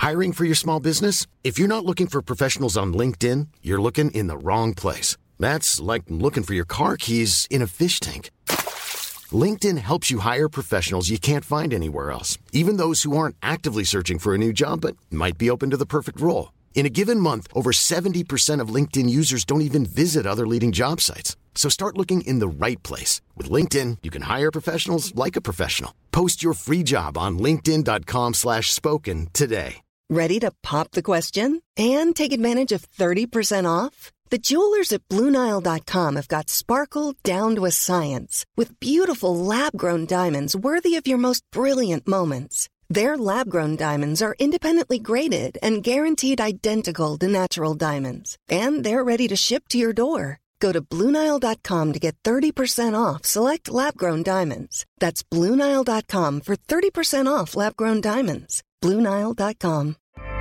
Hiring for your small business? If you're not looking for professionals on LinkedIn, you're looking in the wrong place. That's like looking for your car keys in a fish tank. LinkedIn helps you hire professionals you can't find anywhere else, even those who aren't actively searching for a new job but might be open to the perfect role. In a given month, over 70% of LinkedIn users don't even visit other leading job sites. So start looking in the right place. With LinkedIn, you can hire professionals like a professional. Post your free job on linkedin.com/spoken today. Ready to pop the question and take advantage of 30% off? The jewelers at BlueNile.com have got sparkle down to a science with beautiful lab-grown diamonds worthy of your most brilliant moments. Their lab-grown diamonds are independently graded and guaranteed identical to natural diamonds. And they're ready to ship to your door. Go to BlueNile.com to get 30% off select lab-grown diamonds. That's BlueNile.com for 30% off lab-grown diamonds. BlueNile.com.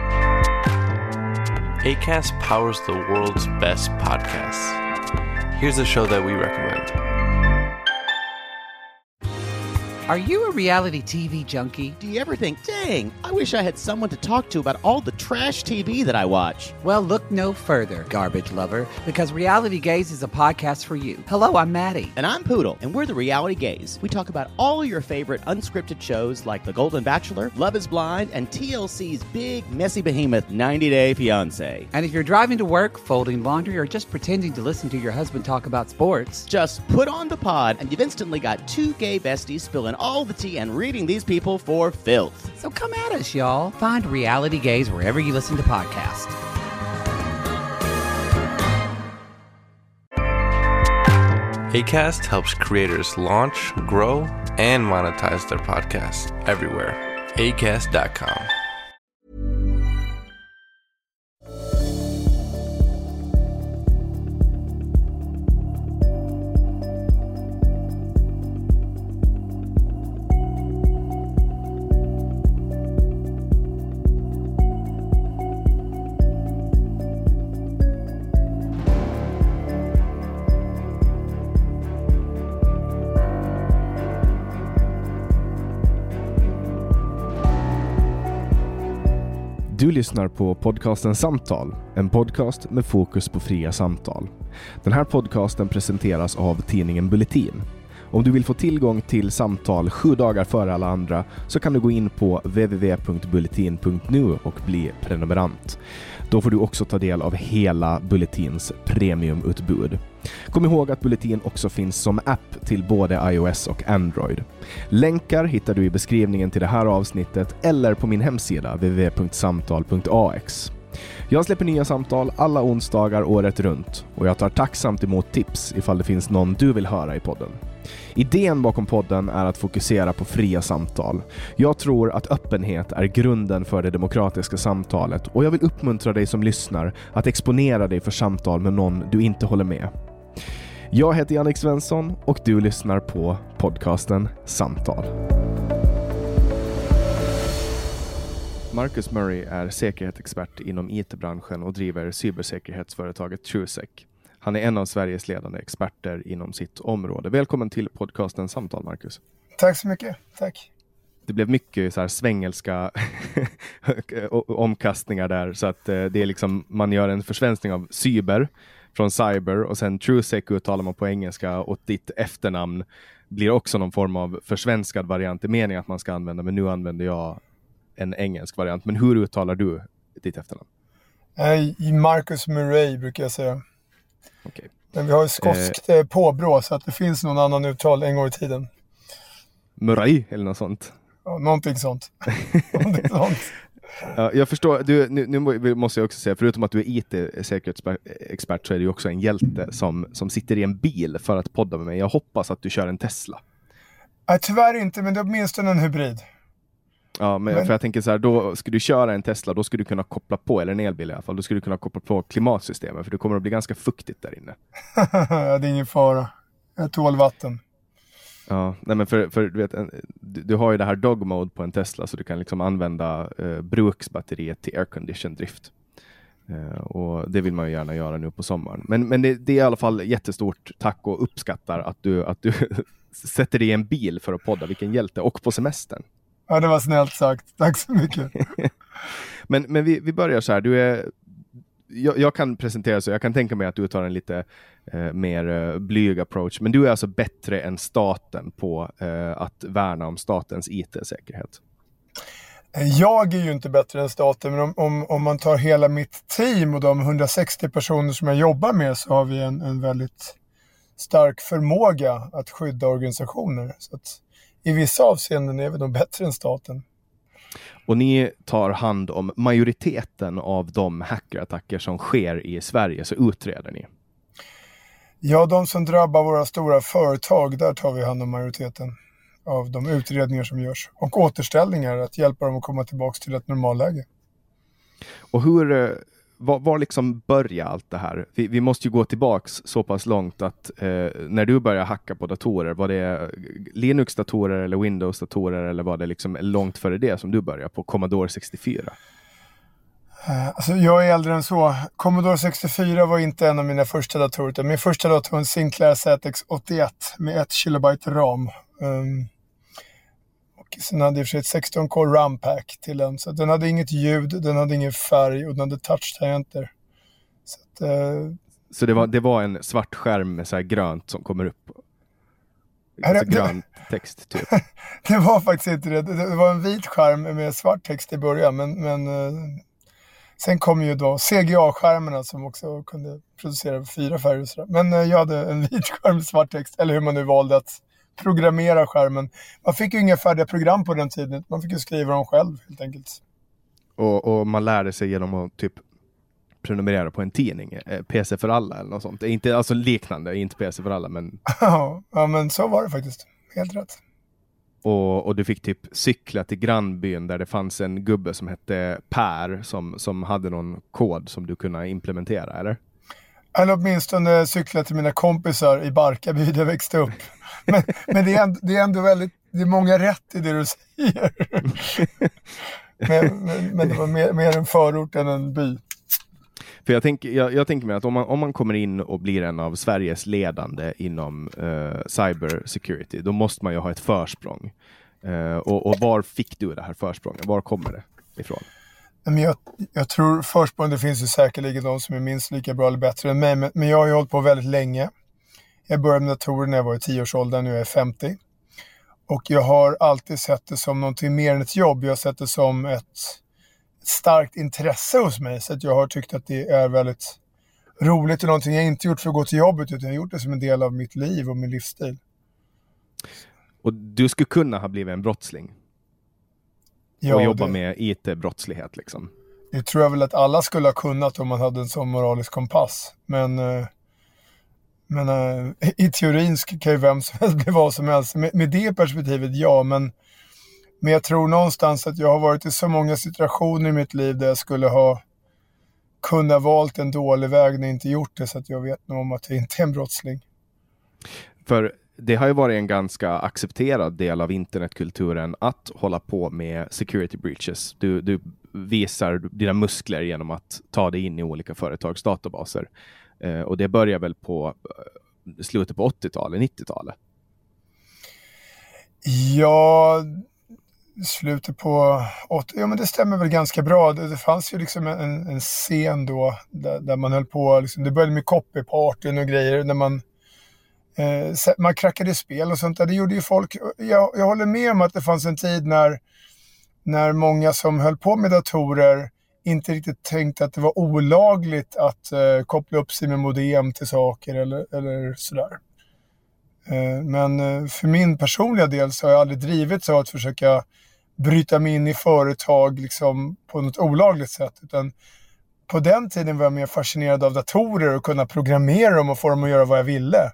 Acast powers the world's best podcasts. Here's a show that we recommend. Are you a reality TV junkie? Do you ever think, dang, I wish I had someone to talk to about all the trash TV that I watch? Well, look no further, garbage lover, because Reality Gaze is a podcast for you. Hello, I'm Maddie. And I'm Poodle, and we're the Reality Gaze. We talk about all your favorite unscripted shows like The Golden Bachelor, Love is Blind, and TLC's big, messy behemoth, 90 Day Fiancé. And if you're driving to work, folding laundry, or just pretending to listen to your husband talk about sports, just put on the pod, and you've instantly got two gay besties spilling all the tea and reading these people for filth. So come at us, y'all. Find Reality Gaze wherever you listen to podcasts. Acast helps creators launch, grow, and monetize their podcasts everywhere. Acast.com. Du lyssnar på podcasten Samtal, en podcast med fokus på fria samtal. Den här podcasten presenteras av tidningen Bulletin. Om du vill få tillgång till samtal 7 dagar före alla andra så kan du gå in på www.bulletin.nu och bli prenumerant. Då får du också ta del av hela Bulletins premiumutbud. Kom ihåg att Bulletin också finns som app till både iOS och Android. Länkar hittar du i beskrivningen till det här avsnittet eller på min hemsida www.samtal.ax. Jag släpper nya samtal alla onsdagar året runt och jag tar tacksamt emot tips ifall det finns någon du vill höra i podden. Idén bakom podden är att fokusera på fria samtal. Jag tror att öppenhet är grunden för det demokratiska samtalet och jag vill uppmuntra dig som lyssnar att exponera dig för samtal med någon du inte håller med. Jag heter Jannik Svensson och du lyssnar på podcasten Samtal. Marcus Murray är säkerhetsexpert inom IT-branschen och driver cybersäkerhetsföretaget TrueSec. Han är en av Sveriges ledande experter inom sitt område. Välkommen till podcasten Samtal, Marcus. Tack så mycket, tack. Det blev mycket så här svängelska omkastningar där, så att det är liksom, man gör en försvenskning av cyber från cyber och sen TrueSec uttalar man på engelska och ditt efternamn blir också någon form av försvenskad variant. Det är meningen att man ska använda, men nu använder jag en engelsk variant. Men hur uttalar du ditt efternamn? Marcus Murray brukar jag säga. Okay. Men vi har skoskt påbrå så att det finns någon annan uttal en gång i tiden. Murray eller något sånt? Ja, någonting sånt. Ja, jag förstår. Nu måste jag också säga, förutom att du är IT-säkerhetsexpert så är du också en hjälte som sitter i en bil för att podda med mig. Jag hoppas att du kör en Tesla. Tyvärr inte, men det är åtminstone en hybrid. Ja, men för jag tänker så här, då ska du köra en Tesla, då skulle du kunna koppla på, eller en elbil i alla fall, då skulle du kunna koppla på klimatsystemet, för det kommer att bli ganska fuktigt där inne. Det är ingen fara. Jag tål vatten. Ja, nej men för du vet, du har ju det här dog mode på en Tesla, så du kan liksom använda bruksbatteriet till aircondition drift. Och det vill man ju gärna göra nu på sommaren. Men det är i alla fall jättestort tack och uppskattar att du sätter dig i en bil för att podda. Vilken hjälte, och på semestern. Ja, det var snällt sagt. Tack så mycket. Men vi börjar så här. Jag kan presentera så. Jag kan tänka mig att du tar en lite mer blyg approach. Men du är alltså bättre än staten på att värna om statens IT-säkerhet. Jag är ju inte bättre än staten, men om man tar hela mitt team och de 160 personer som jag jobbar med, så har vi en väldigt stark förmåga att skydda organisationer. Så att i vissa avseenden är vi nog bättre än staten. Och ni tar hand om majoriteten av de hackerattacker som sker i Sverige, så utreder ni? Ja, de som drabbar våra stora företag, där tar vi hand om majoriteten av de utredningar som görs. Och återställningar, att hjälpa dem att komma tillbaka till ett normalläge. Och var liksom börjar allt det här? Vi måste ju gå tillbaks så pass långt att när du började hacka på datorer, var det Linux-datorer eller Windows-datorer, eller var det liksom långt före det som du började på Commodore 64? Alltså jag är äldre än så. Commodore 64 var inte en av mina första datorer. Min första dator var en Sinclair ZX81 med 1 kilobyte RAM. Och sen hade jag för sig ett 16-core RAM-pack till den. Så den hade inget ljud, den hade ingen färg och den hade touch-tangenter. Så det var en svart skärm med så här grönt som kommer upp? Alltså grön text typ? Det var faktiskt inte det. Det var en vit skärm med svart text i början. Men sen kom ju då CGA-skärmarna som också kunde producera 4 färger. Men jag hade en vit skärm med svart text. Eller hur man nu valde att programmera skärmen. Man fick ju inga färdiga program på den tiden. Man fick ju skriva dem själv helt enkelt. Och man lärde sig genom att typ prenumerera på en tidning. PC för alla eller något sånt. Inte alltså liknande, inte PC för alla. Men... ja, men så var det faktiskt. Helt rätt. Och du fick typ cykla till grannbyn där det fanns en gubbe som hette Per som hade någon kod som du kunde implementera, eller? Eller åtminstone cykla till mina kompisar i Barkarby där jag växte upp. Men det är ändå väldigt, det är många rätt i det du säger. men det var mer en förort än en by. För jag tänker mig att om man kommer in och blir en av Sveriges ledande inom cyber security, då måste man ju ha ett försprång. Och var fick du det här försprånget? Var kommer det ifrån? Men jag tror försprång, det finns ju säkerligen de som är minst lika bra eller bättre än mig. Men jag har ju hållit på väldigt länge. Jag började med datorer när jag var i 10-årsåldern, nu är jag 50. Och jag har alltid sett det som någonting mer än ett jobb. Jag har sett det som ett starkt intresse hos mig. Så att jag har tyckt att det är väldigt roligt och någonting jag inte gjort för att gå till jobbet, utan jag har gjort det som en del av mitt liv och min livsstil. Och du skulle kunna ha blivit en brottsling? Ja, och jobba med IT-brottslighet liksom? Det tror jag väl att alla skulle ha kunnat om man hade en sån moralisk kompass. Men i teorin kan ju vem som helst bli vad som helst. Med det perspektivet, ja. Men jag tror någonstans att jag har varit i så många situationer i mitt liv där jag skulle ha kunnat valt en dålig väg när jag inte gjort det. Så att jag vet nog om att jag inte är en brottsling. För det har ju varit en ganska accepterad del av internetkulturen att hålla på med security breaches. Du visar dina muskler genom att ta dig in i olika företags databaser. Och det börjar väl på slutet på 80-talet, 90-talet? Ja, slutet på 80, ja men det stämmer väl ganska bra. Det fanns ju liksom en scen då där man höll på, liksom, det började med copypartyn och grejer när man krackade spel och sånt där. Det gjorde ju folk. Jag håller med om att det fanns en tid när många som höll på med datorer inte riktigt tänkte att det var olagligt att koppla upp sig med modem till saker eller sådär. Men för min personliga del så har jag aldrig drivit så att försöka bryta mig in i företag liksom på något olagligt sätt, utan på den tiden var jag mer fascinerad av datorer och kunna programmera dem och få dem att göra vad jag ville.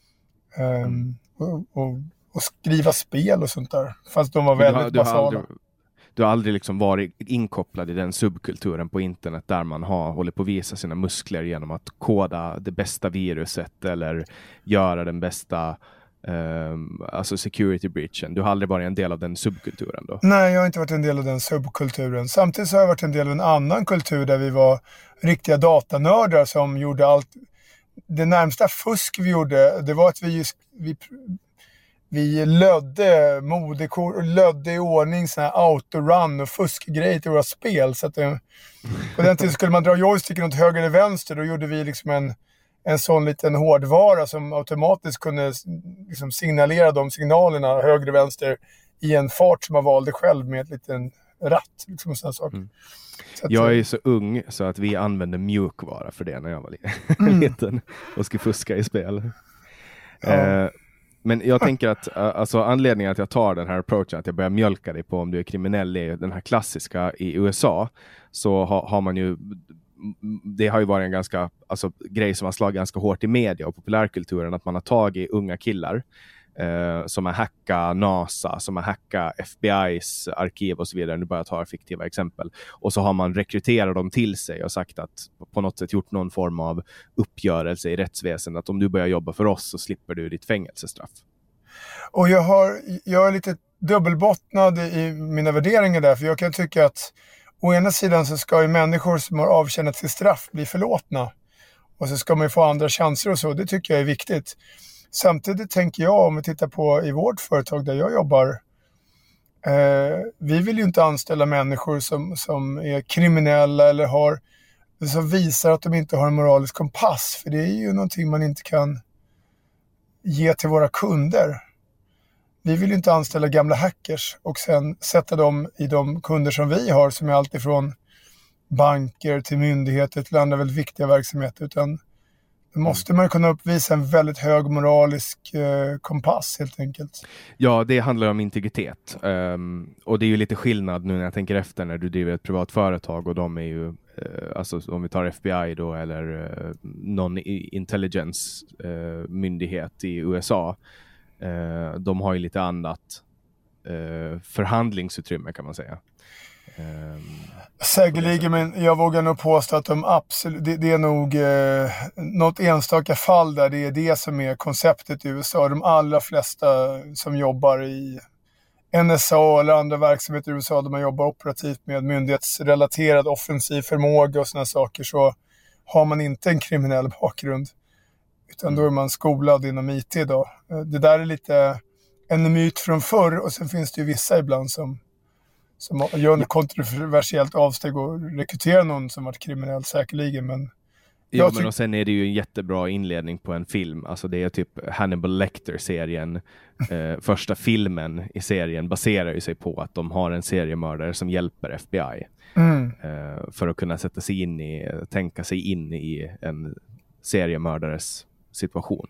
Och skriva spel och sånt där. Fast de var väldigt basala. Du har aldrig liksom varit inkopplad i den subkulturen på internet där man håller på att visa sina muskler genom att koda det bästa viruset eller göra den bästa alltså security breachen. Du har aldrig varit en del av den subkulturen då? Nej, jag har inte varit en del av den subkulturen. Samtidigt så har jag varit en del av en annan kultur där vi var riktiga datanördar som gjorde allt. Det närmsta fusk vi gjorde, det var att vi lödde i ordning såna här autorun och fuskgrejer till våra spel. Så att på den tiden skulle man dra joysticken åt höger eller vänster. Då gjorde vi liksom en sån liten hårdvara som automatiskt kunde liksom signalera de signalerna höger och vänster i en fart som man valde själv med ett liten ratt. Liksom, sån sak. Så att, jag är så ung så att vi använde mjukvara för det när jag var liten och skulle fuska i spel. Ja. Men jag tänker att alltså, anledningen att jag tar den här approachen, att jag börjar mjölka dig på om du är kriminell, är den här klassiska i USA. Så har man ju, det har ju varit en ganska grej som har slagit ganska hårt i media och populärkulturen, att man har tagit unga killar som har hackat NASA, som har hackat FBI's arkiv och så vidare. Nu bara tar fiktiva exempel. Och så har man rekryterat dem till sig och sagt att på något sätt gjort någon form av uppgörelse i rättsväsendet, att om du börjar jobba för oss så slipper du ditt fängelsestraff. Och jag är lite dubbelbottnad i mina värderingar där, för jag kan tycka att å ena sidan så ska ju människor som har avtjänat sitt straff bli förlåtna. Och så ska man ju få andra chanser och så. Det tycker jag är viktigt. Samtidigt tänker jag, om vi tittar på i vårt företag där jag jobbar, vi vill ju inte anställa människor som är kriminella eller som visar att de inte har en moralisk kompass. För det är ju någonting man inte kan ge till våra kunder. Vi vill ju inte anställa gamla hackers och sen sätta dem i de kunder som vi har, som är allt ifrån banker till myndigheter till andra väldigt viktiga verksamheter, utan då måste man kunna uppvisa en väldigt hög moralisk kompass helt enkelt. Ja, det handlar om integritet. Och det är ju lite skillnad nu när jag tänker efter, när du driver ett privat företag och de är ju, alltså om vi tar FBI då, eller någon intelligence myndighet i USA. De har ju lite annat förhandlingsutrymme, kan man säga. Säkerligen, men jag vågar nog påstå att de absolut, det är nog något enstaka fall där det är det som är konceptet i USA. De allra flesta som jobbar i NSA eller andra verksamheter i USA, där man jobbar operativt med myndighetsrelaterad offensiv förmåga och såna saker, så har man inte en kriminell bakgrund, utan då är man skolad inom IT idag. Det där är lite en myt från förr, och sen finns det ju vissa ibland som gör ett kontroversiellt avsteg och rekryterar någon som varit kriminell, säkerligen. Men och sen är det ju en jättebra inledning på en film. Alltså det är typ Hannibal Lecter-serien. Första filmen i serien baserar ju sig på att de har en seriemördare som hjälper FBI. För att kunna tänka sig in i en seriemördares situation.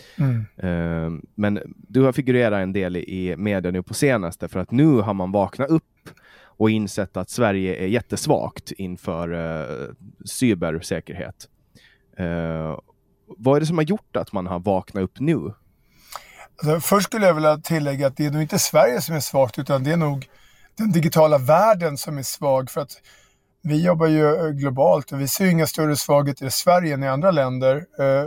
Men du har figurerat en del i media nu på senaste, för att nu har man vaknat upp och insett att Sverige är jättesvagt inför cybersäkerhet. Vad är det som har gjort att man har vaknat upp nu? Alltså, först skulle jag vilja tillägga att det är nog inte Sverige som är svagt, utan det är nog den digitala världen som är svag, för att vi jobbar ju globalt och vi ser inga större svagheter i Sverige än i andra länder.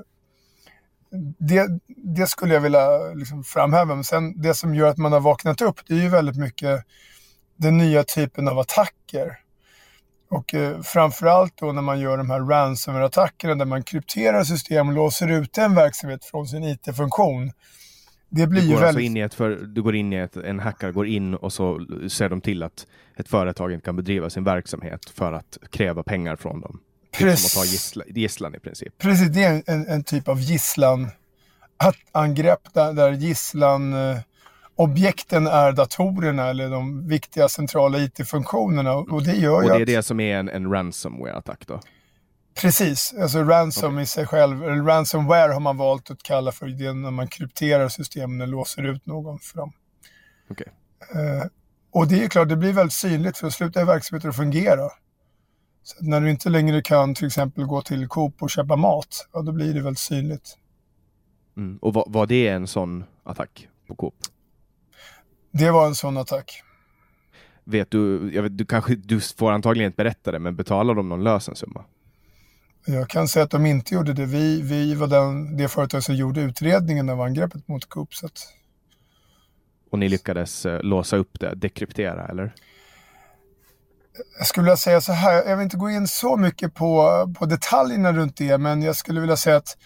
Det skulle jag vilja liksom framhäva. Men sen det som gör att man har vaknat upp, det är ju väldigt mycket den nya typen av attacker. Och framförallt då när man gör de här ransomware-attackerna, där man krypterar system och låser ut en verksamhet från sin IT-funktion. Det blir ju väldigt... en hackare går in och så ser de till att ett företag inte kan bedriva sin verksamhet för att kräva pengar från dem. Precis. Som att ta gisslan i princip. Precis, det är en typ av gisslan-angrepp där gisslan... objekten är datorerna eller de viktiga centrala IT-funktionerna, och det gör ju och det är det som är en ransomware-attack då? Precis, alltså ransom i sig själv, eller ransomware har man valt att kalla för det när man krypterar systemen och låser ut någon för dem. Okay. Och det är klart, det blir väldigt synligt för att sluta verksamheten att fungera. Så när du inte längre kan till exempel gå till Coop och köpa mat, då blir det väldigt synligt. Och var det en sån attack på Coop? Det var en sån attack. Du får antagligen inte berätta det, men betalar de någon lösensumma? Jag kan säga att de inte gjorde det. Vi var det företag som gjorde utredningen av angreppet mot Coop. Och ni lyckades låsa upp det, dekryptera, eller? Jag skulle vilja säga så här, jag vill inte gå in så mycket på detaljerna runt det, men jag skulle vilja säga att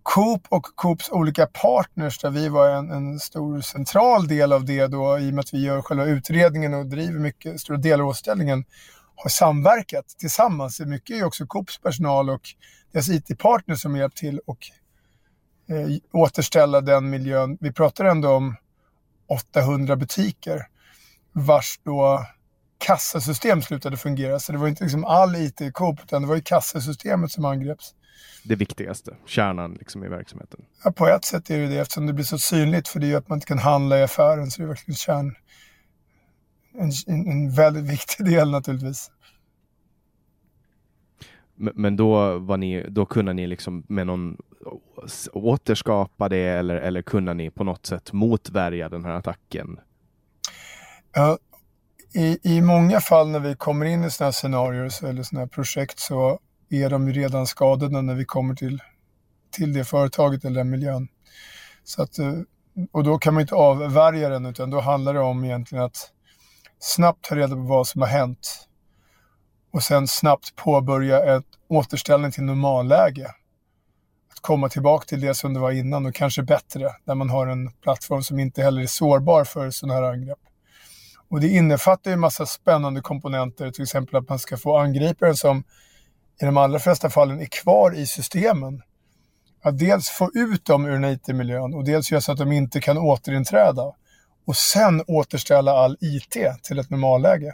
Coop och Coops olika partners, där vi var en stor central del av det då, i och med att vi gör själva utredningen och driver mycket stora delar av återställningen, har samverkat tillsammans. Det är mycket är också Coops personal och deras IT-partners som hjälpt till och återställa den miljön. Vi pratar ändå om 800 butiker vars då kassasystem slutade fungera. Så det var inte liksom all IT i Coop, utan det var ju kassasystemet som angreps. Det viktigaste, kärnan liksom i verksamheten. Ja, på ett sätt är det eftersom det blir så synligt, för det gör att man inte kan handla i affären, så det är verkligen en väldigt viktig del naturligtvis. Men då kunde ni liksom med någon återskapa det, eller kunde ni på något sätt motvärja den här attacken? Ja, i många fall när vi kommer in i sådana här scenarier eller sådana här projekt, så är de ju redan skadade när vi kommer till det företaget eller den miljön. Så att, och då kan man inte avvärja den, utan då handlar det om egentligen att snabbt ta reda på vad som har hänt och sen snabbt påbörja ett återställning till normalläge. Att komma tillbaka till det som det var innan, och kanske bättre, där man har en plattform som inte heller är sårbar för sådana här angrepp. Och det innefattar ju en massa spännande komponenter, till exempel att man ska få angriparen som i de allra flesta fallen är kvar i systemen. Att dels få ut dem ur den IT-miljön och dels göra så att de inte kan återinträda. Och sen återställa all IT till ett normalläge.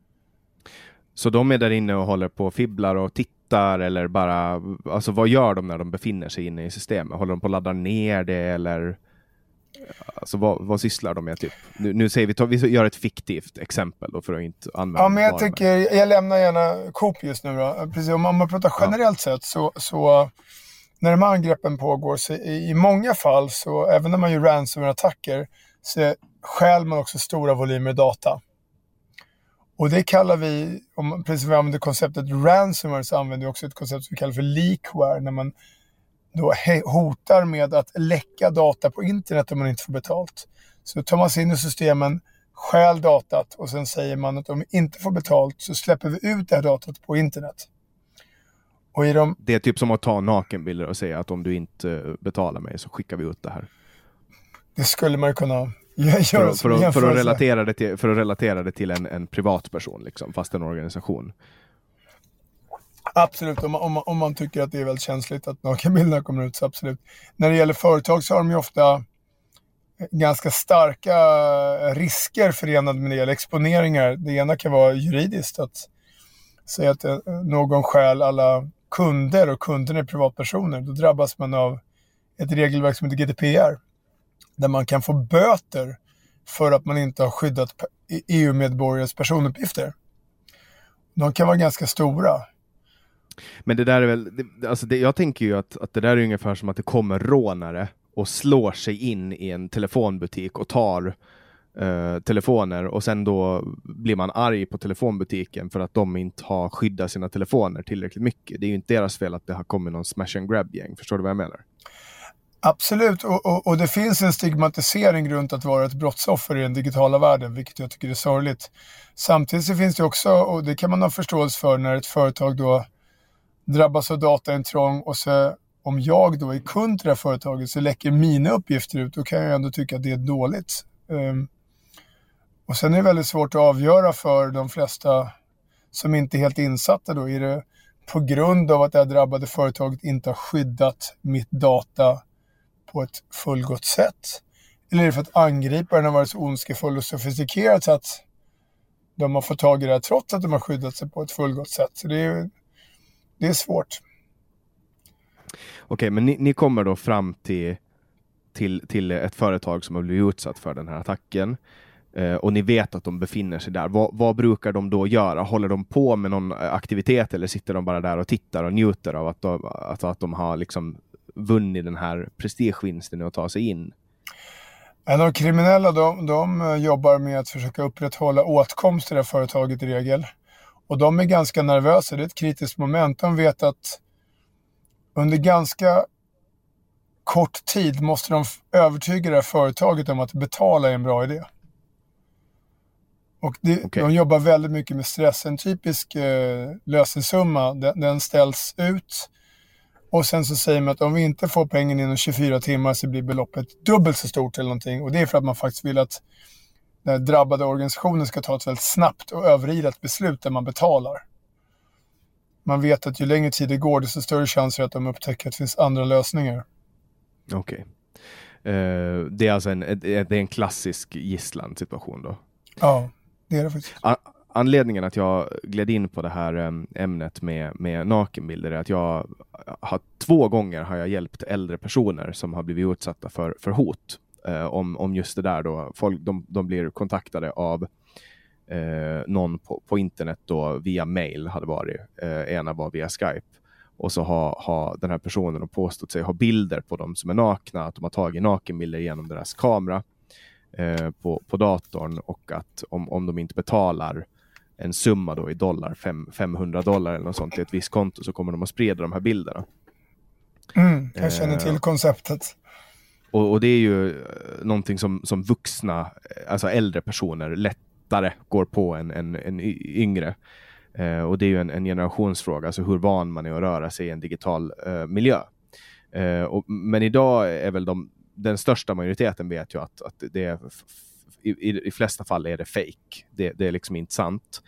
Så de är där inne och håller på och fibblar och tittar, eller bara, alltså vad gör de när de befinner sig inne i systemet? Håller de på att ladda ner det, eller alltså vad sysslar de med typ? Nu säger vi gör ett fiktivt exempel då, för att inte använda. Ja, men jag lämnar gärna Coop just nu då. Precis, om man pratar generellt sett så när de här angreppen pågår, så i många fall, så även när man gör ransomware-attacker, så stjäl man också stora volymer data. Och det kallar vi, precis som vi använder konceptet ransomware, så använder vi också ett koncept som vi kallar för leakware, när man då hotar med att läcka data på internet om man inte får betalt. Så tar man sig in i systemen, stjäl datat, och sen säger man att om vi inte får betalt så släpper vi ut det här datat på internet. Och det är typ som att ta nakenbilder och säga att om du inte betalar mig så skickar vi ut det här. Det skulle man kunna göra för att relatera det till en privatperson liksom, fast en organisation. Absolut, om man tycker att det är väldigt känsligt att nakenbilderna kommer ut, så absolut. När det gäller företag så har de ju ofta ganska starka risker förenade med det, eller exponeringar. Det ena kan vara juridiskt, att säga att någon stjäl alla kunder och kunderna är privatpersoner. Då drabbas man av ett regelverk som heter GDPR, där man kan få böter för att man inte har skyddat EU-medborgares personuppgifter. De kan vara ganska stora. Men det där är väl, jag tänker ju att det där är ungefär som att det kommer rånare och slår sig in i en telefonbutik och tar telefoner, och sen då blir man arg på telefonbutiken för att de inte har skyddat sina telefoner tillräckligt mycket. Det är ju inte deras fel att det har kommit någon smash and grab-gäng. Förstår du vad jag menar? Absolut, och det finns en stigmatisering runt att vara ett brottsoffer i den digitala världen, vilket jag tycker är sorgligt. Samtidigt så finns det också, och det kan man ha förståelse för, när ett företag då drabbas av dataintrång, och så om jag då är kund till det här företaget så läcker mina uppgifter ut, då kan jag ändå tycka att det är dåligt. Och sen är det väldigt svårt att avgöra för de flesta som inte är helt insatta då. Är det på grund av att det här drabbade företaget inte har skyddat mitt data på ett fullgott sätt? Eller är det för att angriparen har varit så ondskefull och sofistikerad så att de har fått tag i det här trots att de har skyddat sig på ett fullgott sätt? Så det är svårt. Okej, men ni kommer då fram till ett företag som har blivit utsatt för den här attacken. Och ni vet att de befinner sig där. Vad brukar de då göra? Håller de på med någon aktivitet, eller sitter de bara där och tittar och njuter av att de har liksom vunnit den här prestigevinsten och ta sig in? De kriminella de jobbar med att försöka upprätthålla åtkomst till det här företaget i regel. Och de är ganska nervösa. Det är ett kritiskt moment. De vet att under ganska kort tid måste de övertyga det här företaget om att betala är en bra idé. Och de jobbar väldigt mycket med stress. En typisk lösensumma, den ställs ut. Och sen så säger man att om vi inte får pengarna inom 24 timmar så blir beloppet dubbelt så stort eller någonting. Och det är för att man faktiskt vill att den drabbade organisationen ska ta ett väldigt snabbt och överilat beslut där man betalar. Man vet att ju längre tid det går, desto större chanser att de upptäcker att det finns andra lösningar. Okej. Det är alltså en klassisk gisslansituation då? Ja, det är det faktiskt. Anledningen att jag gled in på det här ämnet med nakenbilder är att jag har 2 gånger har jag hjälpt äldre personer som har blivit utsatta för hot om just det där då. Folk, de blir kontaktade av någon på internet då via mail hade varit. Ena var via Skype. Och så har den här personen påstått sig ha bilder på dem som är nakna. Att de har tagit nakenbilder genom deras kamera på datorn. Och att om de inte betalar en summa då i dollar, $500 eller något sånt till ett visst konto, så kommer de att sprida de här bilderna. Jag känner till konceptet. Och det är ju någonting som vuxna, alltså äldre personer lättare går på en yngre. Och det är ju en generationsfråga, alltså hur van man är att röra sig i en digital miljö. Men idag är väl den största majoriteten vet ju att det är i flesta fall är det fake. Det är liksom inte sant.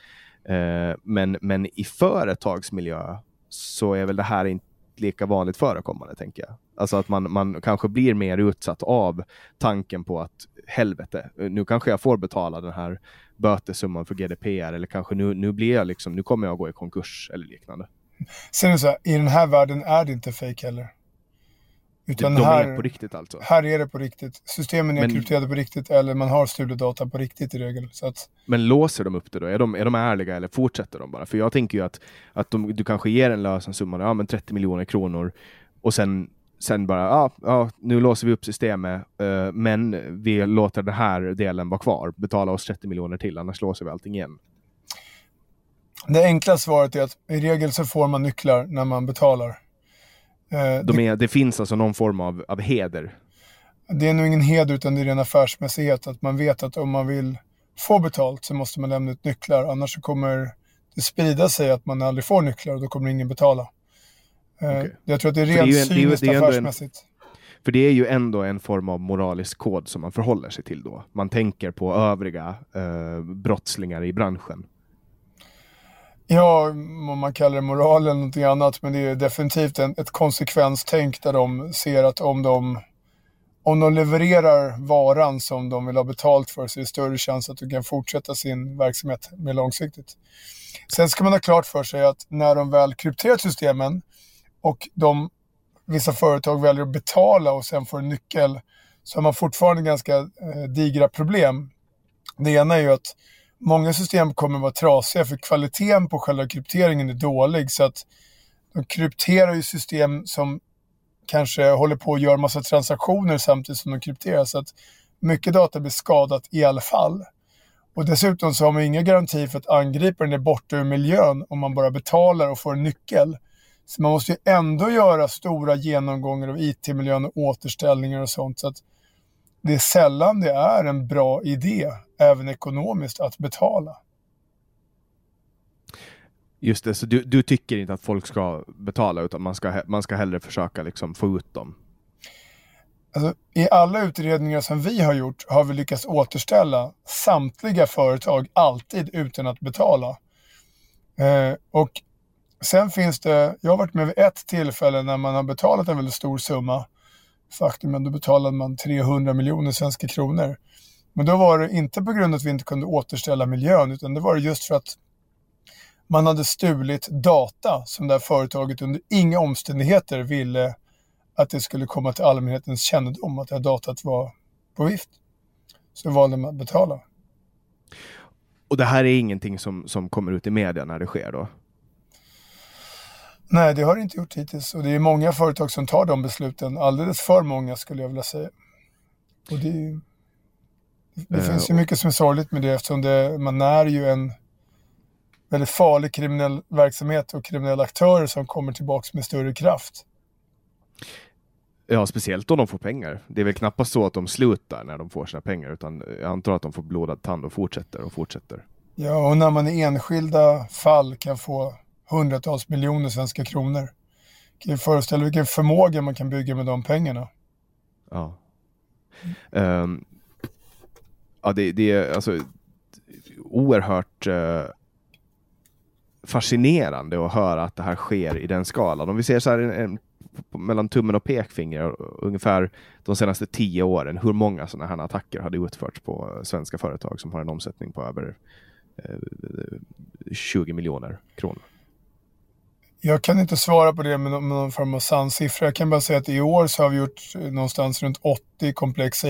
Men i företagsmiljö så är väl det här inte lika vanligt förekommande, tänker jag. Alltså att man kanske blir mer utsatt av tanken på att helvete, nu kanske jag får betala den här bötesumman för GDPR, eller kanske nu blir jag liksom, nu kommer jag gå i konkurs eller liknande. Sen är det så här, i den här världen är det inte fake heller. Utan de här, är på riktigt alltså? Här är det på riktigt. Systemen är krypterade på riktigt, eller man har studiedata på riktigt i regel. Så att... Men låser de upp det då? Är de ärliga eller fortsätter de bara? För jag tänker ju att du kanske ger en lösensumma, men 30 miljoner kronor, och sen bara, nu låser vi upp systemet, men vi låter den här delen vara kvar. Betala oss 30 miljoner till, annars låser vi allting igen. Det enkla svaret är att i regel så får man nycklar när man betalar. Det finns alltså någon form av heder. Det är nog ingen heder, utan det är en affärsmässighet. Att man vet att om man vill få betalt så måste man lämna ut nycklar. Annars så kommer det sprida sig att man aldrig får nycklar, och då kommer ingen betala. Okay. Jag tror att det är rent cyniskt affärsmässigt. För det är ju ändå en form av moralisk kod som man förhåller sig till då. Man tänker på övriga brottslingar i branschen. Ja, om man kallar det moral eller någonting annat, men det är definitivt ett konsekvenstänk där de ser att om de levererar varan som de vill ha betalt för, så är det större chans att de kan fortsätta sin verksamhet mer långsiktigt. Sen ska man ha klart för sig att när de väl krypterar systemen och vissa företag väljer att betala och sen får en nyckel, så har man fortfarande ganska digra problem. Det ena är ju att många system kommer att vara trasiga för kvaliteten på själva krypteringen är dålig, så att de krypterar ju system som kanske håller på att göra massa transaktioner samtidigt som de krypterar, så att mycket data blir skadat i alla fall. Och dessutom så har man inga garantier för att angriparen är borta ur miljön om man bara betalar och får en nyckel. Så man måste ju ändå göra stora genomgångar av IT-miljön och återställningar och sånt, så att det är sällan det är en bra idé, även ekonomiskt, att betala. Just det, så du tycker inte att folk ska betala, utan man ska hellre försöka liksom få ut dem? Alltså, i alla utredningar som vi har gjort har vi lyckats återställa samtliga företag alltid utan att betala. Och sen finns det, jag har varit med vid ett tillfälle när man har betalat en väldigt stor summa. Faktum, då betalade man 300 miljoner svenska kronor. Men då var det inte på grund av att vi inte kunde återställa miljön, utan det var just för att man hade stulit data som det här företaget under inga omständigheter ville att det skulle komma till allmänhetens kännedom, att det här datat var på vift. Så valde man att betala. Och det här är ingenting som kommer ut i media när det sker då? Nej, det har det inte gjort hittills. Och det är många företag som tar de besluten. Alldeles för många, skulle jag vilja säga. Och det finns ju mycket som är sorgligt med det, eftersom man är ju en väldigt farlig kriminell verksamhet och kriminella aktörer som kommer tillbaka med större kraft. Ja, speciellt om de får pengar. Det är väl knappast så att de slutar när de får sina pengar, utan jag antar att de får blodad tand och fortsätter. Ja, och när man i enskilda fall kan få hundratals miljoner svenska kronor, kan föreställa vilken förmåga man kan bygga med de pengarna. Ja. Det är alltså oerhört fascinerande att höra att det här sker i den skalan. Om vi ser så här mellan tummen och pekfinger ungefär de senaste 10 åren, hur många sådana här attacker hade utförts på svenska företag som har en omsättning på över 20 miljoner kronor? Jag kan inte svara på det med någon form av sann siffra. Jag kan bara säga att i år så har vi gjort någonstans runt 80 komplexa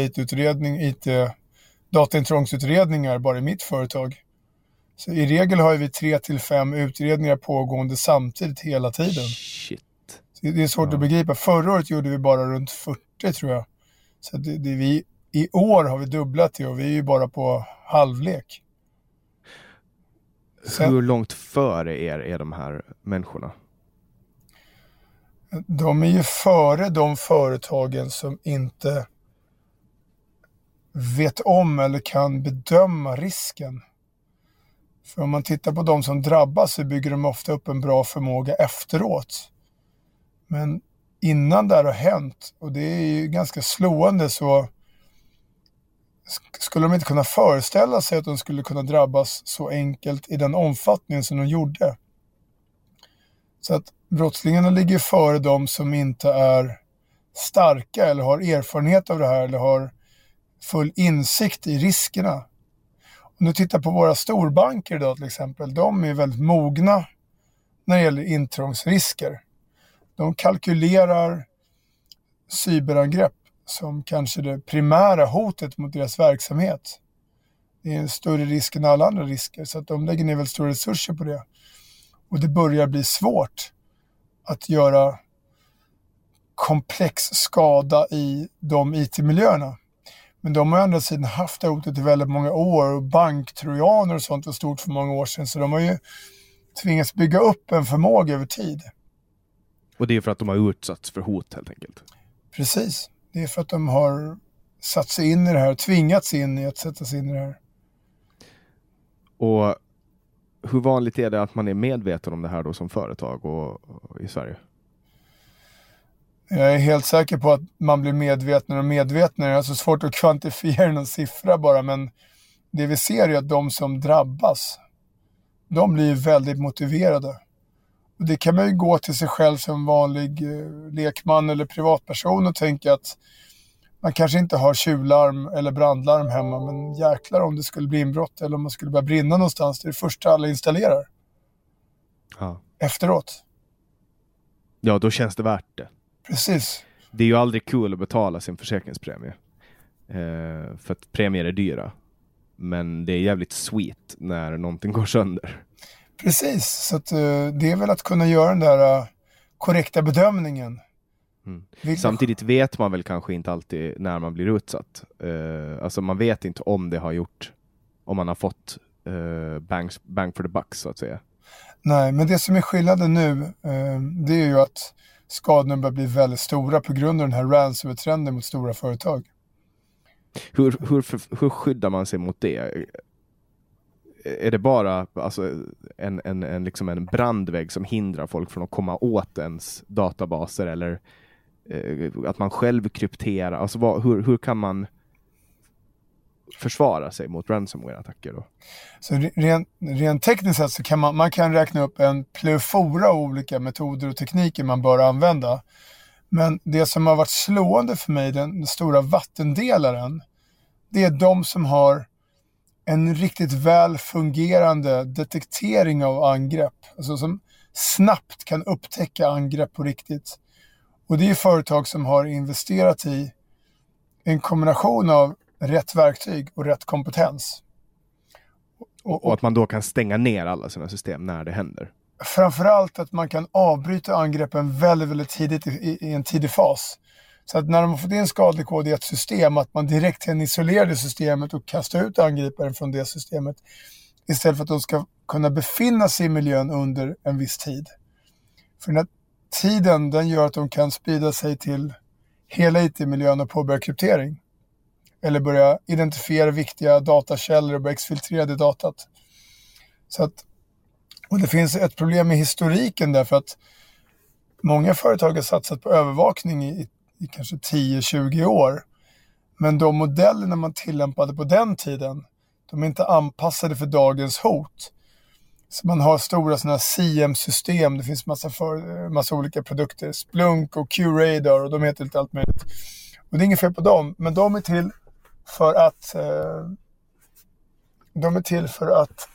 dataintrångsutredningar bara i mitt företag. Så i regel har vi 3-5 utredningar pågående samtidigt hela tiden. Shit. Så det är svårt att begripa. Förra året gjorde vi bara runt 40 tror jag. Så i år har vi dubblat det och vi är ju bara på halvlek. Hur långt före er är de här människorna? De är ju före de företagen som inte vet om eller kan bedöma risken. För om man tittar på de som drabbas så bygger de ofta upp en bra förmåga efteråt. Men innan det har hänt, och det är ju ganska slående, så skulle de inte kunna föreställa sig att de skulle kunna drabbas så enkelt i den omfattningen som de gjorde. Så att brottslingarna ligger före de som inte är starka eller har erfarenhet av det här eller har full insikt i riskerna. Om du tittar på våra storbanker idag till exempel, de är väldigt mogna när det gäller intrångsrisker. De kalkylerar cyberangrepp som kanske det primära hotet mot deras verksamhet. Det är en större risk än alla andra risker, så att de lägger ner väldigt stora resurser på det. Och det börjar bli svårt att göra komplex skada i de IT-miljöerna. Men de har å andra sidan haft det hotet i väldigt många år, och banktrojaner och sånt var stort för många år sedan, så de har ju tvingats bygga upp en förmåga över tid. Och det är för att de har utsatts för hot helt enkelt? Precis. Det är för att de har satt sig in i det här, tvingats in i att sätta sig in i det här. Och hur vanligt är det att man är medveten om det här då som företag och i Sverige? Jag är helt säker på att man blir medvetnare och medvetnare. Det är så svårt att kvantifiera någon siffra bara, men det vi ser är att de som drabbas, de blir väldigt motiverade. Och det kan man ju gå till sig själv som vanlig lekman eller privatperson och tänka att man kanske inte har tjuvlarm eller brandlarm hemma, men jäklar om det skulle bli inbrott eller om man skulle börja brinna någonstans, det är det första alla installerar. Ja. Efteråt. Ja, då känns det värt det. Precis. Det är ju aldrig kul att betala sin försäkringspremie. För att premier är dyra. Men det är jävligt sweet när någonting går sönder. Precis, så att, det är väl att kunna göra den där korrekta bedömningen. Mm. Samtidigt vet man väl kanske inte alltid när man blir utsatt. Alltså man vet inte om det har gjort, om man har fått bang for the buck så att säga. Nej, men det som är skillnaden nu, det är ju att skadorna börjar bli väldigt stora på grund av den här ransomware-trenden mot stora företag. Hur skyddar man sig mot det? Är det bara alltså, liksom en brandvägg som hindrar folk från att komma åt ens databaser, eller att man själv krypterar? Alltså, hur kan man försvara sig mot ransomware-attacker då? Så rent tekniskt sett så kan man kan räkna upp en plethora av olika metoder och tekniker man bör använda. Men det som har varit slående för mig, den stora vattendelaren, det är de som har en riktigt väl fungerande detektering av angrepp. Alltså som snabbt kan upptäcka angrepp på riktigt. Och det är företag som har investerat i en kombination av rätt verktyg och rätt kompetens. Och att man då kan stänga ner alla sina system när det händer. Framförallt att man kan avbryta angreppen väldigt, väldigt tidigt i en tidig fas. Så att när de har fått in skadlig kod i ett system, att man direkt kan isolera det systemet och kasta ut angriparen från det systemet. Istället för att de ska kunna befinna sig i miljön under en viss tid. För den här tiden, den gör att de kan sprida sig till hela IT-miljön och påbörja kryptering. Eller börja identifiera viktiga datakällor och börja exfiltrera det datat. Så att, och det finns ett problem med historiken därför att många företag har satsat på övervakning i kanske 10-20 år. Men de modellerna man tillämpade på den tiden, de är inte anpassade för dagens hot. Så man har stora sådana CM-system, det finns massa olika produkter, Splunk och QRadar och de heter lite allt möjligt. Och det är inget fel på dem, men de är till för att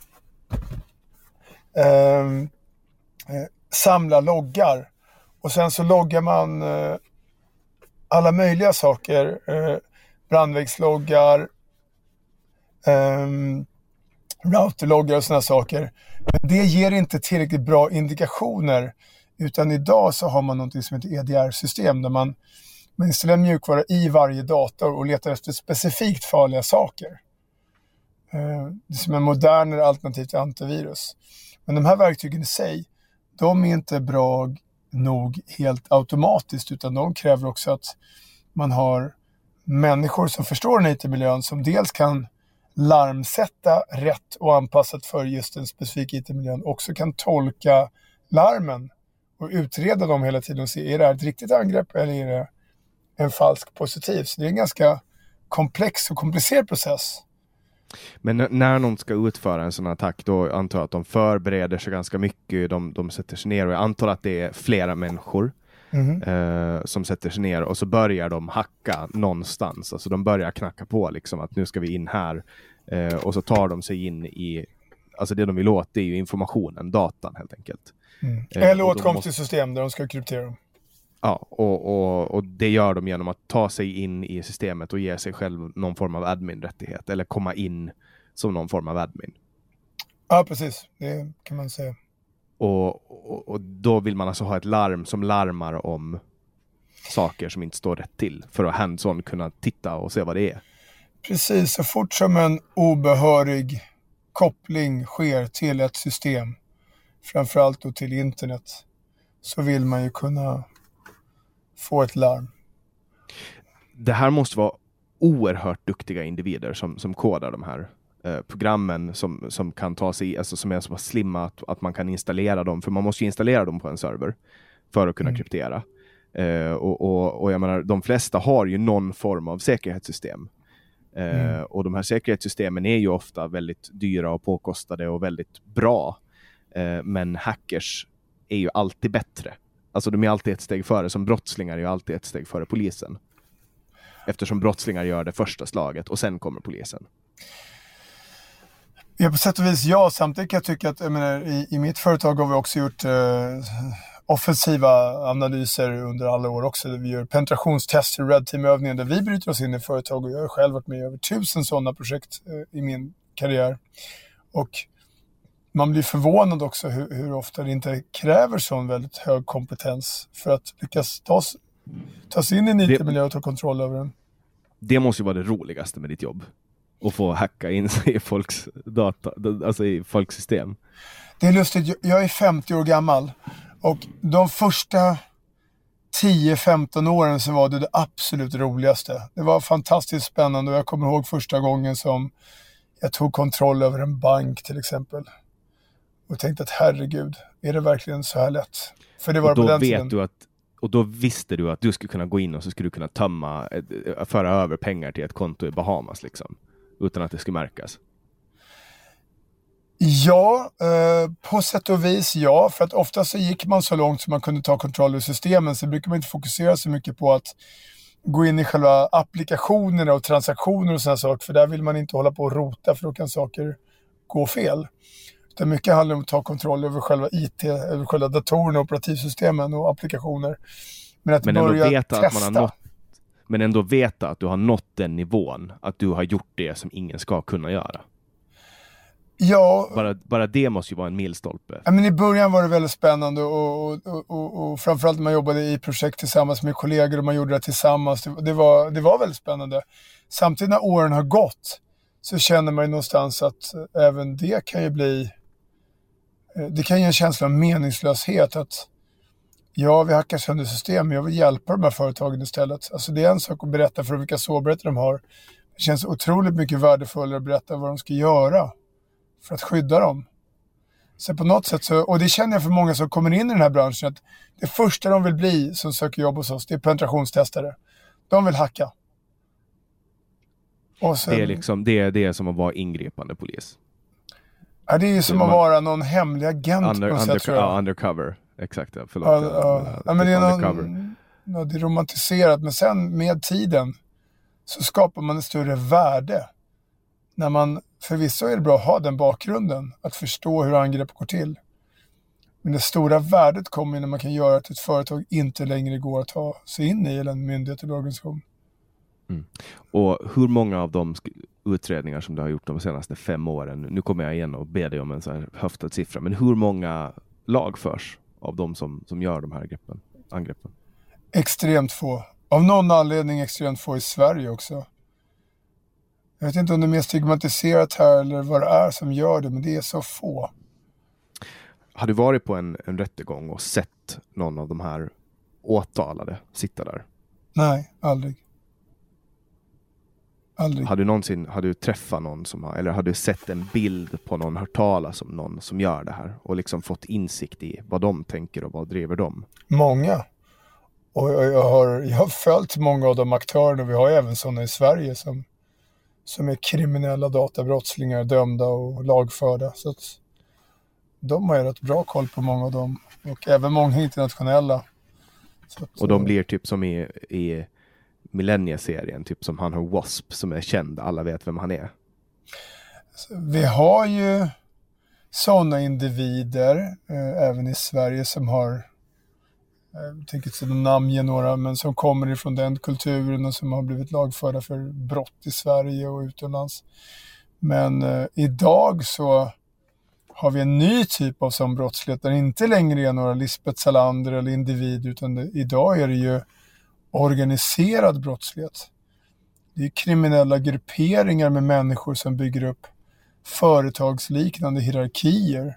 samla loggar. Och sen så loggar man alla möjliga saker, brandvägsloggar, routerloggar och sådana saker. Men det ger inte tillräckligt bra indikationer, utan idag så har man något som heter EDR-system där man installerar mjukvara i varje dator och letar efter specifikt farliga saker. Det är som en modernare alternativ till antivirus. Men de här verktygen i sig, de är inte bra nog helt automatiskt, utan de kräver också att man har människor som förstår den IT-miljön, som dels kan larmsätta rätt och anpassat för just en specifik IT-miljön, också kan tolka larmen och utreda dem hela tiden och se, är det här ett riktigt angrepp eller är det en falsk positiv? Så det är en ganska komplex och komplicerad process. Men när någon ska utföra en sån attack, då antar jag att de förbereder sig ganska mycket, de sätter sig ner, och jag antar att det är flera människor som sätter sig ner och så börjar de hacka någonstans. Alltså de börjar knacka på liksom att nu ska vi in här, och så tar de sig in i, alltså det de vill åt är ju informationen, datan helt enkelt. Eller åtkomst till system där de ska kryptera dem. Ja, och det gör de genom att ta sig in i systemet och ge sig själv någon form av admin-rättighet, eller komma in som någon form av admin. Ja, precis. Det kan man säga. Och då vill man alltså ha ett larm som larmar om saker som inte står rätt till, för att hands-on kunna titta och se vad det är. Precis, så fort som en obehörig koppling sker till ett system, framförallt då till internet, så vill man ju kunna få ett larm. Det här måste vara oerhört duktiga individer som kodar de här programmen som kan ta sig, alltså som är så pass slimma att man kan installera dem, för man måste ju installera dem på en server för att kunna kryptera. Och jag menar, de flesta har ju någon form av säkerhetssystem. Och de här säkerhetssystemen är ju ofta väldigt dyra och påkostade och väldigt bra. Men hackers är ju alltid bättre. Alltså de är alltid ett steg före, som brottslingar är ju alltid ett steg före polisen. Eftersom brottslingar gör det första slaget och sen kommer polisen. Ja, på sätt och vis ja. Samtidigt kan jag tycka att i mitt företag har vi också gjort offensiva analyser under alla år också. Vi gör penetrationstester, red team-övningar där vi bryter oss in i företag, och jag har själv varit med i över 1000 sådana projekt i min karriär. Och man blir förvånad också hur ofta det inte kräver sån väldigt hög kompetens för att lyckas ta sig in i en IT-miljö och ta kontroll över den. Det måste ju vara det roligaste med ditt jobb. Att få hacka in sig i folks data, alltså i folks system. Det är lustigt, jag är 50 år gammal, och de första 10-15 åren så var det absolut roligaste. Det var fantastiskt spännande, och jag kommer ihåg första gången som jag tog kontroll över en bank till exempel. Och tänkte att herregud, är det verkligen så här lätt? För det var på den tiden. Och då visste du att du skulle kunna gå in och så skulle du kunna föra över pengar till ett konto i Bahamas liksom, utan att det skulle märkas. Ja, på sätt och vis ja. För att ofta så gick man så långt som man kunde ta kontroll över systemen, så brukar man inte fokusera så mycket på att gå in i själva applikationerna och transaktioner och sådana saker. För där vill man inte hålla på och rota, för då kan saker gå fel. Utan mycket handlar om att ta kontroll över själva IT, över själva datorerna, operativsystemen och applikationer. Men att börja testa. Men ändå veta att du har nått den nivån, att du har gjort det som ingen ska kunna göra. Ja. Bara det måste ju vara en milstolpe. Men i början var det väldigt spännande, och framförallt när man jobbade i projekt tillsammans med kollegor och man gjorde det tillsammans. Det var väldigt spännande. Samtidigt när åren har gått så känner man ju någonstans att även det kan ju bli... Det kan ge en känsla av meningslöshet, att ja, vi hackar sönder system, men jag vill hjälpa de här företagen istället. Alltså det är en sak att berätta för vilka sårbarheter de har. Det känns otroligt mycket värdefullare att berätta vad de ska göra för att skydda dem. Så på något sätt så, och det känner jag för många som kommer in i den här branschen, att det första de vill bli som söker jobb hos oss, det är penetrationstestare. De vill hacka. Och sen, det är liksom, det är som att vara ingripande polis. Ja, det är ju som att vara någon hemlig agent på något sätt, tror jag. Ja, undercover. Exakt, förlåt. Ja, men det är det är romantiserat, men sen med tiden så skapar man ett större värde. När man, förvisso är det bra att ha den bakgrunden, att förstå hur angrepp går till. Men det stora värdet kommer när man kan göra att ett företag inte längre går att ta sig in i, eller en myndighet eller organisation. Mm. Och hur många av de utredningar som du har gjort de senaste 5 åren, nu kommer jag igen och ber dig om en så här höftad siffra, men hur många lagförs av de som gör de här angreppen? Extremt få. Av någon anledning extremt få i Sverige också. Jag vet inte om det är mer stigmatiserat här eller vad det är som gör det, men det är så få. Har du varit på en rättegång och sett någon av de här åtalade sitta där? Nej, aldrig. Har du träffat någon eller har du sett en bild på någon, hört talas om någon som gör det här och liksom fått insikt i vad de tänker och vad driver dem? Många. Och jag har följt många av de aktörerna, vi har även sådana i Sverige som är kriminella databrottslingar, dömda och lagförda. Så att de har ju rätt bra koll på många av dem. Och även många internationella. Så att, och de blir typ som i Millennia-serien, typ som han har Wasp som är känd, alla vet vem han är. Vi har ju sådana individer även i Sverige som har, jag tänker inte säga namnge några, men som kommer ifrån den kulturen och som har blivit lagförda för brott i Sverige och utomlands. Men idag så har vi en ny typ av sån brottslighet där det inte längre är några Lisbeth Salander eller individ, utan idag är det ju organiserad brottslighet. Det är kriminella grupperingar med människor som bygger upp företagsliknande hierarkier.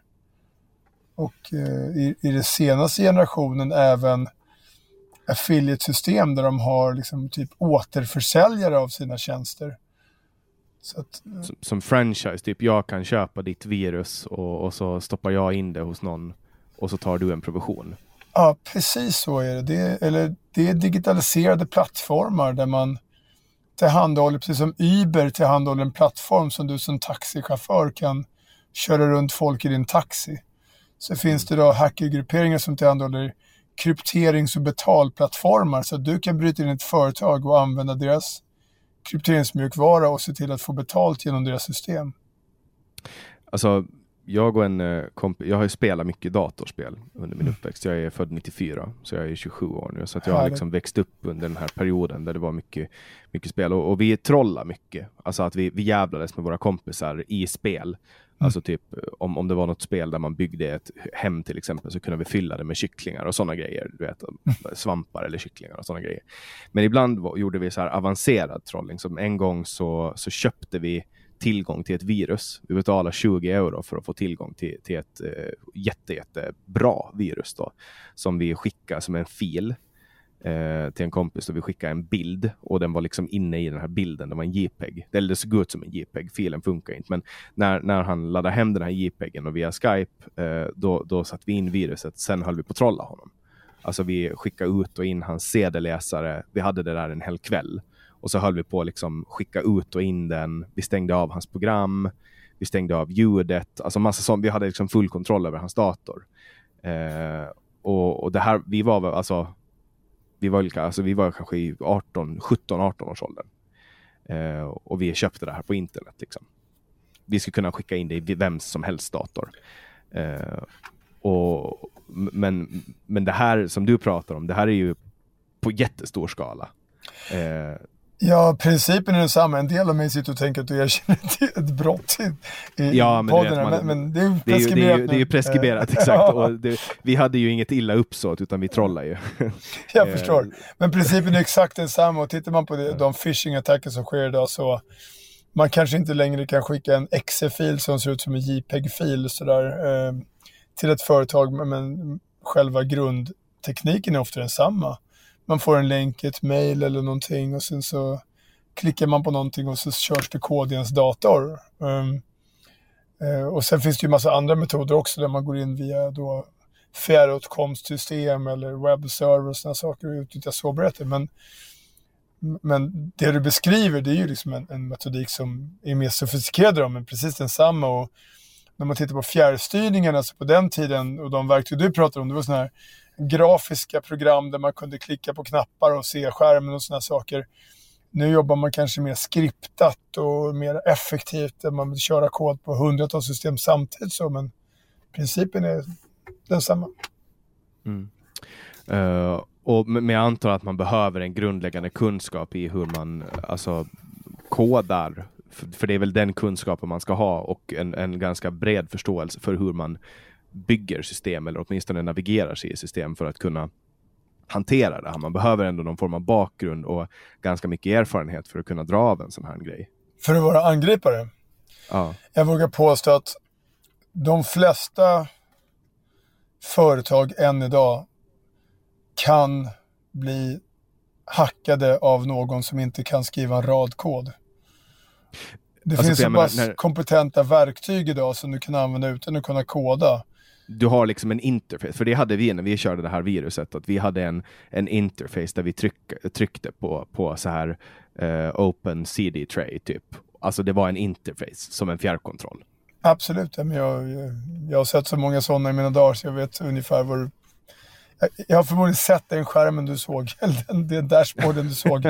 Och i den senaste generationen även affiliate-system där de har liksom typ återförsäljare av sina tjänster. Så att, som franchise, typ jag kan köpa ditt virus och så stoppar jag in det hos någon och så tar du en provision. Ja, precis så är det. Det är digitaliserade plattformar där man tillhandahåller, precis som Uber tillhandahåller en plattform som du som taxichaufför kan köra runt folk i din taxi. Så finns det då hackergrupperingar som tillhandahåller krypterings- och betalplattformar så att du kan bryta in ett företag och använda deras krypteringsmjukvara och se till att få betalt genom deras system. Alltså, jag och en kompis, jag har ju spelat mycket datorspel under min uppväxt. Jag är född 94, så jag är 27 år nu. Så att jag har liksom växt upp under den här perioden där det var mycket spel. Och vi trollar mycket. Alltså att vi jävlades med våra kompisar i spel. Alltså typ, om det var något spel där man byggde ett hem till exempel, så kunde vi fylla det med kycklingar och sådana grejer. Du vet, svampar eller kycklingar och sådana grejer. Men ibland gjorde vi så här avancerad trolling. Som en gång så köpte vi tillgång till ett virus. Vi betalar 20 euro för att få tillgång till ett jättebra virus då, som vi skickar som en fil till en kompis, och vi skickar en bild och den var liksom inne i den här bilden. Det var en JPEG. Det såg ut som en JPEG. Filen funkar inte. Men när han laddade hem den här JPEGen och via Skype då satt vi in viruset. Sen höll vi på att trolla honom. Alltså vi skickade ut och in hans CD-läsare. Vi hade det där en hel kväll. Och så höll vi på att liksom skicka ut och in den. Vi stängde av hans program. Vi stängde av ljudet. Alltså massa sånt. Vi hade liksom full kontroll över hans dator. Och det här, vi var kanske i 17-18 års åldern. Och vi köpte det här på internet liksom. Vi skulle kunna skicka in det i vem som helst dator. Men det här som du pratar om, det här är ju på jättestor skala. Ja, principen är densamma. En del av mig sitter och tänker att du erkänner ett brott i podden. Men det är ju preskriberat. Det är ju preskriberat, exakt. Och vi hade ju inget illa uppsåt, utan vi trollar ju. Jag förstår. Men principen är exakt densamma. Och tittar man på de phishing-attacker som sker idag, så man kanske inte längre kan skicka en exe-fil som ser ut som en JPEG-fil till ett företag. Men själva grundtekniken är ofta densamma. Man får en länk, ett mejl eller någonting, och sen så klickar man på någonting och så körs det kod i ens dator. Och sen finns det ju massa andra metoder också där man går in via då fjärråtkomstsystem eller webbserver och sådana saker och utnyttjar sårbarheter. Men det du beskriver, det är ju liksom en metodik som är mer sofistikerad, men precis densamma. Och när man tittar på fjärrstyrningen, alltså på den tiden, och de verktyg du pratar om, det var sådana här grafiska program där man kunde klicka på knappar och se skärmen och sådana saker. Nu jobbar man kanske mer skriptat och mer effektivt där man vill köra kod på hundratals system samtidigt, så, men principen är densamma. Men jag antar att man behöver en grundläggande kunskap i hur man kodar. För det är väl den kunskapen man ska ha, och en ganska bred förståelse för hur man bygger system eller åtminstone navigerar sig i system för att kunna hantera det här. Man behöver ändå någon form av bakgrund och ganska mycket erfarenhet för att kunna dra av en sån här grej. För att vara angripare? Ja. Jag vågar påstå att de flesta företag än idag kan bli hackade av någon som inte kan skriva en rad kod. Det finns så pass kompetenta verktyg idag som du kan använda utan att kunna koda. Du har liksom en interface, för det hade vi när vi körde det här viruset, att vi hade en interface där vi tryckte på så här open CD tray typ. Alltså det var en interface som en fjärrkontroll. Absolut, men jag har sett så många sådana i mina dagar så jag vet ungefär vad jag har förmodligen sett den skärmen du såg, eller den dashboarden du såg.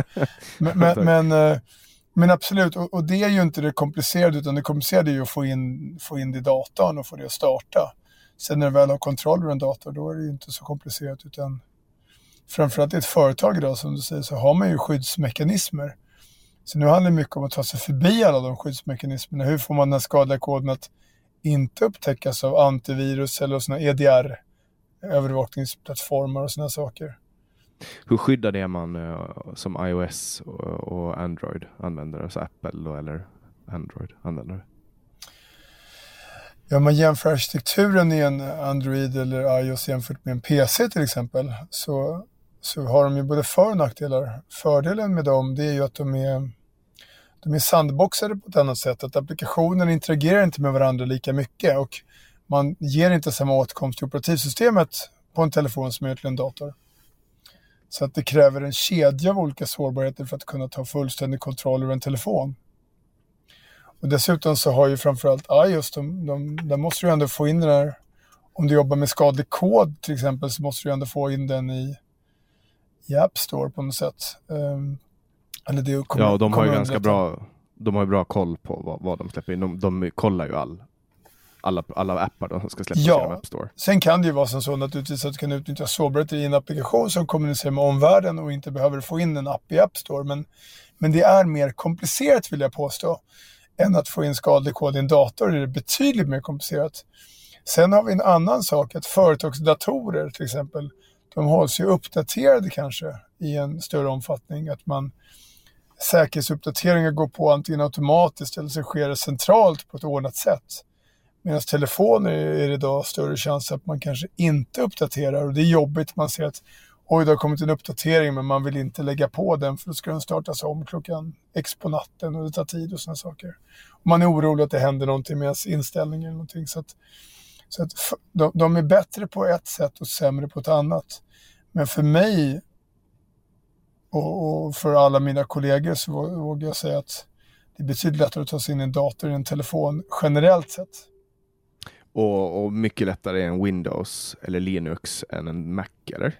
Men absolut, och det är ju inte det komplicerade, utan det komplicerade är ju att få in det i datorn och få det att starta. Sen när du väl har kontroll över en dator, då är det ju inte så komplicerat, utan framförallt i ett företag idag, som du säger, så har man ju skyddsmekanismer. Så nu handlar det mycket om att ta sig förbi alla de skyddsmekanismerna. Hur får man den skadliga koden att inte upptäckas av antivirus eller såna EDR-övervakningsplattformar och såna saker? Hur skyddar det man som iOS och Android-användare, alltså Apple eller Android-användare? Ja, man jämför arkitekturen i en Android eller iOS jämfört med en PC till exempel, så har de ju både för- och nackdelar. Fördelen med dem, det är ju att de är sandboxade på ett annat sätt. Att applikationen interagerar inte med varandra lika mycket, och man ger inte samma åtkomst till operativsystemet på en telefon som är till en dator. Så att det kräver en kedja av olika sårbarheter för att kunna ta fullständig kontroll över en telefon. Och dessutom så har ju framförallt iOS, där måste du ändå få in den här, om du jobbar med skadlig kod till exempel, så måste du ändå få in den i App Store på något sätt. Eller det kommer, de har ju ganska bra koll på vad de släpper in. De kollar ju alla appar de ska släppa i App Store. Sen kan det ju vara så naturligtvis att du kan utnyttja sårbarheter i en applikation som kommunicerar med omvärlden och inte behöver få in en app i App Store. Men det är mer komplicerat, vill jag påstå, än att få in skadlig kod i en dator. Det är betydligt mer komplicerat. Sen har vi en annan sak, att företagsdatorer till exempel, de hålls ju uppdaterade kanske i en större omfattning. Att säkerhetsuppdateringar går på antingen automatiskt eller så sker det centralt på ett ordnat sätt. Medan telefoner är det idag större chans att man kanske inte uppdaterar, och det är jobbigt. Man ser att det har kommit en uppdatering, men man vill inte lägga på den för då ska den startas om klockan X på natten och det tar tid och sådana saker. Och man är orolig att det händer någonting med ens inställning eller någonting. Så att de är bättre på ett sätt och sämre på ett annat. Men för mig och för alla mina kollegor så vågar jag säga att det är betydligt lättare att ta sig in i en dator än en telefon generellt sett. Och mycket lättare än Windows eller Linux än en Mac, eller?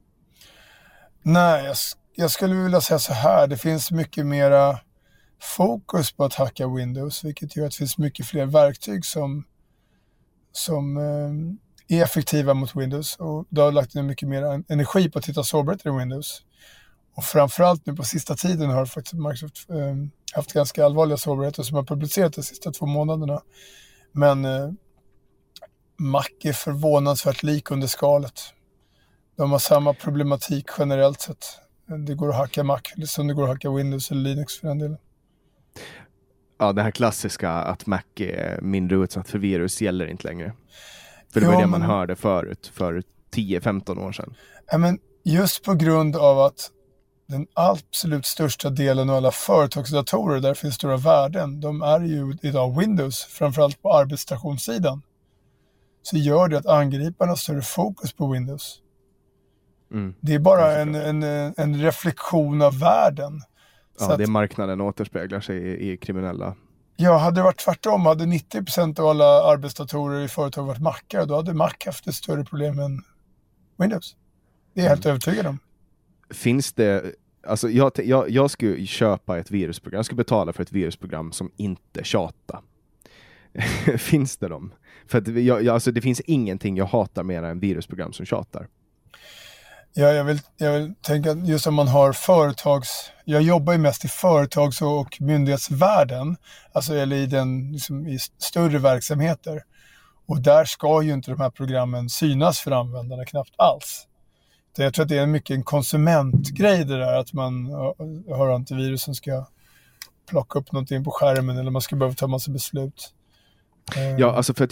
Nej, jag skulle vilja säga så här. Det finns mycket mera fokus på att hacka Windows, vilket gör att det finns mycket fler verktyg som är effektiva mot Windows. Och det har lagt ner mycket mer energi på att hitta sårbarheter i Windows. Och framförallt nu på sista tiden har faktiskt Microsoft haft ganska allvarliga sårbarheter som har publicerat de sista 2 månaderna. Men Mac är förvånansvärt lik under skalet. De har samma problematik generellt sett. Det går att hacka Mac som det går att hacka Windows eller Linux för den delen. Ja, det här klassiska att Mac är mindre utsatt för virus gäller inte längre. För det var det man hörde förut, för 10-15 år sedan. Ja, men just på grund av att den absolut största delen av alla företagsdatorer där det finns stora värden, de är ju idag Windows, framförallt på arbetsstationssidan. Så gör det att angriparna har större fokus på Windows. Det är bara en reflektion av världen. Ja, så det är marknaden återspeglar sig i kriminella. Ja, hade det varit tvärtom, hade 90% av alla arbetsdatorer i företag varit Macar, då hade Mac haft ett större problem än Windows. Det är jag helt övertygad om. Finns det, alltså jag skulle köpa ett virusprogram, jag skulle betala för ett virusprogram som inte tjatar. Finns det dem? För att alltså det finns ingenting jag hatar mer än virusprogram som tjatar. Ja, jag vill tänka att just om man har jag jobbar ju mest i företags- och myndighetsvärlden, alltså eller i större verksamheter. Och där ska ju inte de här programmen synas för användarna knappt alls. Så jag tror att det är mycket en konsumentgrej det där, att man har antivirus som ska plocka upp någonting på skärmen eller man ska behöva ta massa beslut. Ja, alltså för att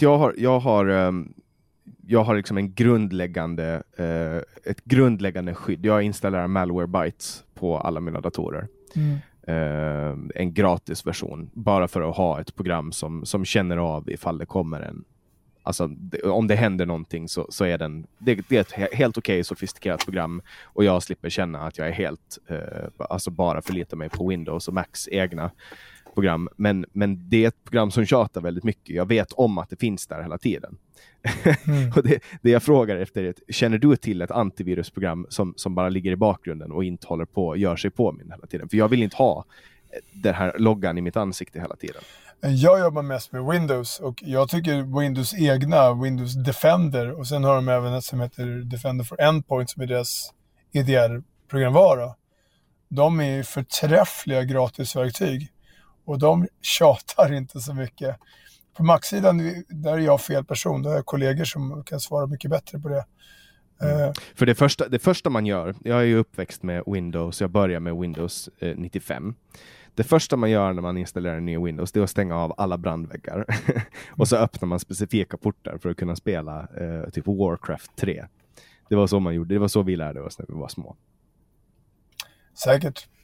jag har liksom ett grundläggande skydd. Jag installerar Malwarebytes på alla mina datorer. En gratis version. Bara för att ha ett program som känner av ifall det kommer en... Alltså om det händer någonting så är det är ett helt okej sofistikerat program. Och jag slipper känna att jag är helt... alltså bara förlitar mig på Windows och Macs egna program. Men det är ett program som tjatar väldigt mycket. Jag vet om att det finns där hela tiden. Och det jag frågar efter är, känner du till ett antivirusprogram som bara ligger i bakgrunden och inte håller på och gör sig påminn hela tiden? För jag vill inte ha den här loggan i mitt ansikte hela tiden. Jag jobbar mest med Windows och jag tycker Windows egna, Windows Defender, och sen har de även ett som heter Defender for Endpoint som är deras EDR-programvara. De är förträffliga gratisverktyg och de tjatar inte så mycket. På Mac-sidan, där är jag fel person. Där har jag kollegor som kan svara mycket bättre på det. För det första man gör, jag är ju uppväxt med Windows, jag börjar med Windows 95. Det första man gör när man installerar en ny Windows, det är att stänga av alla brandväggar. Och så öppnar man specifika portar för att kunna spela typ Warcraft 3. Det var så man gjorde, det var så vi lärde oss när vi var små. Säkert.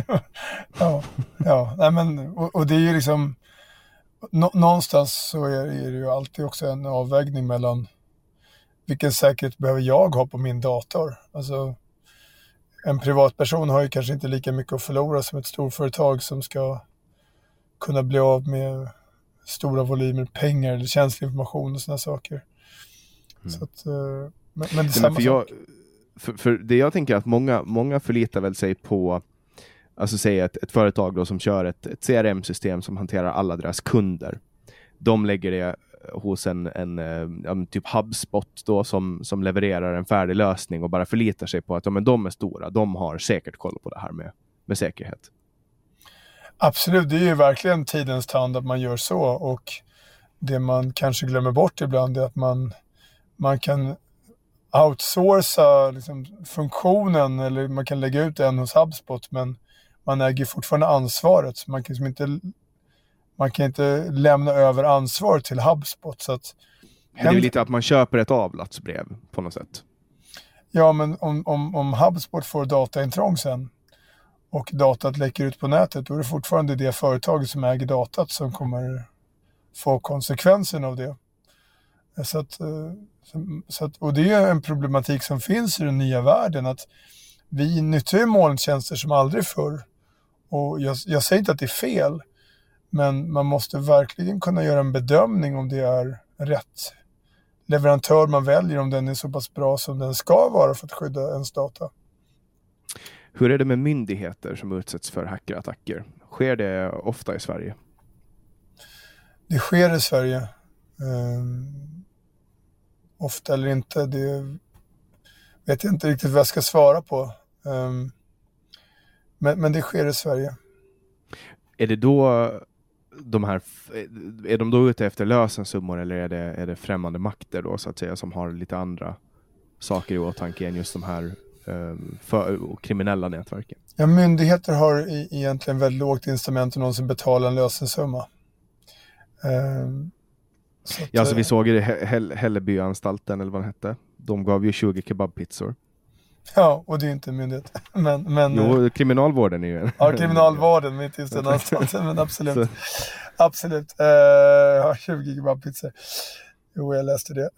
ja. Nej, men, och det är ju liksom... Någonstans så är det ju alltid också en avvägning mellan vilken säkerhet behöver jag ha på min dator. Alltså en privatperson har ju kanske inte lika mycket att förlora som ett storföretag som ska kunna bli av med stora volymer pengar eller känslig information och såna saker. Så att, men det är samma sak. För det jag tänker att många förlitar väl sig på, alltså säga ett företag då som kör ett CRM-system som hanterar alla deras kunder. De lägger det hos en typ HubSpot då som levererar en färdig lösning och bara förlitar sig på att de är stora. De har säkert koll på det här med säkerhet. Absolut, det är ju verkligen tidens tand att man gör så, och det man kanske glömmer bort ibland är att man kan outsourca liksom funktionen, eller man kan lägga ut den hos HubSpot, men man äger fortfarande ansvaret. Så man kan inte lämna över ansvar till HubSpot. Så att det är lite att man köper ett avlatsbrev på något sätt. Ja, men om HubSpot får dataintrång sen och datat läcker ut på nätet, då är det fortfarande det företaget som äger datat som kommer få konsekvensen av det. Så att, och det är en problematik som finns i den nya världen, att vi nyttjar molntjänster som aldrig förr. Och jag säger inte att det är fel, men man måste verkligen kunna göra en bedömning om det är rätt leverantör man väljer, om den är så pass bra som den ska vara för att skydda ens data. Hur är det med myndigheter som utsätts för hackerattacker? Sker det ofta i Sverige? Det sker i Sverige. Ofta eller inte, det vet jag inte riktigt vad jag ska svara på. Men det sker i Sverige. Är det då är de då ute efter lösensummor, eller är det främmande makter då så att säga som har lite andra saker i åtanke än just de här kriminella nätverken? Ja, myndigheter har egentligen väldigt lågt incitament till någon som betalar en lösensumma. Ja, alltså vi såg ju det Hällebyanstalten eller vad den hette. De gav ju 20 kebabpizzor. Ja, och det är inte en myndighet. Men, jo, kriminalvården är ju en. Ja, kriminalvården, men inte just den anstalten. Men absolut. Absolut. Jag har 20 kebabpizzor. Jo, jag läste det.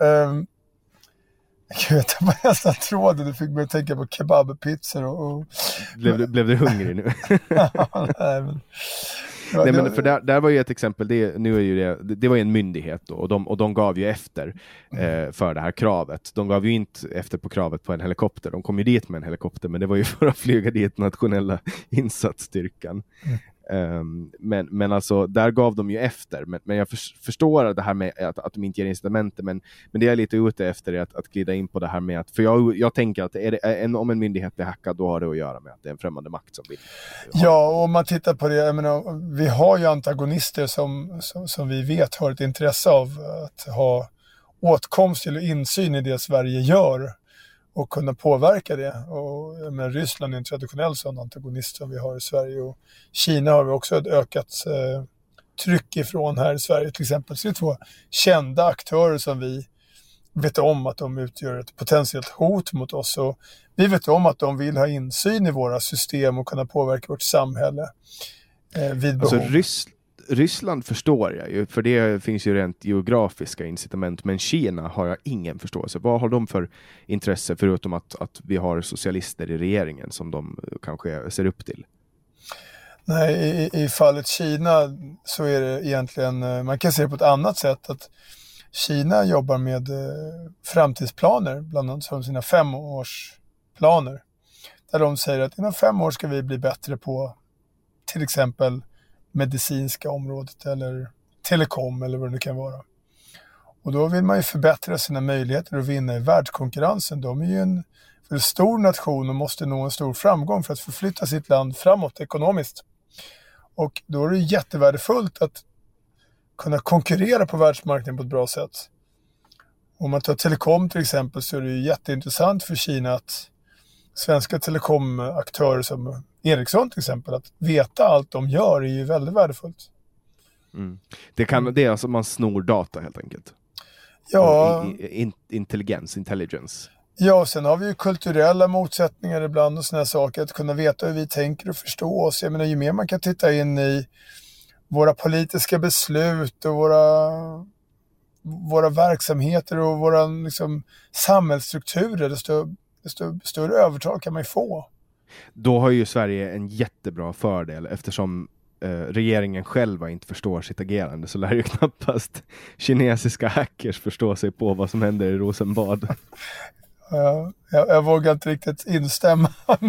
Jag tappade nästan tråden. Du fick mig att tänka på kebabpizzor. Och... Blev du hungrig nu? Nej, men... Nej, men för där var ju ett exempel, det var ju en myndighet då, och de gav ju efter för det här kravet. De gav ju inte efter på kravet på en helikopter. De kom ju dit med en helikopter, men det var ju för att flyga dit nationella insatsstyrkan. Men alltså, där gav de ju efter. Men jag förstår det här med att de inte ger incitamenter, men det jag är lite ute efter är att glida in på det här med att, för jag tänker att om en myndighet blir hackad, då har det att göra med att det är en främmande makt som vill. Ja, och om man tittar på det, jag menar, vi har ju antagonister som vi vet har ett intresse av att ha åtkomst till insyn i det Sverige gör och kunna påverka det. Och men Ryssland är en traditionell sån antagonist som vi har i Sverige, och Kina har vi också ett ökat tryck ifrån här i Sverige till exempel. Så det är 2 kända aktörer som vi vet om att de utgör ett potentiellt hot mot oss, och vi vet om att de vill ha insyn i våra system och kunna påverka vårt samhälle vid behov. Alltså Ryssland förstår jag ju, för det finns ju rent geografiska incitament, men Kina har jag ingen förståelse. Vad har de för intresse förutom att vi har socialister i regeringen som de kanske ser upp till? Nej, i fallet Kina så är det egentligen, man kan se det på ett annat sätt, att Kina jobbar med framtidsplaner, bland annat som sina 5-årsplaner, där de säger att inom 5 år ska vi bli bättre på till exempel medicinska området eller telekom eller vad det nu kan vara. Och då vill man ju förbättra sina möjligheter att vinna i världskonkurrensen. De är ju en för stor nation och måste nå en stor framgång för att förflytta sitt land framåt ekonomiskt. Och då är det jättevärdefullt att kunna konkurrera på världsmarknaden på ett bra sätt. Om man tar telekom till exempel, så är det ju jätteintressant för Kina att svenska telekomaktörer som Ericsson till exempel, att veta allt de gör är ju väldigt värdefullt. Det är alltså man snor data helt enkelt. Ja. Intelligence. Ja, och sen har vi ju kulturella motsättningar ibland och såna här saker. Att kunna veta hur vi tänker och förstå oss. Jag menar, ju mer man kan titta in i våra politiska beslut och våra verksamheter och våra liksom, samhällsstrukturer, desto större övertag kan man ju få. Då har ju Sverige en jättebra fördel eftersom regeringen själva inte förstår sitt agerande, så lär ju knappast kinesiska hackers förstå sig på vad som händer i Rosenbad. Jag vågar inte riktigt instämma,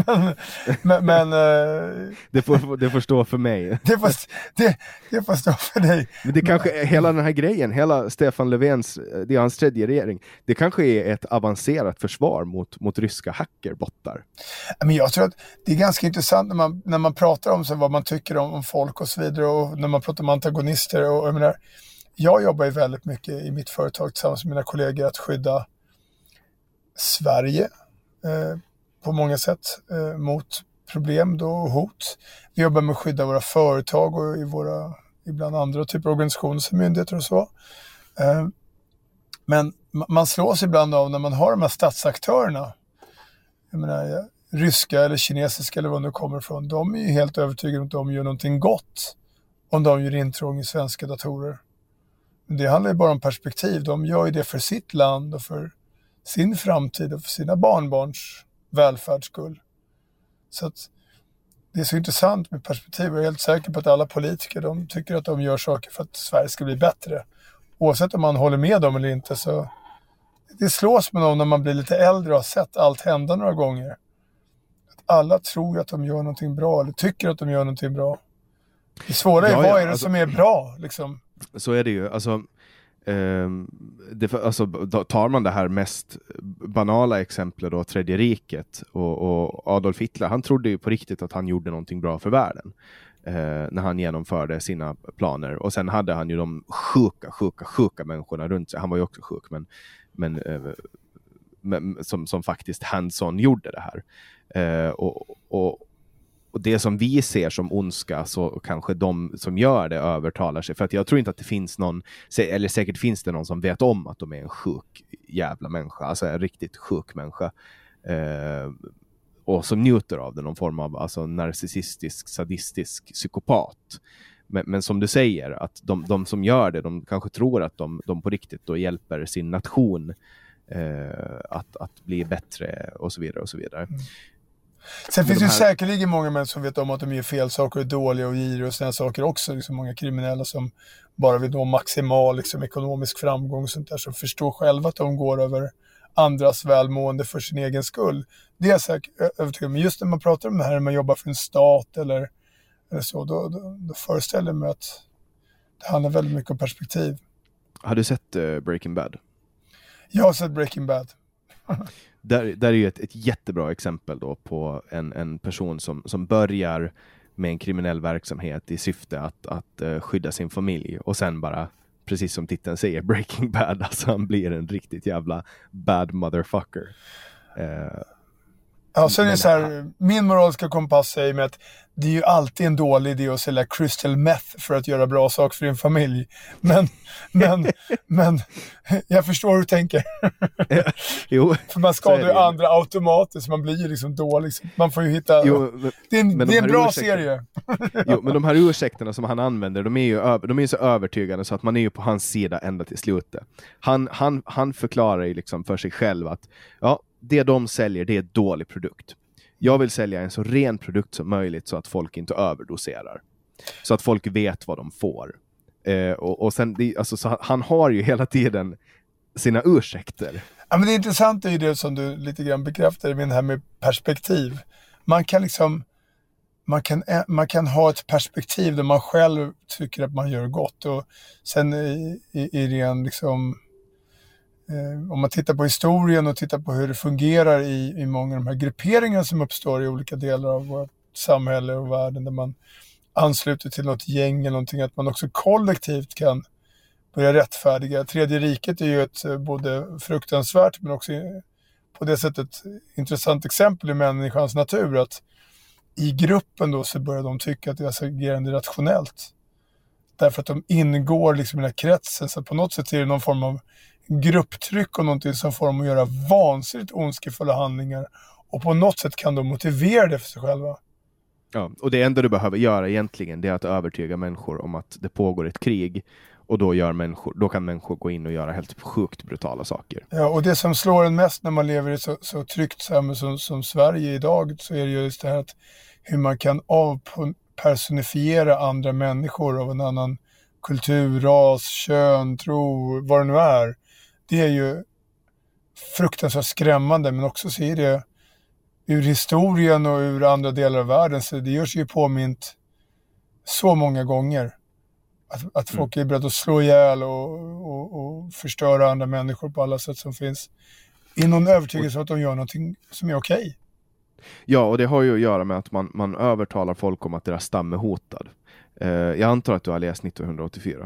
men det får stå för mig. Det får stå för dig. Men det kanske hela den här grejen, hela Stefan Löfvens, det är hans 3:e regering, det kanske är ett avancerat försvar mot ryska hackerbottar. Men jag tror att det är ganska intressant när man pratar om så vad man tycker om folk och så vidare, och när man pratar om antagonister, och jag jobbar ju väldigt mycket i mitt företag tillsammans med mina kollegor att skydda Sverige på många sätt mot problem då och hot. Vi jobbar med att skydda våra företag och ibland andra typer av organisationer som myndigheter och så. Men man slås ibland av när man har de här statsaktörerna, jag menar, ryska eller kinesiska eller var de kommer ifrån, de är ju helt övertygade om att de gör någonting gott om de gör intrång i svenska datorer. Men det handlar ju bara om perspektiv. De gör ju det för sitt land och för sin framtid och för sina barnbarns välfärdsskull. Så att det är så intressant med perspektiv. Jag är helt säker på att alla politiker, de tycker att de gör saker för att Sverige ska bli bättre. Oavsett om man håller med dem eller inte, så det slås med dem när man blir lite äldre och har sett allt hända några gånger. Att alla tror att de gör någonting bra eller tycker att de gör någonting bra. Det svåra är, vad är det som är bra liksom? Så är det ju. Alltså tar man det här mest banala exemplet då, Tredje riket och Adolf Hitler, han trodde ju på riktigt att han gjorde någonting bra för världen när han genomförde sina planer, och sen hade han ju de sjuka människorna runt sig. Han var ju också sjuk, men som faktiskt hands-on gjorde det här, och det som vi ser som ondska, så kanske de som gör det övertalar sig. För att jag tror inte att det finns någon, eller säkert finns det någon som vet om att de är en sjuk jävla människa, alltså en riktigt sjuk människa. och som njuter av det, någon form av alltså narcissistisk, sadistisk psykopat. Men som du säger, att de som gör det, de kanske tror att de på riktigt då hjälper sin nation att bli bättre och så vidare och så vidare. Sen finns det ju säkerligen många människor som vet om att de gör fel saker och är dåliga och giriga och sådana saker också. Liksom många kriminella som bara vill nå maximal liksom, ekonomisk framgång och sånt där, som förstår själva att de går över andras välmående för sin egen skull. Det är säkert övertygad. Men just när man pratar om det här, när man jobbar för en stat eller så, då föreställer jag mig att det handlar väldigt mycket om perspektiv. Har du sett Breaking Bad? Jag har sett Breaking Bad. Där är ju ett jättebra exempel då på en person som börjar med en kriminell verksamhet i syfte att skydda sin familj, och sen bara, precis som titeln säger, Breaking Bad, alltså han blir en riktigt jävla bad motherfucker. Ja, så är det så här, min moraliska kompass säger mig att det är ju alltid en dålig idé att sälja crystal meth för att göra bra saker för din familj. Men jag förstår hur du tänker. Jo, för man skadar ju andra automatiskt, man blir ju liksom dålig. Man får ju hitta... det är en bra serie. Jo, men de här ursäkterna som han använder, de är ju så övertygande så att man är ju på hans sida ända till slutet. Han förklarar ju liksom för sig själv att det de säljer, det är en dålig produkt. Jag vill sälja en så ren produkt som möjligt så att folk inte överdoserar. Så att folk vet vad de får. Och sen, alltså, så han har ju hela tiden sina ursäkter. Ja, men det intressanta är ju det som du lite grann bekräftar med det här med perspektiv. Man kan liksom... Man kan ha ett perspektiv där man själv tycker att man gör gott. Och sen i ren liksom... om man tittar på historien och tittar på hur det fungerar i många av de här grupperingarna som uppstår i olika delar av vårt samhälle och världen, där man ansluter till något gäng eller någonting, att man också kollektivt kan börja rättfärdiga. Tredje riket är ju ett både fruktansvärt men också på det sättet intressant exempel i människans natur, att i gruppen då så börjar de tycka att deras agerande är rationellt. Därför att de ingår liksom i den här kretsen, så på något sätt är det någon form av grupptryck och någonting som får dem att göra vansinnigt ondskefulla handlingar, och på något sätt kan de motivera det för sig själva. Ja, och det enda du behöver göra egentligen, det är att övertyga människor om att det pågår ett krig, och då kan människor gå in och göra helt sjukt brutala saker. Ja, och det som slår en mest när man lever i så tryggt samhälle som Sverige idag, så är det just det här att hur man kan avpersonifiera andra människor av en annan kultur, ras, kön, tro, vad det nu är. Det är ju fruktansvärt skrämmande, men också så är det ur historien och ur andra delar av världen, så det görs ju påmint så många gånger att folk är beredda att slå ihjäl och förstöra andra människor på alla sätt som finns, i någon övertygelse att de gör någonting som är okej. Ja, och det har ju att göra med att man övertalar folk om att deras stam är hotad. Jag antar att du har läst 1984.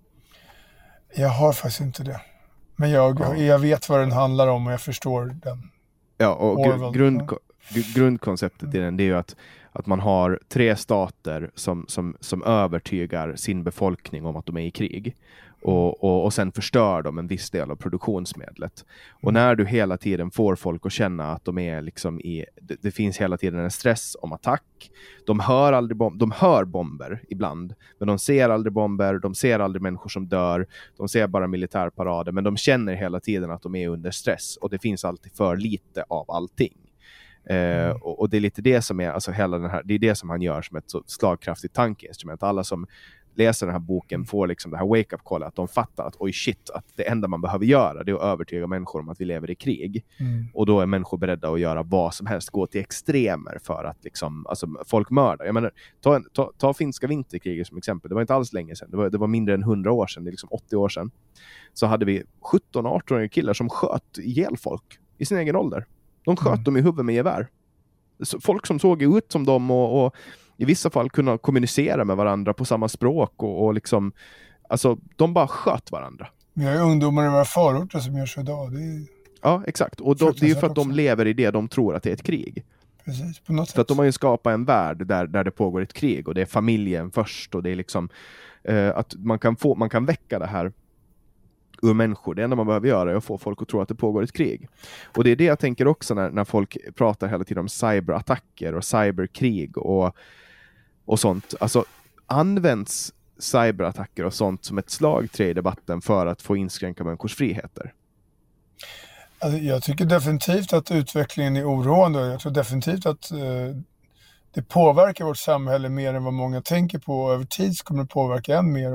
Jag har faktiskt inte det. Men jag vet vad den handlar om och jag förstår den. Ja, och grundkonceptet i den, det är ju att man har 3 stater som övertygar sin befolkning om att de är i krig. Och sen förstör de en viss del av produktionsmedlet. Och när du hela tiden får folk att känna att de är liksom det finns hela tiden en stress om attack. De hör bomber ibland, men de ser aldrig bomber, de ser aldrig människor som dör, de ser bara militärparader, men de känner hela tiden att de är under stress, och det finns alltid för lite av allting. Och det är lite det som är, alltså hela den här, det är det som han gör som ett så slagkraftigt tankeinstrument. Alla som läser den här boken får liksom det här wake-up call, att de fattar att oj shit, att det enda man behöver göra, det är att övertyga människor om att vi lever i krig. Och då är människor beredda att göra vad som helst, gå till extremer för att liksom, alltså folk mördar. Jag menar, ta finska vinterkriget som exempel. Det var inte alls länge sedan, det var mindre än 100 år sedan, det är liksom 80 år sedan. Så hade vi 17-18 killar som sköt ihjäl folk i sin egen ålder. De sköt dem i huvudet med gevär. Folk som såg ut som dem och i vissa fall kunna kommunicera med varandra på samma språk och liksom, alltså de bara sköt varandra. Vi har ju ungdomar i våra förorter som gör så idag. Ja, exakt. Och det är ju för att de lever i det de tror att det är ett krig. Precis, på något sätt. För att de har ju skapat en värld där det pågår ett krig, och det är familjen först, och det är liksom att man kan väcka det här ur människor. Det enda man behöver göra är att få folk att tro att det pågår ett krig. Och det är det jag tänker också när folk pratar hela tiden om cyberattacker och cyberkrig och sånt. Alltså används cyberattacker och sånt som ett slagträ i debatten för att få inskränka människors friheter? Alltså, jag tycker definitivt att utvecklingen är oroande. Jag tror definitivt att det påverkar vårt samhälle mer än vad många tänker på. Över tid så kommer det påverka än mer.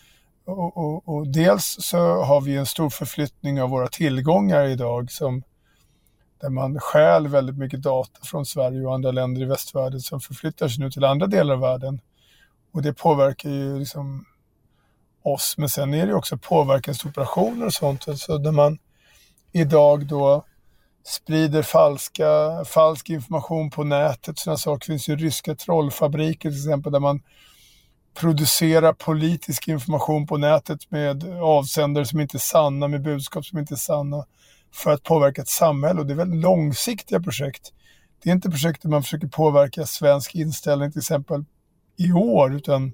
Och dels så har vi en stor förflyttning av våra tillgångar idag där man stjäl väldigt mycket data från Sverige och andra länder i västvärlden som förflyttar sig nu till andra delar av världen. Och det påverkar ju liksom oss. Men sen är det också påverkansoperationer och sånt. Alltså där man idag då sprider falsk information på nätet. Sådana saker. Det finns ju ryska trollfabriker till exempel där man producerar politisk information på nätet med avsändare som inte är sanna, med budskap som inte är sanna för att påverka ett samhälle. Och det är väldigt långsiktiga projekt. Det är inte projekt där man försöker påverka svensk inställning till exempel i år, utan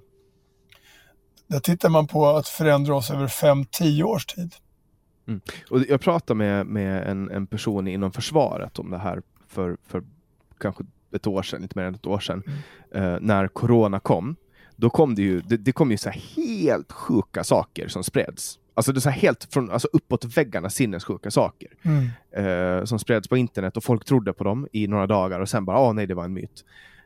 där tittar man på att förändra oss över 5-10 års tid. Mm. Och jag pratade med en person inom försvaret om det här för kanske ett år sedan, lite mer än ett år sedan, när corona kom. Då kom det kom ju så här helt sjuka saker som spreds. Alltså det är så här helt från uppåt väggarna sinnessjuka saker som spreds på internet och folk trodde på dem i några dagar och sen bara, nej det var en myt.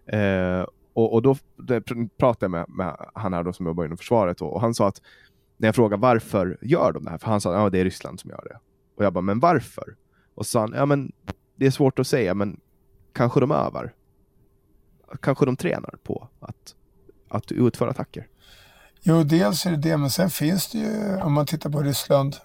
Och då pratade jag med han här då som jobbar inom försvaret och han sa att när jag frågade varför gör de det här, för han sa det är Ryssland som gör det. Och jag bara, men varför? Och så sa han, men det är svårt att säga, men kanske de övar. Kanske de tränar på att utföra attacker. Jo, dels är det, men sen finns det ju, om man tittar på Ryssland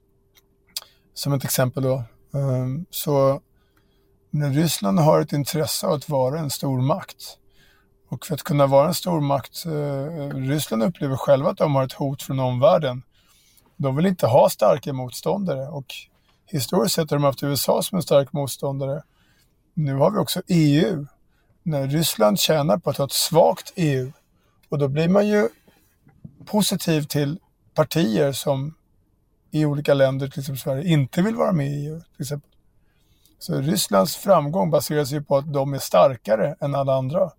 som ett exempel då, så när Ryssland har ett intresse av att vara en stor makt, och för att kunna vara en stor makt, Ryssland upplever själva att de har ett hot från omvärlden. De vill inte ha starka motståndare, och historiskt sett har de haft USA som en stark motståndare. Nu har vi också EU. När Ryssland tjänar på att ha ett svagt EU, och då blir man ju positiv till partier som i olika länder, till exempel Sverige, inte vill vara med i EU till exempel. Så Rysslands framgång baseras ju på att de är starkare än alla andra.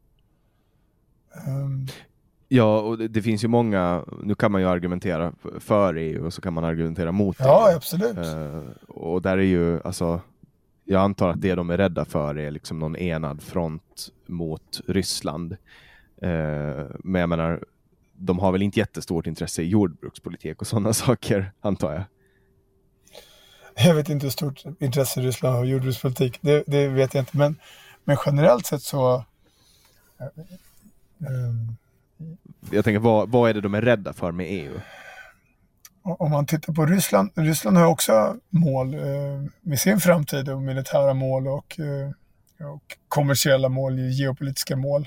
Ja, och det finns ju många, nu kan man ju argumentera för EU och så kan man argumentera mot EU. Ja, absolut. Och där är ju, alltså, jag antar att det de är rädda för är liksom någon enad front mot Ryssland. Men jag menar, de har väl inte jättestort intresse i jordbrukspolitik och sådana saker, antar jag. Jag vet inte hur stort intresse Ryssland har i jordbrukspolitik. Det vet jag inte. Men generellt sett så... Jag tänker, vad är det de är rädda för med EU? Om man tittar på Ryssland. Ryssland har också mål med sin framtid, och militära mål och kommersiella mål, geopolitiska mål.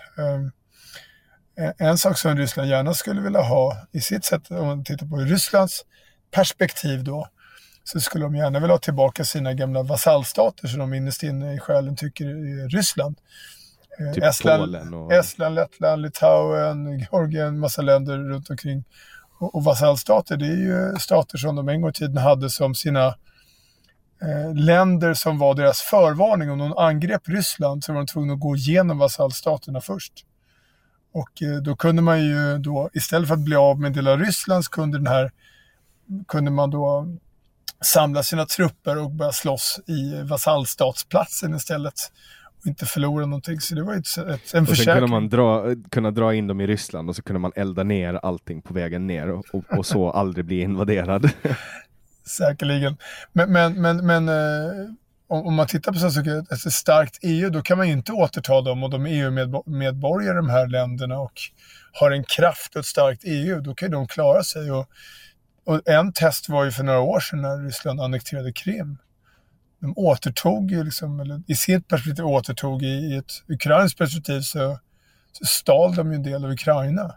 En sak som Ryssland gärna skulle vilja ha i sitt sätt, om man tittar på Rysslands perspektiv då, så skulle de gärna vilja ha tillbaka sina gamla vasallstater som de innerst inne i själen tycker är Ryssland. Typ Estland, Lettland, Litauen, Georgien, massa länder runt omkring. Och vasallstater, det är ju stater som de en gång i tiden hade som sina länder som var deras förvarning. Om någon angrepp Ryssland så var de tvungna att gå igenom vasallstaterna först. Och då kunde man ju då, istället för att bli av med en del av Ryssland, kunde man då samla sina trupper och börja slåss i vasallstatsplatsen istället. Och inte förlora någonting. Så det var en försäkring. Och sen kunde man kunna dra in dem i Ryssland och så kunde man elda ner allting på vägen ner och så aldrig bli invaderad. Säkerligen. Men om man tittar på så att ett starkt EU, då kan man ju inte återta dem, och de är EU-medborgare i de här länderna och har en kraft och ett starkt EU, då kan de klara sig. Och en test var ju för några år sedan när Ryssland annekterade Krim. De återtog ju liksom, eller i sitt perspektiv återtog, i ett ukrainskt perspektiv så stal de ju en del av Ukraina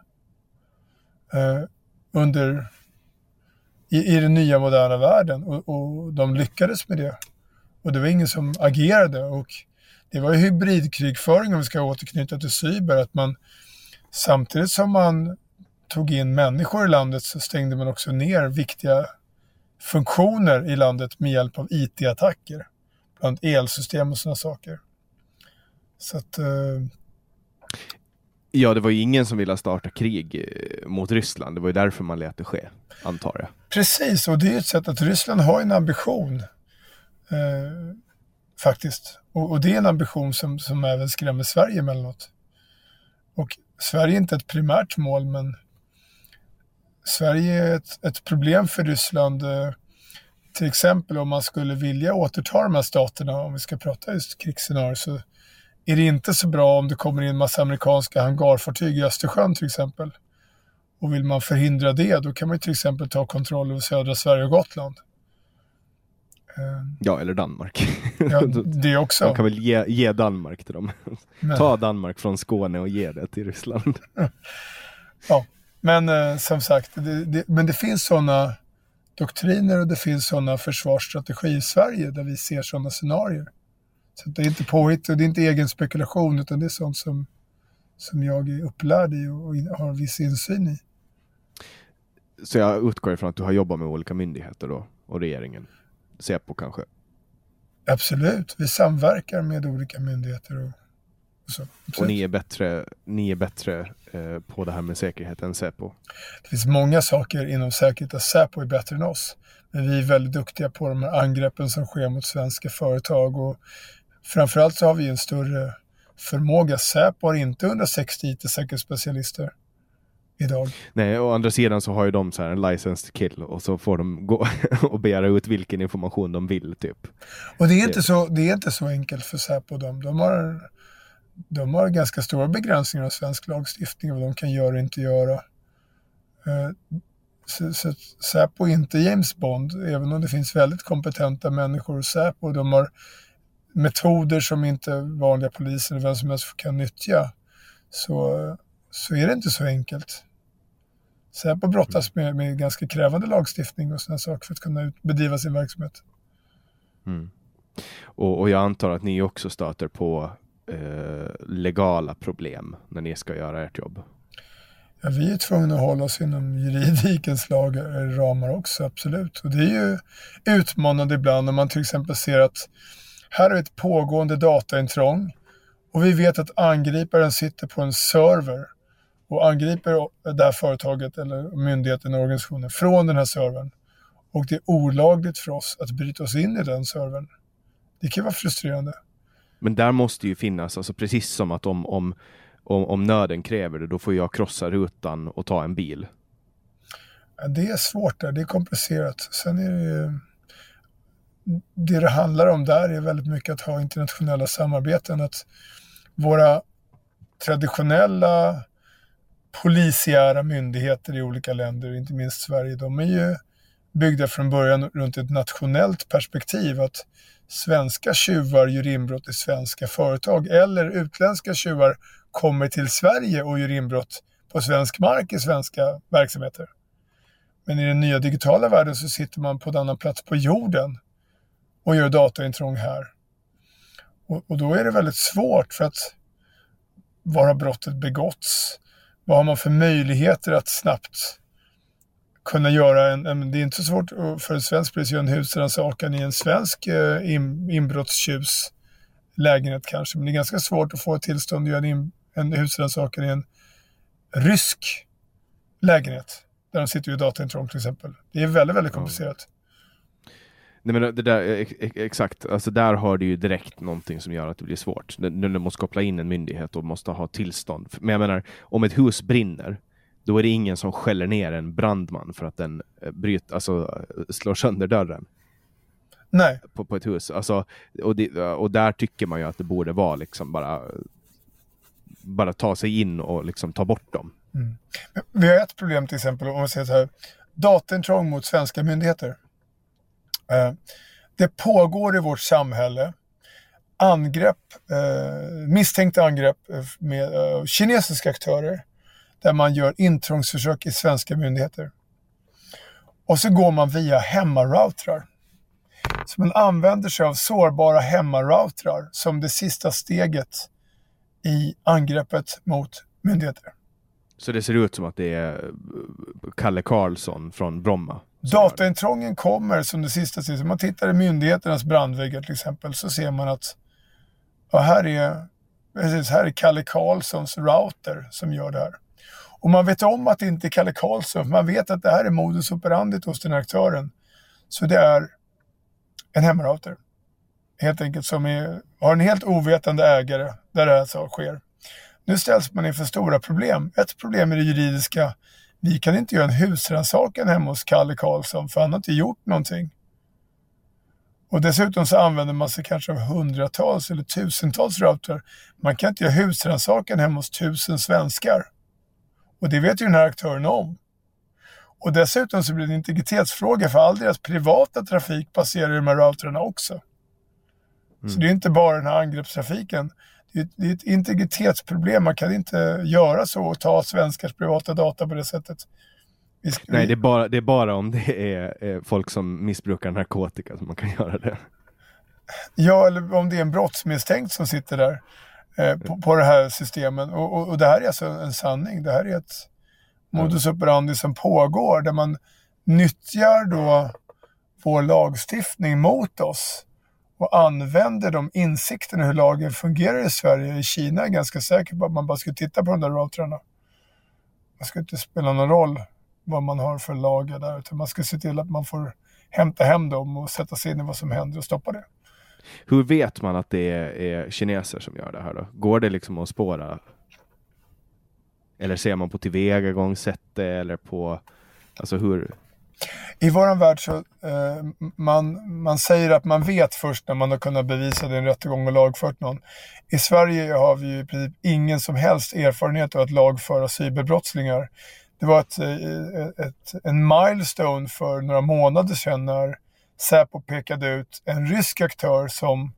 i den nya moderna världen, och de lyckades med det. Och det var ingen som agerade, och det var ju hybridkrigföring, om vi ska återknyta till cyber, att man samtidigt som man tog in människor i landet så stängde man också ner viktiga funktioner i landet med hjälp av IT-attacker. Bland elsystem och sådana saker. Så att... Ja, det var ju ingen som ville starta krig mot Ryssland. Det var ju därför man lät det ske, antar jag. Precis, och det är ett sätt att Ryssland har en ambition faktiskt. Och det är en ambition som även skrämmer Sverige emellanåt. Och Sverige är inte ett primärt mål, men Sverige är ett problem för Ryssland. Till exempel om man skulle vilja återta de här staterna, om vi ska prata just krigsscenarier, så är det inte så bra om det kommer in en massa amerikanska hangarfartyg i Östersjön till exempel. Och vill man förhindra det, då kan man till exempel ta kontroll över södra Sverige och Gotland. Ja, eller Danmark. Ja, det också. Man kan väl ge Danmark till dem. Ta Danmark från Skåne och ge det till Ryssland. Ja, men som sagt, men det finns sådana doktriner och det finns sådana försvarsstrategier i Sverige där vi ser sådana scenarier. Så det är inte påhitt och det är inte egen spekulation, utan det är sånt som jag är upplärd i och har viss insyn i. Så jag utgår ifrån att du har jobbat med olika myndigheter då, och regeringen. Säpo kanske? Absolut, vi samverkar med olika myndigheter och så. Absolut. Och ni är bättre på det här med säkerhet än Säpo? Det finns många saker inom säkerhet där Säpo är bättre än oss. Men vi är väldigt duktiga på de här angreppen som sker mot svenska företag, och framförallt så har vi en större förmåga. Säpo har inte 160 IT-säkerhetsspecialister idag. Nej, å andra sidan så har ju de så här en license to kill, och så får de gå och begära ut vilken information de vill typ. Och det är inte så enkelt för Säpo. De har ganska stora begränsningar av svensk lagstiftning och vad de kan göra och inte göra. Så Säpo är inte James Bond, även om det finns väldigt kompetenta människor. Säpo, de har metoder som inte vanliga poliser eller vem som helst kan nyttja. Så är det inte så enkelt. Säpo brottas med ganska krävande lagstiftning och sådana saker för att kunna bedriva sin verksamhet. Mm. Och jag antar att ni också stöter på legala problem när ni ska göra ert jobb. Ja, vi är tvungna att hålla oss inom juridikens ramar också, absolut. Och det är ju utmanande ibland när man till exempel ser att här är ett pågående dataintrång och vi vet att angriparen sitter på en server och angriper det här företaget eller myndigheten och organisationen från den här servern. Och det är olagligt för oss att bryta oss in i den servern. Det kan vara frustrerande. Men där måste ju finnas, alltså precis som att om nöden kräver det, då får jag krossa rutan och ta en bil. Ja, det är svårt där, det är komplicerat. Sen är det handlar om där är väldigt mycket att ha internationella samarbeten. Att våra traditionella polisiära myndigheter i olika länder, inte minst Sverige, de är ju byggda från början runt ett nationellt perspektiv. Att svenska tjuvar gör inbrott i svenska företag eller utländska tjuvar kommer till Sverige och gör inbrott på svensk mark i svenska verksamheter. Men i den nya digitala världen så sitter man på en annan plats på jorden och gör dataintrång här. Och då är det väldigt svårt, för att var har brottet begåtts? Vad har man för möjligheter att snabbt kunna göra det är inte så svårt för en svensk polis att göra en husrannsakan i en svensk inbrottstjuvs lägenhet kanske. Men det är ganska svårt att få ett tillstånd att göra en husrannsakan i en rysk lägenhet där de sitter i dataintrång till exempel. Det är väldigt, väldigt komplicerat. Nej, men det där, exakt. Alltså där har du ju direkt någonting som gör att det blir svårt. Du måste koppla in en myndighet och måste ha tillstånd. Men jag menar, om ett hus brinner, då är det ingen som skäller ner en brandman för att den slår sönder dörren. Nej. På ett hus. Alltså, och där tycker man ju att det borde vara liksom bara ta sig in och liksom ta bort dem. Mm. Vi har ett problem till exempel, om man säger så här, dataintrång mot svenska myndigheter. Det pågår i vårt samhälle misstänkta angrepp med kinesiska aktörer där man gör intrångsförsök i svenska myndigheter. Och så går man via hemmaroutrar. Så man använder sig av sårbara hemmaroutrar som det sista steget i angreppet mot myndigheter. Så det ser ut som att det är Kalle Karlsson från Bromma Dataintrången kommer som det sista tiden. Om man tittar i myndigheternas brandväggar till exempel, så ser man att här är Kalle Karlssons router som gör det här. Och man vet om att det inte är Kalle Karlsson. Man vet att det här är modus operandi hos den här aktören. Så det är en hemrouter. Helt enkelt som har en helt ovetande ägare där det här så sker. Nu ställs man inför stora problem. Ett problem är det juridiska. Vi kan inte göra en husrannsakan hemma hos Kalle Karlsson för han har inte gjort någonting. Och dessutom så använder man sig kanske av hundratals eller tusentals routrar. Man kan inte göra husrannsakan hemma hos 1000 svenskar. Och det vet ju den här aktören om. Och dessutom så blir det en integritetsfråga för all deras privata trafik passerar de här routrarna också. Så det är inte bara den här angreppstrafiken. Det är ett integritetsproblem. Man kan inte göra så och ta svenskars privata data på det sättet. Nej, det är bara om det är folk som missbrukar narkotika som man kan göra det. Ja, eller om det är en brottsmisstänkt som sitter där på det här systemen. Och det här är alltså en sanning. Det här är ett modus operandi som pågår där man nyttjar då vår lagstiftning mot oss och använder de insikterna hur lagen fungerar i Sverige. I Kina är ganska säker på att man bara ska titta på de där routrarna. Man ska inte spela någon roll vad man har för lagar där, utan man ska se till att man får hämta hem dem och sätta sig in i vad som händer och stoppa det. Hur vet man att det är kineser som gör det här då? Går det liksom att spåra? Eller ser man på tillvägagångssättet eller på, alltså hur? I våran värld så man säger att man vet först när man har kunnat bevisa det i en rättegång och lagfört någon. I Sverige har vi ju i princip ingen som helst erfarenhet av att lagföra cyberbrottslingar. Det var en milestone för några månader sedan när Säpo pekade ut en rysk aktör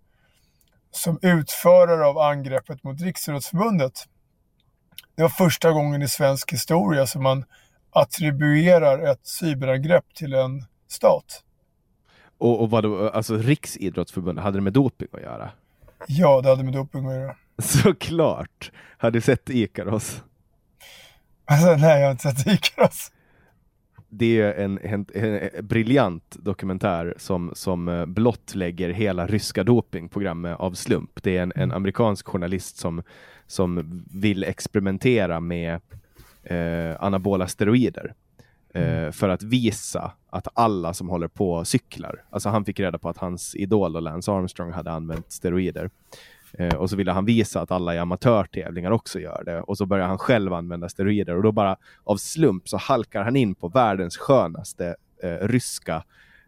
som utförare av angreppet mot Riksidrottsförbundet. Det var första gången i svensk historia som man attribuerar ett cyberangrepp till en stat. Och vad då, alltså Riksidrottsförbundet, hade det med doping att göra? Ja, det hade med doping att göra. Såklart. Har du sett Ikaros? Alltså, nej, jag har inte sett Ikaros. Det är en briljant dokumentär som blottlägger hela ryska dopingprogrammet av slump. Det är en amerikansk journalist som vill experimentera med anabola steroider för att visa att alla som håller på cyklar, alltså han fick reda på att hans idol Lance Armstrong hade använt steroider och så ville han visa att alla i amatörtävlingar också gör det, och så börjar han själv använda steroider och då bara av slump så halkar han in på världens skönaste ryska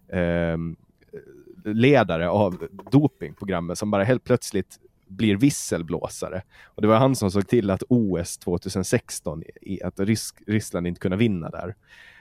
ledare av dopingprogrammet som bara helt plötsligt blir visselblåsare. Och det var han som såg till att OS 2016 att Ryssland inte kunde vinna där.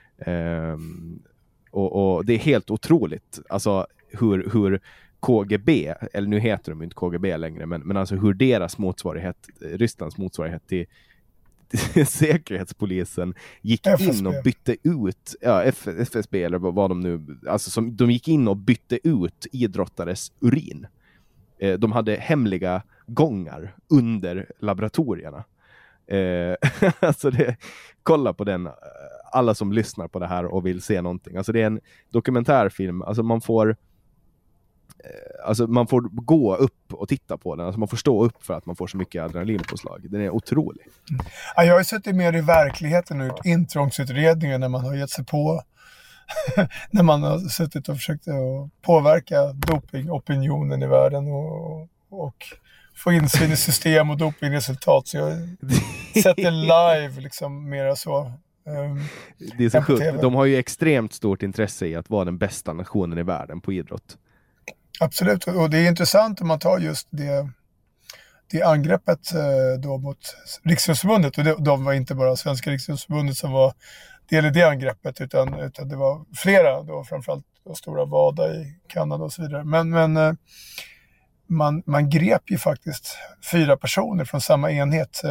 Och det är helt otroligt alltså hur KGB, eller nu heter de inte KGB längre, men alltså hur deras motsvarighet, Rysslands motsvarighet till säkerhetspolisen gick FSB. in och bytte ut FSB eller vad de nu, alltså som de gick in och bytte ut idrottares urin. De hade hemliga gångar under laboratorierna. Alltså kolla på den, alla som lyssnar på det här och vill se någonting. Alltså det är en dokumentärfilm. Alltså man får gå upp och titta på den. Alltså man får stå upp för att man får så mycket adrenalinpåslag. Den är otrolig. Ja, jag har ju suttit mer i verkligheten nu, intrångsutredningar när man har gett sig på när man har suttit och försökt att påverka dopingopinionen i världen och få insyn i system och dopingresultat. Så jag sätter live liksom mera så. Det är så sjukt. De har ju extremt stort intresse i att vara den bästa nationen i världen på idrott. Absolut, och det är intressant om man tar just det angreppet då mot Riksidrottsförbundet, och de var inte bara Svenska Riksidrottsförbundet som var del i det angreppet, utan det var flera då, framförallt då stora WADA i Kanada och så vidare. Men man grep ju faktiskt 4 personer från samma enhet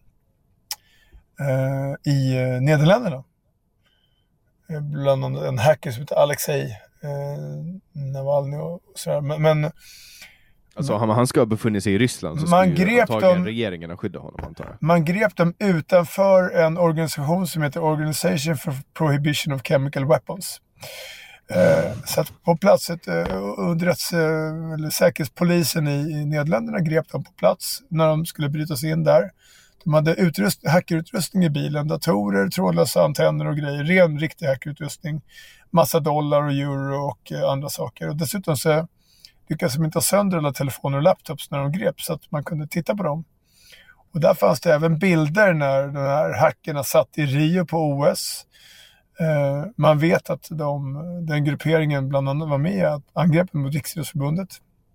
i Nederländerna. Bland annat en hacker som heter Alexej Navalny och sådär. Men alltså han ska ha befunnit sig i Ryssland, så man skulle grep antagligen regeringen ha skyddat honom, antar jag. Man grep dem utanför en organisation som heter Organization for Prohibition of Chemical Weapons. Så att på plats eller säkerhetspolisen i Nederländerna grep dem på plats när de skulle bryta sig in där. De hade hackerutrustning i bilen, datorer, trådlösa antenner och grejer, ren riktig hackerutrustning, massa dollar och euro och andra saker. Och dessutom så lyckades de inte ha sönder alla telefoner och laptops när de grep så att man kunde titta på dem. Och där fanns det även bilder när de här hackerna satt i Rio på OS. Man vet att den grupperingen bland annat var med i angreppen mot Riksidrottsförbundet.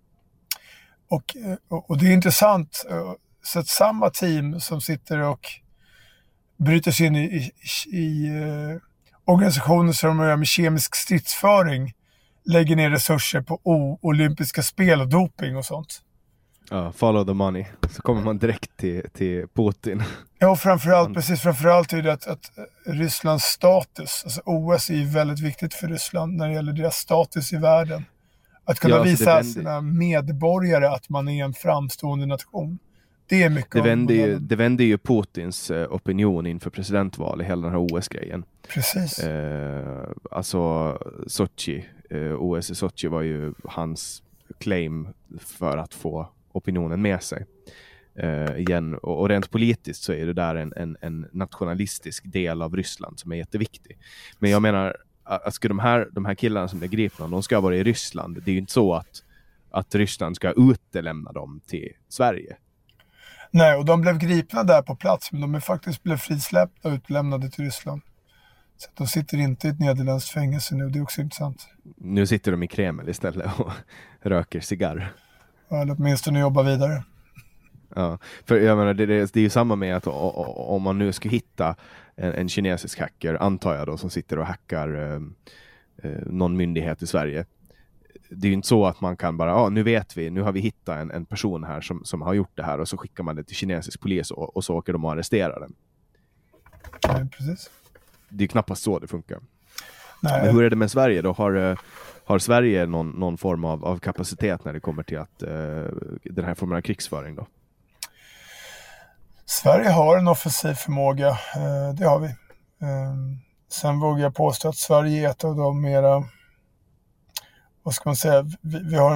Och det är intressant så att samma team som sitter och bryter sig in i organisationer som gör med kemisk stridsföring lägger ner resurser på olympiska spel och doping och sånt. Ja, follow the money. Så kommer man direkt till Putin. Ja, och framförallt är det att Rysslands status, alltså OS är ju väldigt viktigt för Ryssland när det gäller deras status i världen. Att kunna visa sina medborgare att man är en framstående nation. Det är mycket. Det vänder ju Putins opinion inför presidentval i hela den här OS-grejen. Precis. Alltså Sochi, OS i Sochi var ju hans claim för att få opinionen med sig. Igen. Och rent politiskt så är det där en nationalistisk del av Ryssland som är jätteviktig. Men jag menar att ska de här killarna som är gripna, de ska vara i Ryssland. Det är ju inte så att Ryssland ska utelämna dem till Sverige. Nej, och de blev gripna där på plats, men de är faktiskt blev frisläppta och utlämnade till Ryssland. Så att de sitter inte i ett nederländskt fängelse nu, det är också intressant. Nu sitter de i Kreml istället och röker cigarr. Eller åtminstone jobba vidare. Ja, för jag menar, det är ju samma med att om man nu ska hitta en kinesisk hacker, antar jag då, som sitter och hackar någon myndighet i Sverige. Det är ju inte så att man kan bara, nu har vi hittat en person här som har gjort det här och så skickar man det till kinesisk polis och så åker de och arresterar den. Nej, precis. Det är knappast så det funkar. Nej. Men hur är det med Sverige då? Har Sverige någon form av kapacitet när det kommer till att den här formen av krigsföring då? Sverige har en offensiv förmåga, det har vi. Sen vågar jag påstå att Sverige är ett av de mera, vad ska man säga, vi har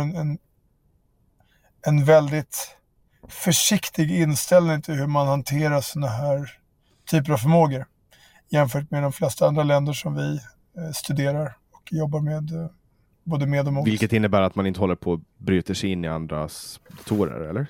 en väldigt försiktig inställning till hur man hanterar såna här typer av förmågor jämfört med de flesta andra länder som vi studerar och jobbar med, både med och mot. Vilket innebär att man inte håller på att bryta sig in i andras datorer, eller?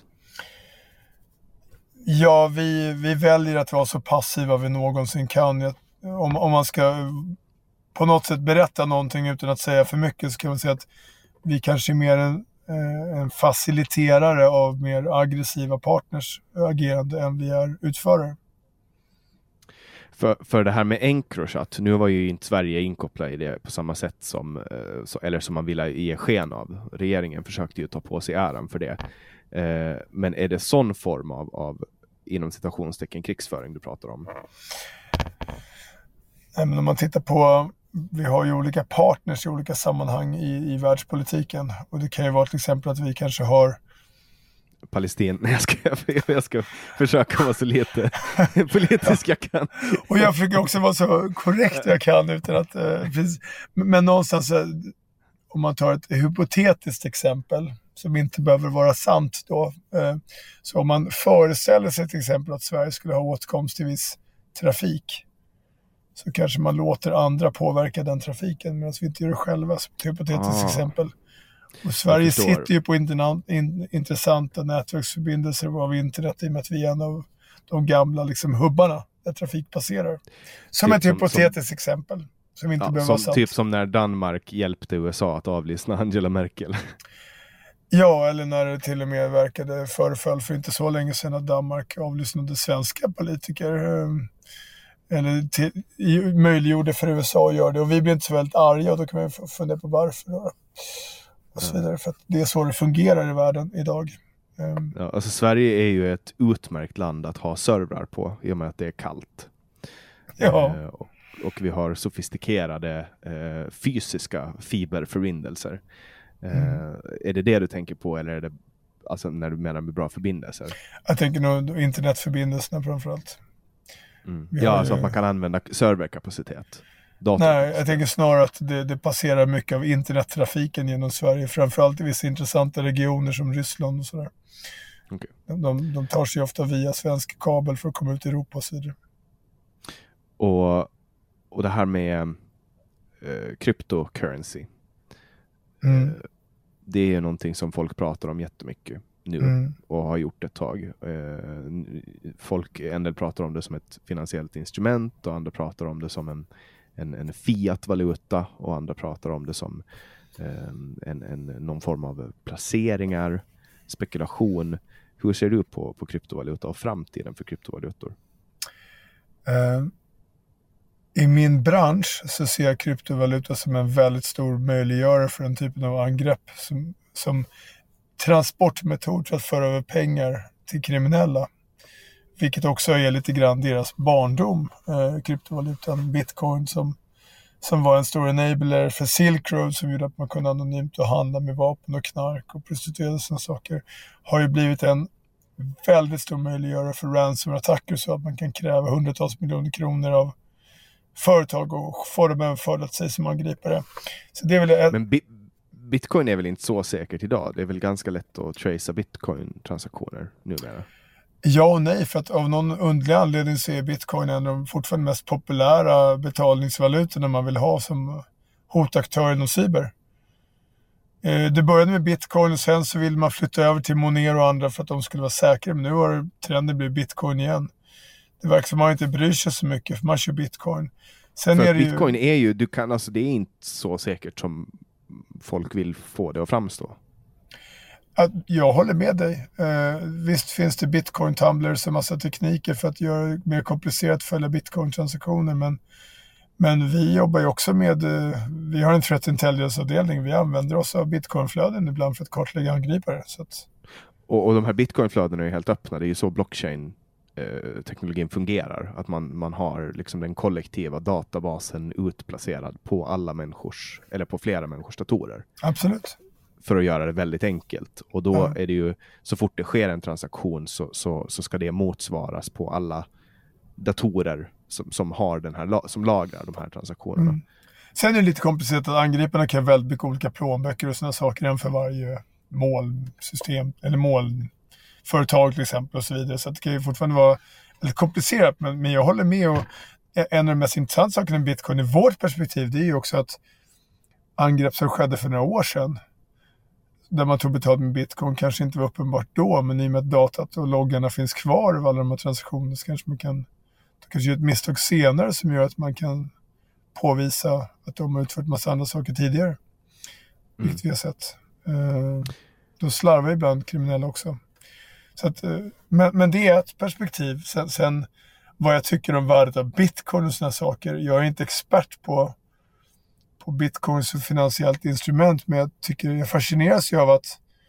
Ja, vi väljer att vara så passiva vi någonsin kan. Om man ska på något sätt berätta någonting utan att säga för mycket, så kan man säga att vi kanske är mer en faciliterare av mer aggressiva partners agerande än vi är utförare. För det här med Encrochat, nu var ju inte Sverige inkopplad i det på samma sätt som man ville ge sken av. Regeringen försökte ju ta på sig äran för det. Men är det sån form av inom citationstecken krigsföring du pratar om? Nej, men om man tittar på, vi har ju olika partners i olika sammanhang i världspolitiken, och det kan ju vara till exempel att vi kanske har Palestina. Jag ska försöka vara så lite politisk jag kan. Och jag försöker också vara så korrekt jag kan utan att men någonstans, om man tar ett hypotetiskt exempel som inte behöver vara sant då, så om man föreställer sig till exempel att Sverige skulle ha åtkomst till viss trafik, så kanske man låter andra påverka den trafiken medan vi inte gör det själva, som ett hypotetiskt exempel. Och Sverige sitter ju på intressanta nätverksförbindelser av internet i och med att vi är en av de gamla liksom hubbarna där trafik passerar. Som typ ett hypotetiskt exempel som inte behöver vara sant. Typ som när Danmark hjälpte USA att avlyssna Angela Merkel. Ja, eller när det till och med föreföll för inte så länge sedan att Danmark avlyssnade svenska politiker. Eller möjliggjorde för USA att göra det. Och vi blir inte så väldigt arga, och då kan man fundera på varför då. Och så vidare, för att det är så det fungerar i världen idag. Ja, alltså Sverige är ju ett utmärkt land att ha servrar på i och med att det är kallt. Ja. Och vi har sofistikerade fysiska fiberförbindelser. Är det du tänker på, eller är det alltså när du menar med bra förbindelser? Jag tänker nog internetförbindelserna framförallt. Ja, alltså att man kan använda serverkapacitet. datorn? Nej, jag tänker snarare att det passerar mycket av internettrafiken genom Sverige. Framförallt i vissa intressanta regioner som Ryssland och sådär. Okay. De tar sig ofta via svensk kabel för att komma ut i Europa och så vidare. Och det här med cryptocurrency. Det är någonting som folk pratar om jättemycket nu och har gjort ett tag. En del pratar om det som ett finansiellt instrument och andra pratar om det som en fiat-valuta och andra pratar om det som någon form av placeringar, spekulation. Hur ser du på kryptovaluta och framtiden för kryptovalutor? I min bransch så ser jag kryptovaluta som en väldigt stor möjliggörare för den typen av angrepp som transportmetod för att föra över pengar till kriminella. Vilket också är lite grann deras barndom, kryptovalutan Bitcoin som var en stor enabler för Silk Road som gjorde att man kunde anonymt och handla med vapen och knark och prostituerade och sådana saker. Har ju blivit en väldigt stor möjliggörare för ransomware-attacker så att man kan kräva hundratals miljoner kronor av företag och få dem överförda till sig som angripare. Så det är väl Men Bitcoin är väl inte så säkert idag? Det är väl ganska lätt att tracea Bitcoin-transaktioner numera? Ja och nej, för att av någon underlig anledning så är Bitcoin en av de fortfarande mest populära betalningsvalutorna man vill ha som hotaktör inom cyber. Det började med Bitcoin och sen så vill man flytta över till Monero och andra för att de skulle vara säkra. Men nu har trenden blivit Bitcoin igen. Det verkar som man inte bryr sig så mycket för man kör Bitcoin. Sen för är det Bitcoin är ju, det är inte så säkert som folk vill få det att framstå. Jag håller med dig. Visst finns det Bitcoin-tumblers och massa tekniker för att göra det mer komplicerat att följa Bitcoin-transaktioner. Men vi jobbar ju också vi har en threat intelligence-avdelning. Vi använder oss av Bitcoin-flöden ibland för att kartlägga angripare. Så att... och de här Bitcoin-flöden är ju helt öppna. Det är ju så blockchain-teknologin fungerar. Att man har liksom den kollektiva databasen utplacerad på alla människors, eller på flera människors datorer. Absolut. För att göra det väldigt enkelt. Och då är det ju, så fort det sker en transaktion så ska det motsvaras på alla datorer som har den här, som lagrar de här transaktionerna. Sen är det lite komplicerat att angriparna kan ha väldigt mycket olika plånböcker och sådana saker än för varje målsystem eller målföretag till exempel och så vidare. Så det kan ju fortfarande vara väldigt komplicerat. Men jag håller med, och en av de mest intressanta sakerna med Bitcoin i vårt perspektiv, det är ju också att angrepp som skedde för några år sedan där man tog betalt med Bitcoin kanske inte var uppenbart då, men i och med att datat och loggarna finns kvar av alla de här transaktionerna så kanske man kan göra ett misstag senare som gör att man kan påvisa att de har utfört massa andra saker tidigare. Vilket vi har sett. Då slarvar ibland kriminella också. Så att, men det är ett perspektiv. Sen vad jag tycker om värdet av Bitcoin och såna saker. Jag är inte expert på Bitcoin som finansiellt instrument, men jag fascineras ju av att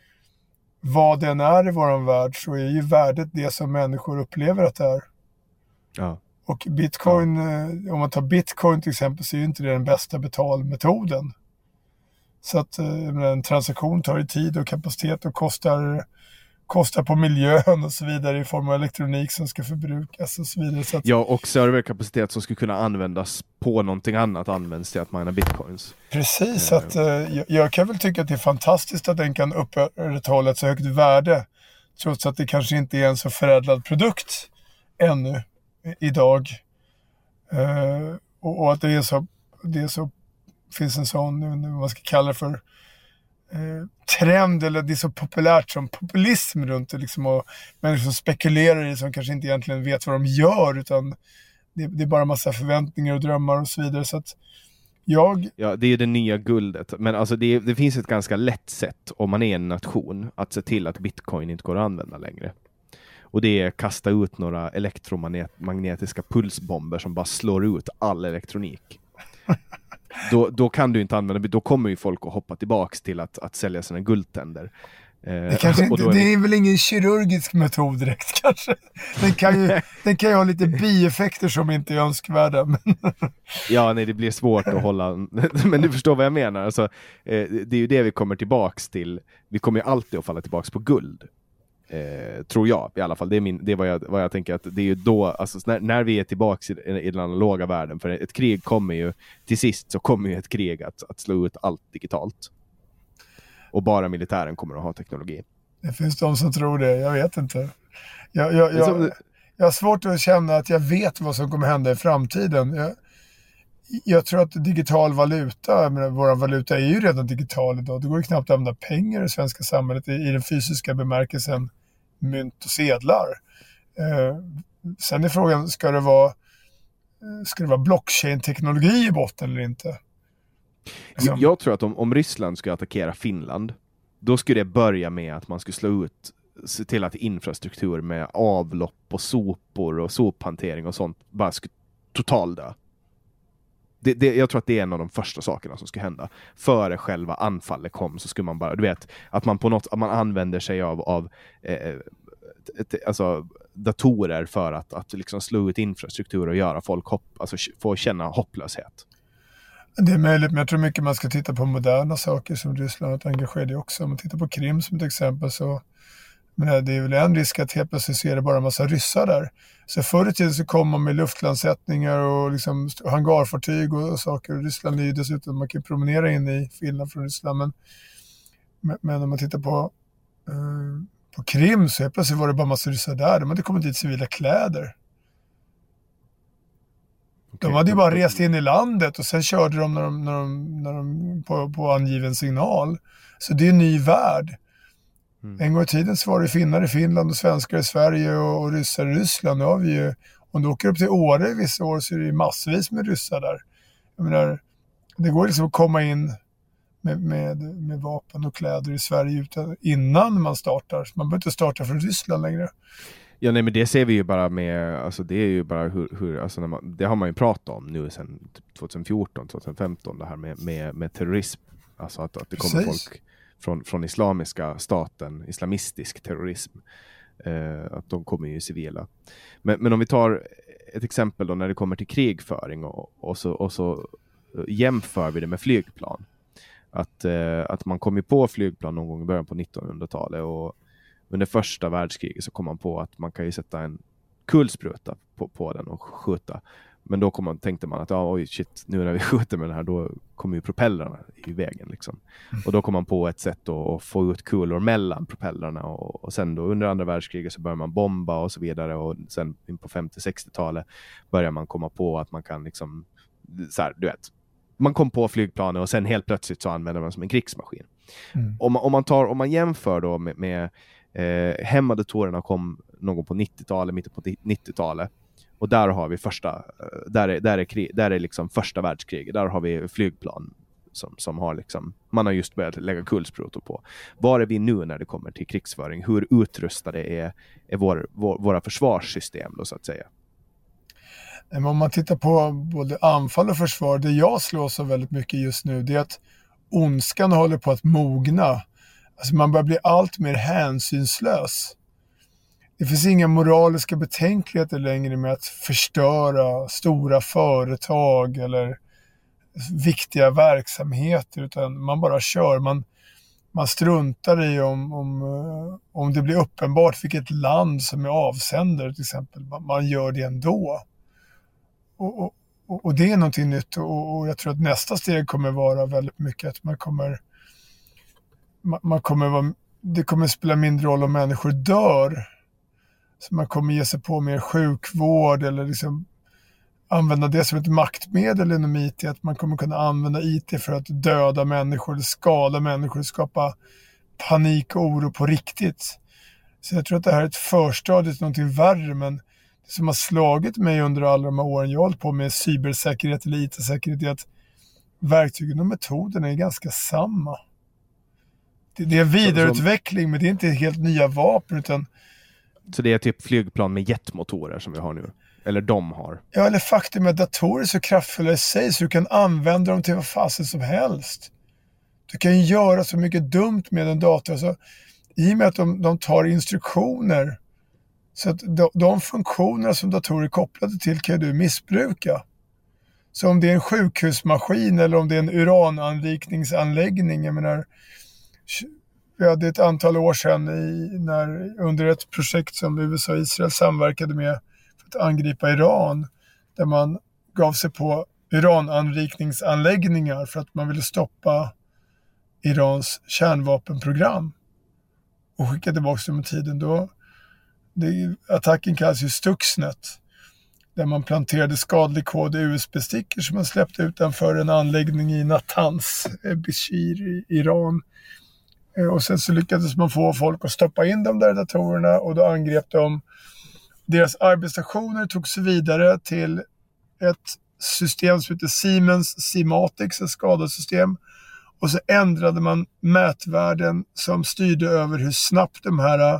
vad den är i våran värld så är ju värdet det som människor upplever att det är. Ja. Och Bitcoin, om man tar Bitcoin till exempel, så är ju inte det den bästa betalmetoden. Så att en transaktion tar ju tid och kapacitet och kostar på miljön och så vidare i form av elektronik som ska förbrukas och så vidare. Så att... Ja, och serverkapacitet som skulle kunna användas på någonting annat används till att mina bitcoins. Precis, att jag kan väl tycka att det är fantastiskt att den kan upprätthålla ett så högt värde trots att det kanske inte är en så förädlad produkt ännu idag. Och att det är så finns en sån, vad man ska kalla det för, trend, eller det är så populärt som populism runt det liksom, och människor som spekulerar i som kanske inte egentligen vet vad de gör, utan det är bara massa förväntningar och drömmar och så vidare. Så att ja, det är ju det nya guldet, men alltså det finns ett ganska lätt sätt om man är en nation att se till att Bitcoin inte går att använda längre. Och det är att kasta ut några elektromagnetiska pulsbomber som bara slår ut all elektronik. Då kan du inte använda, då kommer ju folk att hoppa tillbaks till att sälja sina guldtänder. Det är väl ingen kirurgisk metod direkt kanske. Den kan ju ha lite bieffekter som inte är önskvärda. Men... Ja, nej, det blir svårt att hålla. Men du förstår vad jag menar. Alltså, det är ju det vi kommer tillbaks till. Vi kommer ju alltid att falla tillbaks på guld. Tror jag i alla fall. Det är vad jag tänker, att det är ju då, alltså när vi är tillbaka i den analoga världen, för ett krig kommer ju till sist, så kommer ju ett krig att slå ut allt digitalt. Och bara militären kommer att ha teknologi. Det finns de som tror det, jag vet inte. Jag har svårt att känna att jag vet vad som kommer hända i framtiden. Jag tror att digital valuta, vår valuta är ju redan digital idag. Det går ju knappt att använda pengar i det svenska samhället i den fysiska bemärkelsen mynt och sedlar. Sen är frågan, ska det vara blockchain-teknologi i botten eller inte? Liksom. Jag tror att om Ryssland skulle attackera Finland, då skulle det börja med att man skulle se till att infrastruktur med avlopp och sopor och sophantering och sånt bara skulle totaldö. Jag tror att det är en av de första sakerna som ska hända. Före själva anfallet kom så skulle man bara, du vet, att man att man använder sig av alltså datorer för att liksom slå ut infrastruktur och göra folk få känna hopplöshet. Det är möjligt, men jag tror mycket man ska titta på moderna saker som Ryssland har engagerat i också. Om man tittar på Krim som ett exempel, så men det är väl en risk att helt plötsligt ser det bara en massa ryssar där. Så förr i tiden så kom man med luftlandsättningar och liksom hangarfartyg och saker. Ryssland är ju dessutom, man kan promenera in i Finland från Ryssland. Men om man tittar på Krim, så helt plötsligt var det bara en massa ryssar där. De hade kommit dit civila kläder. De hade ju bara rest in i landet och sen körde de när de på angiven signal. Så det är en ny värld. En gång i tiden så var det finnar i Finland och svenskar i Sverige och ryssar i Ryssland. Nu har vi ju, om du åker upp till Åre i vissa år så är det massvis med ryssar där. Jag menar, det går liksom att komma in med vapen och kläder i Sverige innan man startar. Man behöver inte starta från Ryssland längre. Ja, nej, men det ser vi ju bara med, alltså det är ju bara hur alltså det har man ju pratat om nu sedan 2014, 2015, det här med terrorism. Alltså att det kommer folk från islamiska staten, islamistisk terrorism, att de kommer ju civila. Men om vi tar ett exempel då när det kommer till krigföring och så jämför vi det med flygplan. Att man kom ju på flygplan någon gång i början på 1900-talet, och under första världskriget så kom man på att man kan ju sätta en kulspruta på den och skjuta. Men då tänkte man att oj shit, nu när vi skjuter med den här då kommer ju propellrarna i vägen liksom. Och då kom man på ett sätt att få ut kulor mellan propellrarna, och sen då under andra världskriget så börjar man bomba och så vidare, och sen in på 50-60-talet börjar man komma på att man kan liksom så här, du vet, man kom på flygplanen och sen helt plötsligt så använder man som en krigsmaskin. Om man jämför då med hemmadatorerna kom någon på 90-talet, mitten på 90-talet. Och där har vi där är liksom första världskriget. Där har vi flygplan som har liksom, man har just börjat lägga kulsprutor på. Var är vi nu när det kommer till krigsföring? Hur utrustade är våra försvarssystem då, så att säga? Men om man tittar på både anfall och försvar, det jag slås av väldigt mycket just nu, det är att ondskan håller på att mogna. Alltså man börjar bli allt mer hänsynslös. Det finns inga moraliska betänkligheter längre med att förstöra stora företag eller viktiga verksamheter, utan man bara kör. Man struntar i om det blir uppenbart vilket land som är avsändare till exempel. Man gör det ändå. Och det är någonting nytt, och jag tror att nästa steg kommer vara väldigt mycket att det kommer spela mindre roll om människor dör. Så man kommer ge sig på mer sjukvård eller liksom använda det som ett maktmedel inom IT. Att man kommer kunna använda IT för att döda människor eller skada människor och skapa panik och oro på riktigt. Så jag tror att det här är ett förstadie till någonting värre, men det som har slagit mig under alla de här åren jag har hållit på med cybersäkerhet eller IT-säkerhet är att verktygen och metoderna är ganska samma. Det är vidareutveckling, men det är inte helt nya vapen, utan så det är typ flygplan med jetmotorer som vi har nu. Eller de har. Ja, eller faktum är att datorer är så kraftfulla i sig så du kan använda dem till vad fasen som helst. Du kan göra så mycket dumt med en dator. Alltså, i och med att de tar instruktioner, så att de funktioner som datorer är kopplade till kan du missbruka. Så om det är en sjukhusmaskin eller om det är en urananrikningsanläggning, jag menar, Vi hade ett antal år sedan under ett projekt som USA och Israel samverkade med för att angripa Iran, där man gav sig på urananrikningsanläggningar för att man ville stoppa Irans kärnvapenprogram och skicka tillbaka dem i tiden. Attacken kallas ju Stuxnet, där man planterade skadlig kod i USB-stickor som man släppte utanför en anläggning i Natanz, Bishir i Iran. Och sen så lyckades man få folk att stoppa in de där datorerna, och då angrep de deras arbetsstationer, tog sig vidare till ett system som heter Siemens Simatics, ett skadarsystem. Och så ändrade man mätvärden som styrde över hur snabbt de här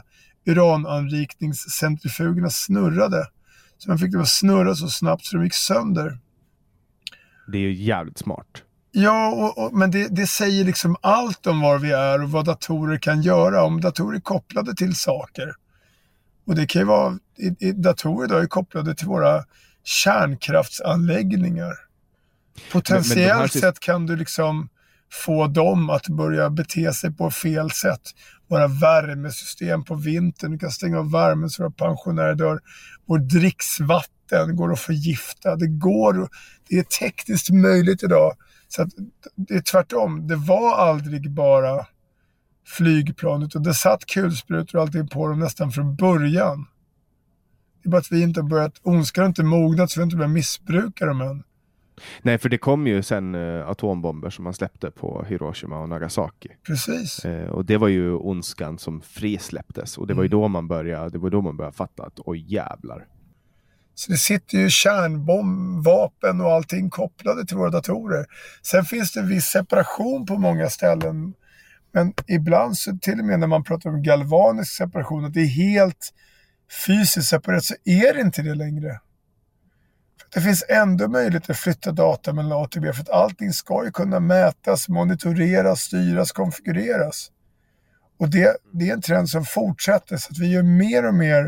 urananrikningscentrifugerna snurrade. Så man fick dem att snurra så snabbt så de gick sönder. Det är ju jävligt smart. Ja, men det säger liksom allt om var vi är och vad datorer kan göra. Om datorer är kopplade till saker. Och det kan ju vara, datorer idag är kopplade till våra kärnkraftsanläggningar. Potentiellt sett kan du liksom få dem att börja bete sig på fel sätt. Våra värmesystem på vintern, du kan stänga av värmen så att pensionärer dör. Vår dricksvatten går att förgifta. Det är tekniskt möjligt idag. Så att det är tvärtom. Det var aldrig bara flygplanet, och det satt kulsprutor och allting på dem nästan från början. Det är bara att vi inte har börjat, ondskan har inte mognat, så vi har inte börjat missbruka dem än. Nej, för det kom ju sen atombomber som man släppte på Hiroshima och Nagasaki. Precis. Och det var ju ondskan som frisläpptes. Och det var ju då man började fatta att oj jävlar. Så det sitter ju kärnbombvapen och allting kopplade till våra datorer. Sen finns det en viss separation på många ställen. Men ibland så till och med när man pratar om galvanisk separation, att det är helt fysiskt separerat, så är det inte det längre. Det finns ändå möjlighet att flytta data mellan A till B, för att allting ska ju kunna mätas, monitoreras, styras, konfigureras. Och det är en trend som fortsätter, så att vi gör mer och mer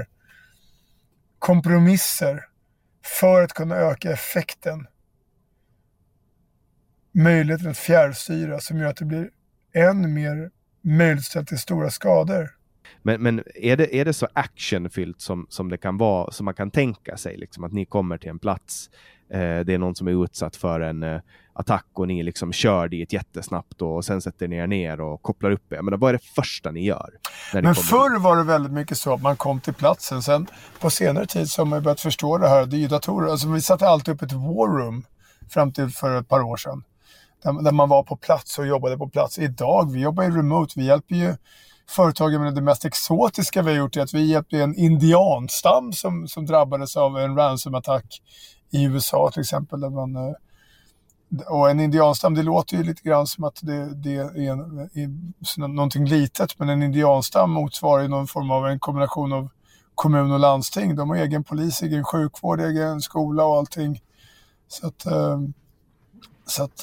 kompromisser för att kunna öka effekten. Möjligheten att fjärrstyra som gör att det blir än mer möjligt till stora skador. Men är det så actionfyllt som det kan vara, som man kan tänka sig liksom, att ni kommer till en plats, det är någon som är utsatt för en attack och ni liksom kör dit jättesnabbt och sen sätter ni er ner och kopplar upp er. Men vad är det första ni gör? Men förr var det väldigt mycket så att man kom till platsen. Sen på senare tid så har man börjat förstå det här. Det är ju datorer. Alltså vi satte alltid upp ett war room fram till för ett par år sedan. Där man var på plats och jobbade på plats. Idag, vi jobbar ju remote. Vi hjälper ju företagen med det mest exotiska vi har gjort är att vi hjälpte en indianstam som drabbades av en ransomattack i USA till exempel. Och en indianstam, det låter ju lite grann som att det är någonting litet, men en indianstam motsvarar ju någon form av en kombination av kommun och landsting. De har egen polis, egen sjukvård, egen skola och allting. Så att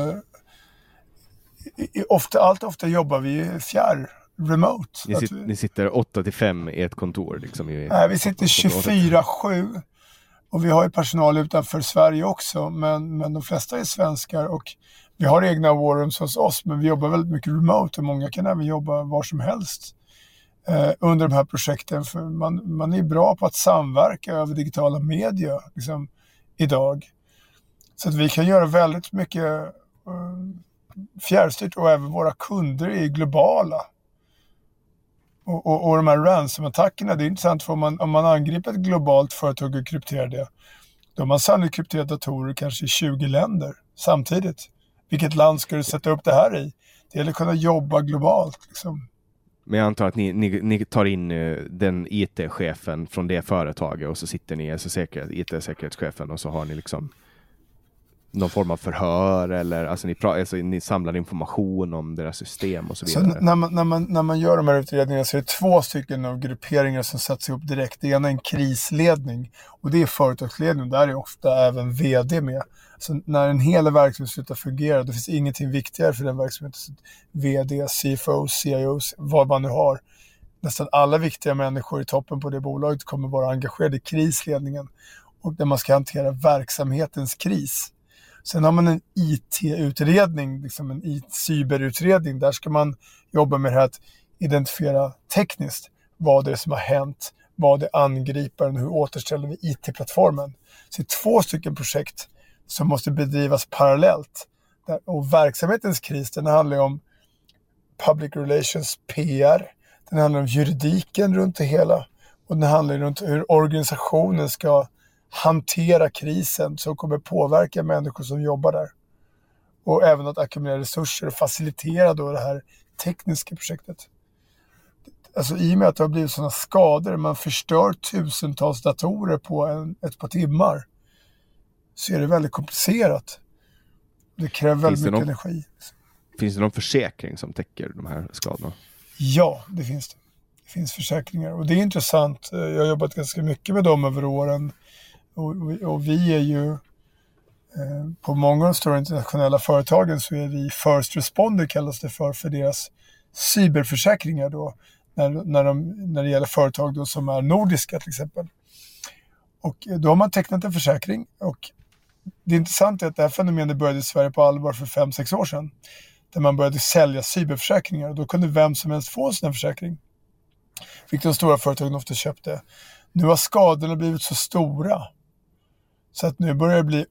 ofta jobbar vi remote. Ni sitter 8-5 i ett kontor liksom? Nej, vi sitter 24/7 och vi har ju personal utanför Sverige också, men de flesta är svenskar och vi har egna war rooms hos oss, men vi jobbar väldigt mycket remote och många kan även jobba var som helst under de här projekten, för man är bra på att samverka över digitala medier liksom, idag. Så att vi kan göra väldigt mycket fjärrstyrt och även våra kunder är globala. Och de här ransom-attackerna, det är intressant för om man angriper ett globalt företag och krypterar det, då har man sannolikt krypterat datorer kanske i 20 länder samtidigt. Vilket land ska du sätta upp det här i? Det gäller att kunna jobba globalt. Liksom. Men jag antar att ni tar in den IT-chefen från det företaget och så sitter ni, alltså IT-säkerhetschefen, och så har ni liksom någon form av förhör eller alltså ni samlar information om deras system och så vidare. Så när man gör de här utredningarna så är det 2 stycken av grupperingar som sätts ihop direkt. Det ena är en krisledning och det är företagsledning. Där är ofta även vd med. Så när en hel verksamhet slutar fungera, då finns ingenting viktigare för den verksamheten. Så vd, CFO, CIOs, vad man nu har. Nästan alla viktiga människor i toppen på det bolaget kommer vara engagerade i krisledningen och där man ska hantera verksamhetens kris. Sen har man en IT-utredning, liksom en cyberutredning. Där ska man jobba med det här att identifiera tekniskt vad det är som har hänt, vad det är angriparen, hur återställer vi IT-plattformen. Så det är 2 stycken projekt som måste bedrivas parallellt. Och verksamhetens kris, den handlar om public relations, PR. Den handlar om juridiken runt det hela. Och den handlar runt hur organisationen ska hantera krisen som kommer påverka människor som jobbar där. Och även att ackumulera resurser och facilitera då det här tekniska projektet. Alltså i och med att det har blivit sådana skador, man förstör tusentals datorer på ett par timmar, så är det väldigt komplicerat. Det kräver väldigt mycket energi. Finns det någon försäkring som täcker de här skadorna? Ja, det finns det. Det finns försäkringar. Och det är intressant. Jag har jobbat ganska mycket med dem över åren. Och vi är ju på många av de stora internationella företagen så är vi first responder, kallas det för deras cyberförsäkringar då. När det gäller företag då som är nordiska till exempel. Och då har man tecknat en försäkring. Och det intressanta är att det här fenomenet började i Sverige på allvar för 5-6 år sedan. Där man började sälja cyberförsäkringar. Och då kunde vem som helst få en sån här försäkring. Vilket de stora företagen ofta köpte. Nu har skadorna blivit så stora. Så att nu börjar det bli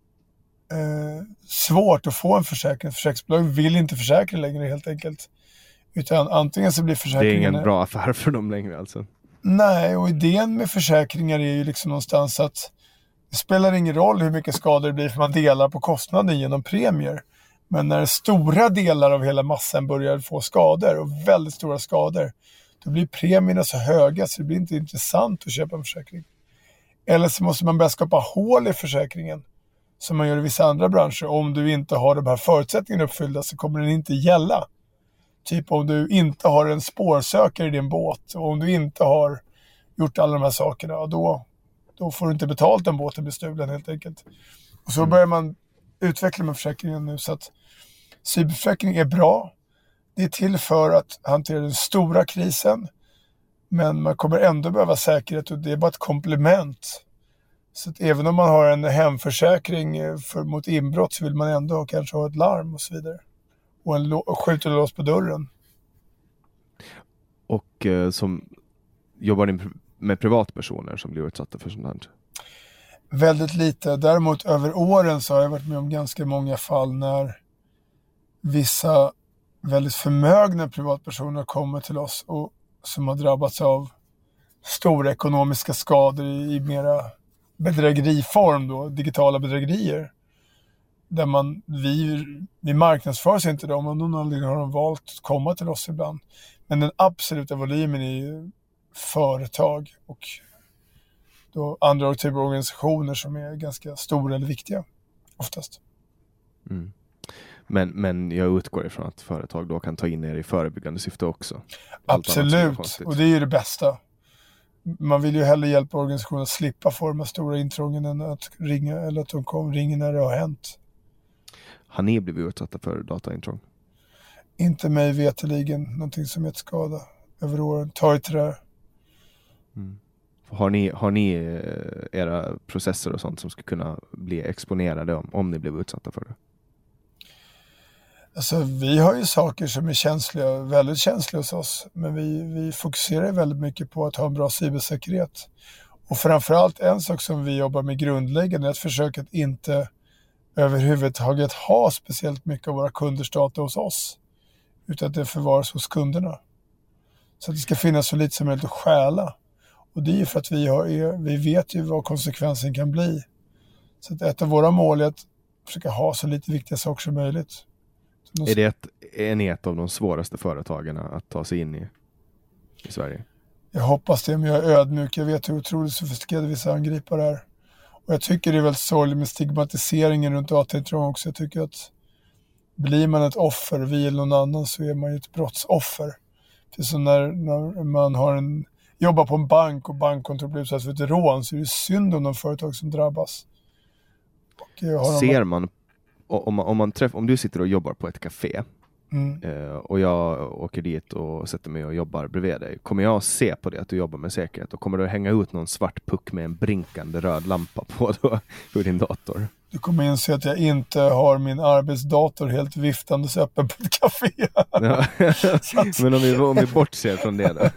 svårt att få en försäkring. Försäkringsbolag vill inte försäkra längre helt enkelt. Utan antingen så blir försäkringen... Det är ingen bra affär för dem längre alltså. Nej, och idén med försäkringar är ju liksom någonstans att det spelar ingen roll hur mycket skador det blir för man delar på kostnaden genom premier. Men när stora delar av hela massan börjar få skador och väldigt stora skador, då blir premierna så höga så det blir inte intressant att köpa en försäkring. Eller så måste man börja skapa hål i försäkringen som man gör i vissa andra branscher. Om du inte har de här förutsättningarna uppfyllda så kommer den inte gälla. Typ om du inte har en spårsökare i din båt och om du inte har gjort alla de här sakerna, då får du inte betalt om båten blir stulen helt enkelt. Och så börjar man utveckla med försäkringen nu så att cyberförsäkring är bra. Det är till för att hantera den stora krisen, men man kommer ändå behöva säkerhet och det är bara ett komplement. Så att även om man har en hemförsäkring mot inbrott så vill man ändå kanske ha ett larm och så vidare. Och en skjutlås på dörren. Och som jobbar ni med privatpersoner som blir utsatta för sånt här? Väldigt lite. Däremot över åren så har jag varit med om ganska många fall när vissa väldigt förmögna privatpersoner kommer till oss och som har drabbats av stora ekonomiska skador i mera bedrägeriform då, digitala bedrägerier. Där vi marknadsför sig inte dem, och någon anledning har de valt att komma till oss ibland. Men den absoluta volymen är ju företag och då andra typer av organisationer som är ganska stora eller viktiga oftast. Mm. Men jag utgår ifrån att företag då kan ta in er i förebyggande syfte också. Absolut, och det är ju det bästa. Man vill ju hellre hjälpa organisationer att slippa forma stora intrången än att ringa eller att de ringer när det har hänt. Har ni blivit utsatta för dataintrång? Inte mig veteligen, någonting som gett skada över åren. Ta i trä. Mm. Har ni era processer och sånt som ska kunna bli exponerade om ni blev utsatta för det? Alltså vi har ju saker som är känsliga, väldigt känsliga hos oss. Men vi fokuserar väldigt mycket på att ha en bra cybersäkerhet. Och framförallt en sak som vi jobbar med grundläggande är att försöka att inte överhuvudtaget ha speciellt mycket av våra kunders data hos oss. Utan att det förvaras hos kunderna. Så att det ska finnas så lite som möjligt att stjäla. Och det är ju för att vi vet ju vad konsekvensen kan bli. Så att ett av våra mål är att försöka ha så lite viktiga saker som möjligt. Är ni ett av de svåraste företagen att ta sig in i Sverige? Jag hoppas det, men jag är ödmjuk. Jag vet hur otroligt sofistikerade vissa angripare är. Och jag tycker det är väldigt sorgligt med stigmatiseringen runt dataintrång också. Jag tycker att blir man ett offer, vi eller någon annan, så är man ju ett brottsoffer. Det är som när man jobbar på en bank och bankkontor blir utsatt för ett rån, så är det synd om de företag som drabbas. Ser man om du sitter och jobbar på ett café och jag åker dit och sätter mig och jobbar bredvid dig. Kommer jag se på det att du jobbar med säkerhet och kommer du hänga ut någon svart puck med en blinkande röd lampa på då, ur din dator? Du kommer inse att jag inte har min arbetsdator helt viftandes öppen på ett café. Ja. Men om vi bortser från det då.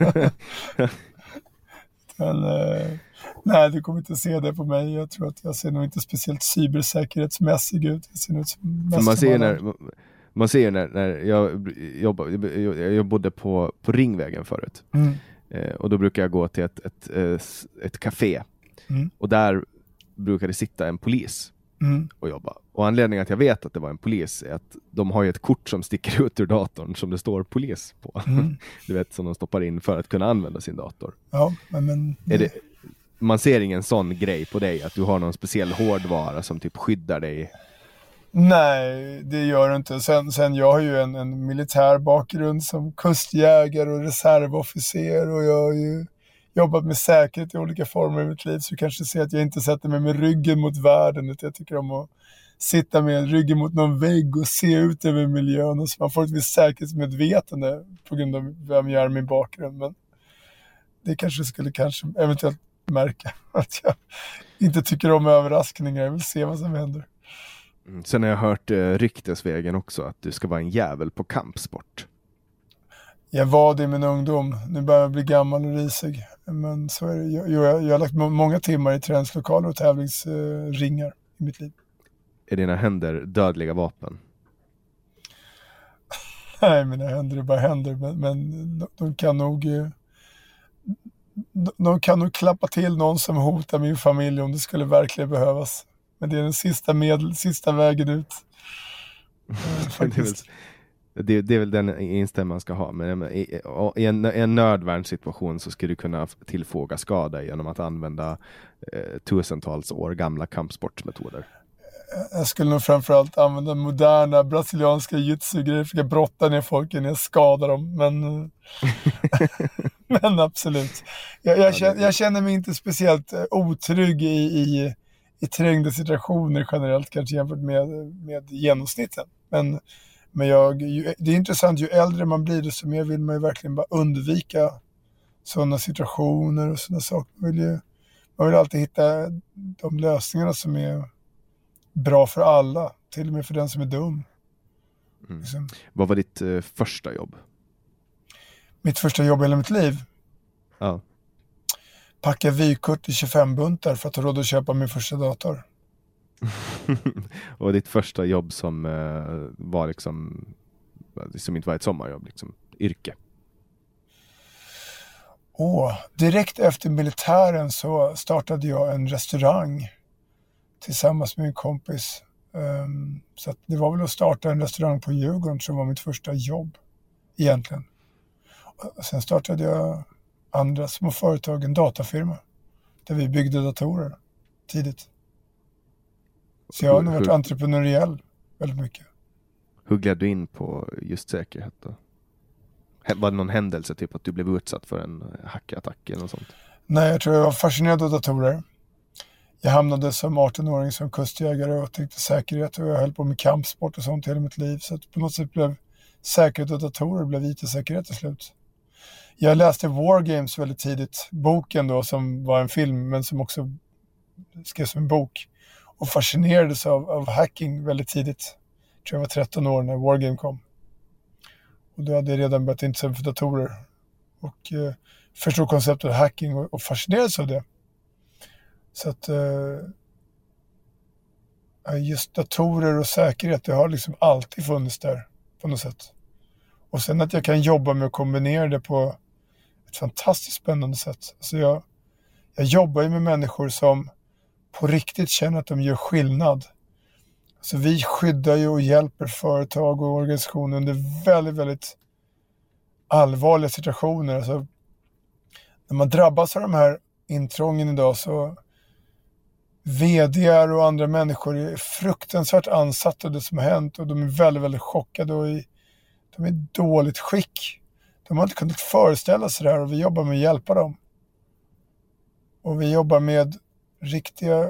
Men, nej, du kommer inte se det på mig. Jag tror att jag ser nog inte speciellt cybersäkerhetsmässig ut. Jag ser nog som man ser när jag bodde på Ringvägen förut. Och då brukar jag gå till ett café. Och där brukade sitta en polis och jobba. Och anledningen att jag vet att det var en polis är att de har ju ett kort som sticker ut ur datorn som det står polis på. Du vet, som de stoppar in för att kunna använda sin dator. Ja, men man ser ingen sån grej på dig att du har någon speciell hårdvara som typ skyddar dig? Nej, det gör det inte. Sen jag har ju en militär bakgrund som kustjägare och reservofficer, och jag har ju jobbat med säkerhet i olika former i mitt liv, så du kanske ser att jag inte sätter mig med ryggen mot världen, utan jag tycker om att sitta med ryggen mot någon vägg och se ut över miljön, och så man får ett visst säkerhetsmedvetande på grund av vem jag är, min bakgrund. Men det skulle eventuellt märka att jag inte tycker om överraskningar. Jag vill se vad som händer. Sen har jag hört ryktesvägen också att du ska vara en jävel på kampsport. Jag var det i min ungdom. Nu börjar jag bli gammal och risig. Men så är det. Jag har lagt många timmar i träningslokaler och tävlingsringar i mitt liv. Är dina händer dödliga vapen? Nej, mina händer är bara händer. Men de kan nog klappa till någon som hotar min familj om det skulle verkligen behövas. Men det är den sista vägen ut. Det är väl den inställning man ska ha. Men i en nödvärnssituation så ska du kunna tillfoga skada genom att använda tusentals år gamla kampsportsmetoder. Jag skulle nog framförallt använda moderna brasilianska jiu-jitsu-grejer för att brotta ner folk när jag skadar dem. Men absolut. Jag känner mig inte speciellt otrygg i trängda situationer generellt, kanske jämfört med genomsnitten. Men det är intressant, ju äldre man blir desto mer vill man ju verkligen bara undvika sådana situationer och sådana saker. Man vill alltid hitta de lösningarna som är bra för alla, till och med för den som är dum. Liksom. Vad var ditt första jobb? Mitt första jobb i hela mitt liv? Ja. Packa vykort i 25-buntar för att ha råd att köpa min första dator. Och ditt första jobb som var liksom, som inte var ett sommarjobb, liksom yrke? Direkt efter militären så startade jag en restaurang tillsammans med en kompis. Så att det var väl att starta en restaurang på Djurgården som var mitt första jobb egentligen. Och sen startade jag andra små företag, en datafirma där vi byggde datorer tidigt. Så jag har nog varit entreprenöriell väldigt mycket. Hur gled du in på just säkerhet då? Var det någon händelse, typ att du blev utsatt för en hackerattack eller något sånt? Nej, jag tror jag var fascinerad av datorer. Jag hamnade som 18-åring som kustjägare och tyckte säkerhet, och jag höll på med kampsport och sånt hela mitt liv. Så att på något sätt blev säkerhet och datorer blev IT-säkerhet till slut. Jag läste War Games väldigt tidigt, boken då som var en film men som också skrevs som en bok, och fascinerades av hacking väldigt tidigt. Jag tror jag var 13 år när War Game kom. Och då hade jag redan börjat intressera mig för datorer och förstod konceptet hacking och fascinerades av det. Så att just datorer och säkerhet, det har liksom alltid funnits där på något sätt. Och sen att jag kan jobba med att kombinera det på ett fantastiskt spännande sätt. Alltså jag jobbar ju med människor som på riktigt känner att de gör skillnad. Så vi skyddar ju och hjälper företag och organisationer under väldigt, väldigt allvarliga situationer. Alltså, när man drabbas av de här intrången idag så vd:ar och andra människor är fruktansvärt ansatta av det som har hänt, och de är väldigt, väldigt chockade och de är i dåligt skick. De har inte kunnat föreställa sig det här, och vi jobbar med att hjälpa dem. Och vi jobbar med riktiga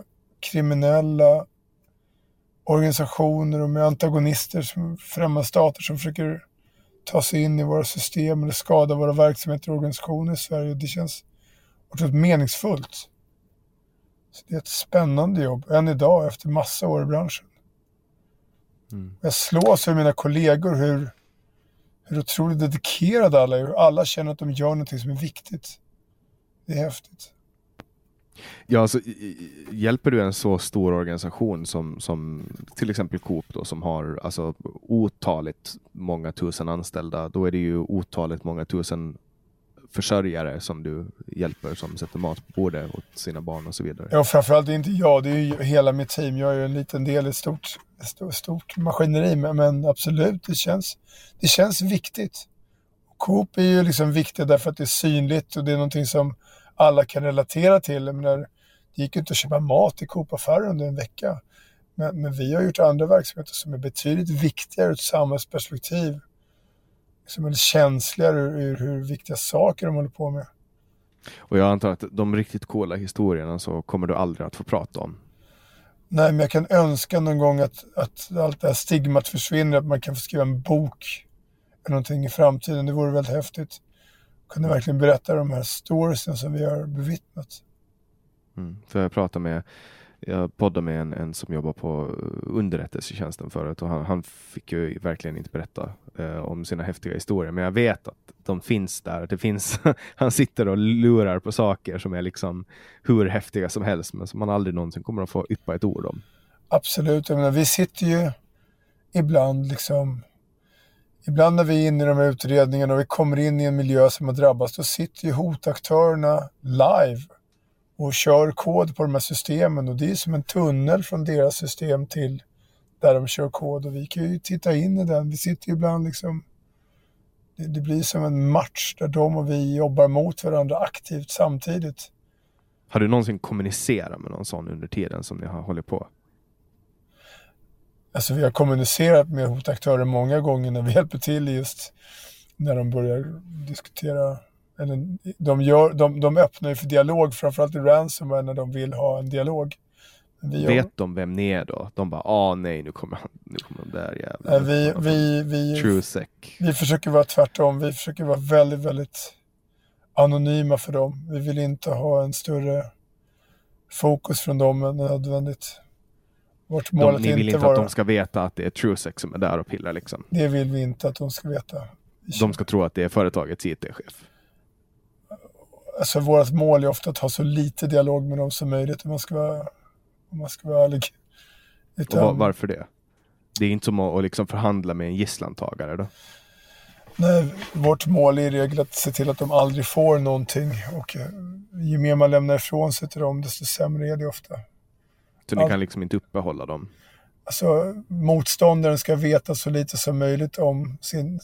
kriminella organisationer och med antagonister som främmande stater som försöker ta sig in i våra system eller skada våra verksamheter och organisationer i Sverige. Det känns otroligt meningsfullt. Så det är ett spännande jobb än idag efter massa år i branschen. Jag slås av mina kollegor hur otroligt dedikerade alla är. Hur alla känner att de gör något som är viktigt. Det är häftigt. Ja, alltså, hjälper du en så stor organisation som till exempel Coop då, som har alltså otaligt många tusen anställda, då är det ju otaligt många tusen försörjare som du hjälper, som sätter mat på bordet åt sina barn och så vidare. Ja, framförallt inte jag, det är ju hela mitt team. Jag är ju en liten del i ett stort maskineri, men absolut, det känns viktigt. Coop är ju liksom viktigt därför att det är synligt och det är någonting som alla kan relatera till. Det gick ju inte att köpa mat i Coop-affärer under en vecka. Men vi har gjort andra verksamheter som är betydligt viktigare ur ett samhällsperspektiv. Som är känsligare ur hur viktiga saker de håller på med. Och jag antar att de riktigt coola historierna så kommer du aldrig att få prata om. Nej, men jag kan önska någon gång att allt det här stigmat försvinner. Att man kan få skriva en bok eller någonting i framtiden. Det vore väldigt häftigt. Kunde verkligen berätta de här storiesen som vi har bevittnat. För jag poddade med en som jobbar på underrättelsetjänsten förut, och han fick ju verkligen inte berätta om sina häftiga historier, men jag vet att de finns där. Det finns han sitter och lurar på saker som är liksom hur häftiga som helst, men som man aldrig någonsin kommer att få yppa ett ord om. Absolut, jag menar, vi sitter ju ibland när vi är inne i de här utredningarna och vi kommer in i en miljö som har drabbats, då sitter ju hotaktörerna live och kör kod på de här systemen, och det är som en tunnel från deras system till där de kör kod, och vi kan ju titta in i den. Vi sitter ju ibland liksom, det blir som en match där de och vi jobbar mot varandra aktivt samtidigt. Har du någonsin kommunicerat med någon sån under tiden som ni har hållit på? Alltså vi har kommunicerat med hotaktörer många gånger när vi hjälper till just när de börjar diskutera. Eller de öppnar ju för dialog, framförallt i ransomware, när de vill ha en dialog. Vet de vem ni är då? De bara, nej, nu kommer de där jävla. TrueSec. Vi försöker vara tvärtom. Vi försöker vara väldigt, väldigt anonyma för dem. Vi vill inte ha en större fokus från dem än nödvändigt. Vårt mål ni vill inte att de ska veta att det är TrueSec som är där och pillar liksom. Det vill vi inte att de ska veta. De ska tro att det är företagets IT-chef. Alltså vårt mål är ofta att ha så lite dialog med dem som möjligt, om man ska vara ärlig. Och varför det? Det är inte som att liksom förhandla med en gisslantagare då? Nej, vårt mål är i regel att se till att de aldrig får någonting, och ju mer man lämnar ifrån sig till dem, desto sämre är det ofta. Så ni kan liksom inte uppehålla dem? Alltså motståndaren ska veta så lite som möjligt om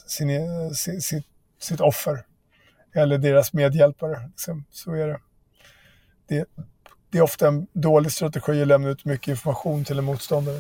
sitt offer eller deras medhjälpare. Liksom. Så är det. Det är ofta en dålig strategi att lämna ut mycket information till en motståndare.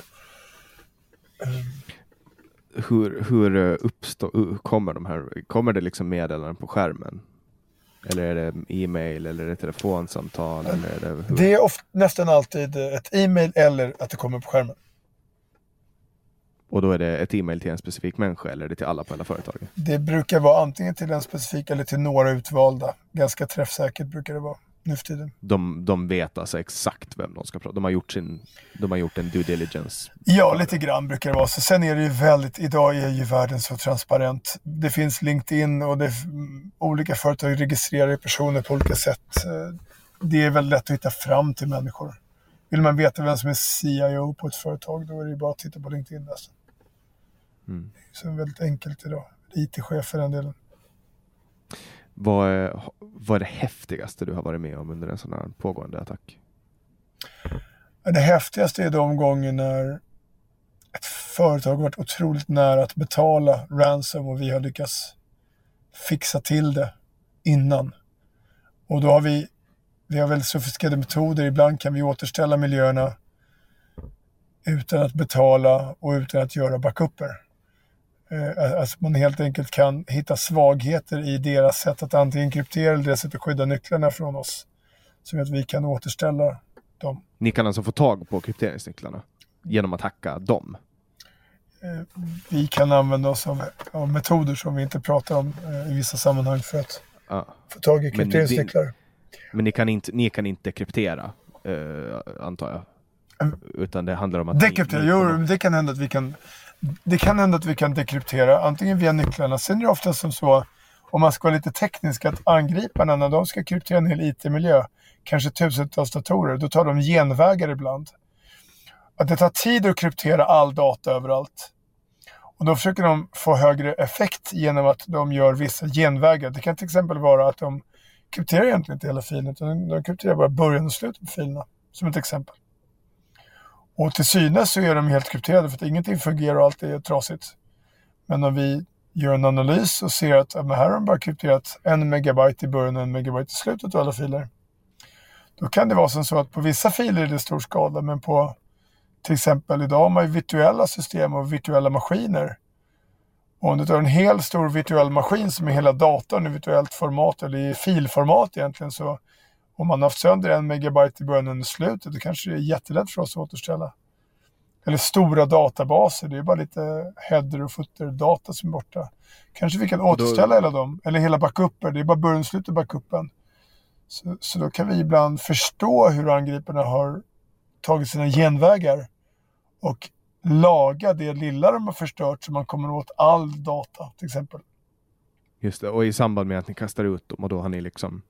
Hur kommer det liksom meddelanden på skärmen? Eller är det e-mail, eller är det telefonsamtal? Eller är det det är nästan alltid ett e-mail eller att det kommer på skärmen. Och då är det ett e-mail till en specifik människa, eller är det till alla på hela företaget? Det brukar vara antingen till en specifik eller till några utvalda. Ganska träffsäkert brukar det vara nu för tiden. De vet alltså exakt vem de ska prata. De har gjort en due diligence. Ja, lite grann brukar det vara. Så sen är det ju idag är ju världen så transparent. Det finns LinkedIn och olika företag registrerar personer på olika sätt. Det är väldigt lätt att hitta fram till människor. Vill man veta vem som är CIO på ett företag, då är det ju bara att titta på LinkedIn. Alltså. Så det är väldigt enkelt idag. IT-chef för den delen. Vad är det häftigaste du har varit med om under en sån här pågående attack? Det häftigaste är de gånger när ett företag har varit otroligt nära att betala ransom och vi har lyckats fixa till det innan. Och då har vi har väldigt sofistikerade metoder. Ibland kan vi återställa miljöerna utan att betala och utan att göra backuper. Alltså man helt enkelt kan hitta svagheter i deras sätt att antingen kryptera eller deras sätt att skydda nycklarna från oss. Så att vi kan återställa dem. Ni kan alltså få tag på krypteringsnycklarna genom att hacka dem? vi kan använda oss av metoder som vi inte pratar om i vissa sammanhang för att få tag i krypteringsnycklar. Men ni kan inte kryptera, antar jag. Utan det handlar om att dekryptera. Det kan hända att vi kan dekryptera antingen via nycklarna. Sen är det ofta som så, om man ska vara lite teknisk, att angriparna när de ska kryptera en hel IT-miljö, kanske tusentals datorer, då tar de genvägar ibland. Att det tar tid att kryptera all data överallt. Och då försöker de få högre effekt genom att de gör vissa genvägar. Det kan till exempel vara att de krypterar egentligen inte hela filen, utan de krypterar bara början och slutet på filerna, som ett exempel. Och till synes så är de helt krypterade för att ingenting fungerar och allt är trasigt. Men om vi gör en analys och ser att här har de bara krypterat 1 megabyte i början och 1 megabyte i slutet av alla filer. Då kan det vara som så att på vissa filer är det stor skada, men på till exempel idag har man ju virtuella system och virtuella maskiner. Och om du tar en hel stor virtuell maskin som är hela datorn i virtuellt format eller i filformat egentligen, så om man har haft sönder 1 megabyte i början och slutet, då kanske det är jättelätt för oss att återställa. Eller stora databaser, det är bara lite header och footer data som är borta. Kanske vi kan återställa hela dem, eller hela backuper, det är bara början och slutet backupen. Så då kan vi ibland förstå hur angriparna har tagit sina genvägar och laga det lilla de har förstört så man kommer åt all data till exempel. Just det, och i samband med att ni kastar ut dem och då har ni liksom...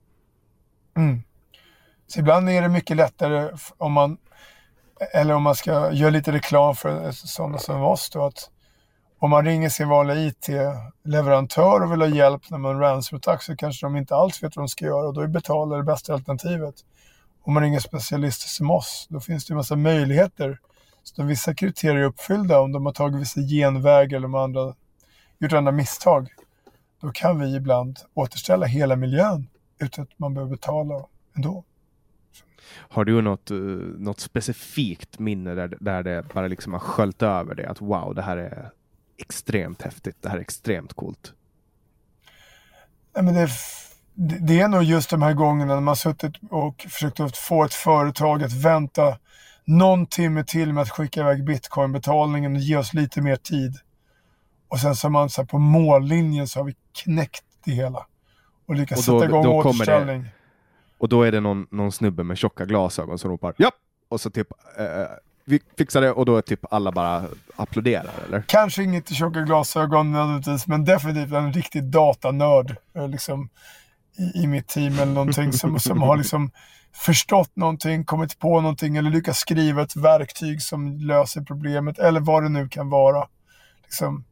Så ibland är det mycket lättare om man ska göra lite reklam för sådana som oss då, att om man ringer sin vanliga IT-leverantör och vill ha hjälp när man ransomware-attack, så kanske de inte alls vet vad de ska göra, och då är betala det bästa alternativet. Om man ringer specialister som oss, då finns det en massa möjligheter. Så vissa kriterier är uppfyllda, om de har tagit vissa genvägar eller om andra gjort andra misstag, då kan vi ibland återställa hela miljön utan att man behöver betala ändå. Har du något specifikt minne där det bara liksom har sköljt över det, att wow, det här är extremt häftigt, det här är extremt coolt? Nej, men det är nog just de här gångerna när man suttit och försökt att få ett företag att vänta någon timme till med att skicka iväg bitcoinbetalningen och ge oss lite mer tid. Och sen så man så här, på mållinjen så har vi knäckt det hela och lyckats sätta igång återställning. Och då är det någon snubbe med tjocka glasögon som ropar ja, och så typ vi fixar det, och då är typ alla bara applåderar, eller? Kanske inget i tjocka glasögon nödvändigtvis, men definitivt en riktig datanörd liksom, i mitt team eller någonting som har liksom förstått någonting, kommit på någonting eller lyckats skriva ett verktyg som löser problemet eller vad det nu kan vara. Liksom,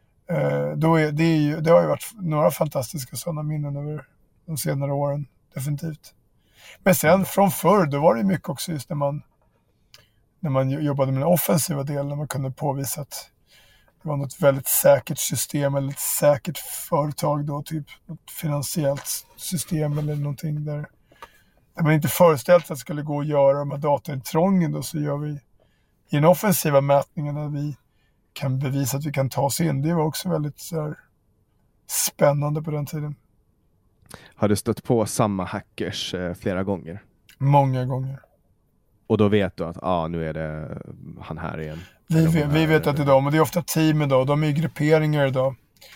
det har ju varit några fantastiska sådana minnen över de senare åren, definitivt. Men sen från förr, då var det mycket också just när man jobbade med den offensiva delen, när man kunde påvisa att det var något väldigt säkert system eller ett säkert företag då, typ något finansiellt system eller någonting där man inte föreställt sig att det skulle gå att göra de här dataintrången, då så gör vi i den offensiva mätningen när vi kan bevisa att vi kan ta oss in. Det var också väldigt så här, spännande på den tiden. Har du stött på samma hackers flera gånger? Många gånger. Och då vet du att nu är det han här igen. Vi vet att det är de, och det är ofta team idag. De är i grupperingar idag.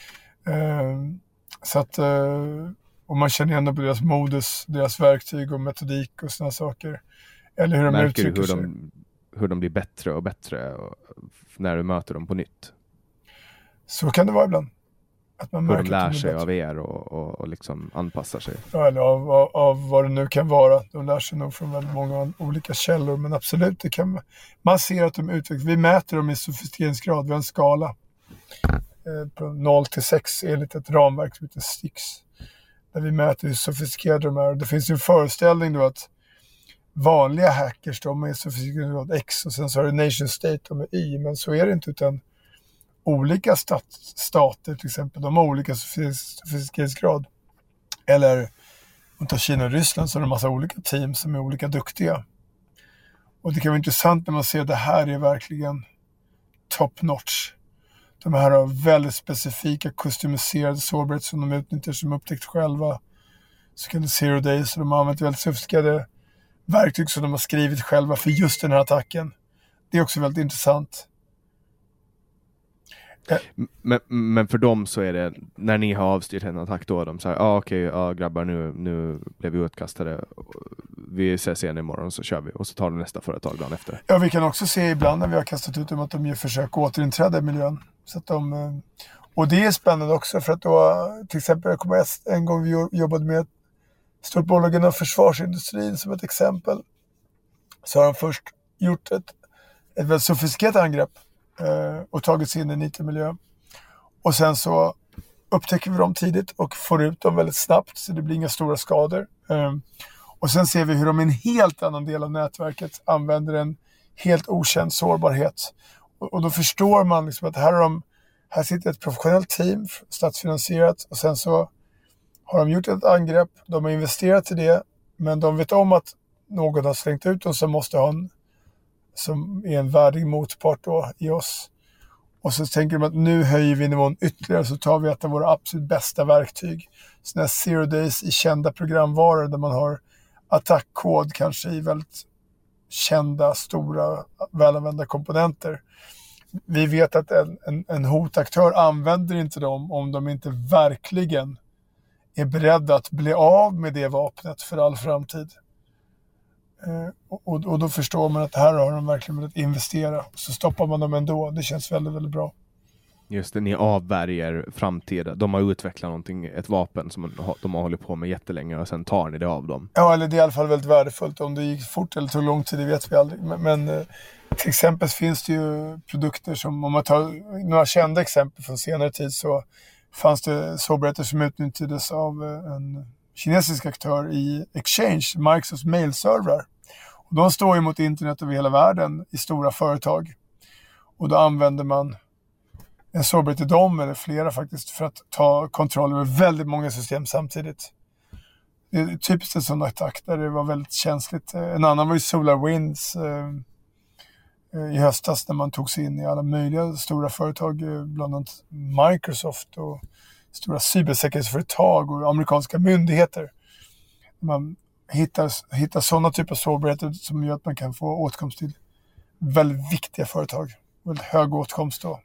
Så att och man känner igen på deras modus, deras verktyg och metodik och såna saker. Eller hur de uttrycker sig. Märker du hur de blir bättre och bättre när du möter dem på nytt? Så kan det vara ibland. Att man hur de lär sig av er och liksom anpassar sig. Ja, eller av vad det nu kan vara. De lär sig nog från väldigt många olika källor. Men absolut, det kan man ser att de utvecklas. Vi mäter dem i sofistikeringsgrad. Vi har en skala på 0 till 6 enligt ett ramverk som heter STIX. Där vi mäter hur sofistikerade de är. Det finns ju en föreställning då att vanliga hackers, de är sofistikerade X och sen så har det nation state, de är Y. Men så är det inte, utan olika stater till exempel, de har olika sofistikeringsgrad. Eller om tar Kina och Ryssland så är det en massa olika team som är olika duktiga. Och det kan vara intressant när man ser att det här är verkligen top notch. De här har väldigt specifika customiserade sårbarhet som de utnyttjar, som upptäckt själva. Så kan det zero days, så de har använt väldigt sofistikerade verktyg som de har skrivit själva för just den här attacken. Det är också väldigt intressant. Men för dem så är det, när ni har avstyrt en attack, då de säger grabbar, nu blev vi utkastade, vi ses igen imorgon, så kör vi, och så tar de nästa företag dagen efter. Ja, vi kan också se ibland när vi har kastat ut dem att de gör försök återinträda i miljön. Så att och det är spännande också, för att då, till exempel, jag kommer en gång vi jobbade med ett stort bolag inom försvarsindustrin som ett exempel. Så har de först gjort ett väldigt sofistikerat angrepp och tagit sig in i en IT-miljö. Och sen så upptäcker vi dem tidigt och får ut dem väldigt snabbt, så det blir inga stora skador. Och sen ser vi hur de i en helt annan del av nätverket använder en helt okänd sårbarhet. Och då förstår man liksom att här sitter ett professionellt team, statsfinansierat, och sen så har de gjort ett angrepp, de har investerat i det, men de vet om att någon har slängt ut dem som måste ha som är en värdig motpart då i oss. Och så tänker de att nu höjer vi nivån ytterligare, så tar vi ett av våra absolut bästa verktyg. Sådana här zero days i kända programvaror där man har attackkod kanske i väldigt kända, stora, välanvända komponenter. Vi vet att en hotaktör använder inte dem om de inte verkligen är beredda att bli av med det vapnet för all framtid. Och då förstår man att här har de verkligen velat investera. Så stoppar man dem ändå. Det känns väldigt, väldigt bra. Just det, ni avvärjer framtida. De har utvecklat någonting, ett vapen som de har hållit på med jättelänge, och sen tar ni det av dem. Ja, eller det är i alla fall väldigt värdefullt. Om det gick fort eller tog lång tid, det vet vi aldrig. Men till exempel finns det ju produkter som, om man tar några kända exempel från senare tid, så fanns det sårbarheter som utnyttjades av en kinesisk aktör i Exchange, Microsofts mailservrar. Och de står ju mot internet över hela världen i stora företag. Och då använder man en sårbarhet i dem, eller flera faktiskt, för att ta kontroll över väldigt många system samtidigt. Det är typiskt en sån attack där det var väldigt känsligt. En annan var ju SolarWinds i höstas, när man tog sig in i alla möjliga stora företag, bland annat Microsoft och stora cybersäkerhetsföretag och amerikanska myndigheter. Man hittar sådana typer av sårbarheter som gör att man kan få åtkomst till väldigt viktiga företag. Väldigt hög åtkomst då.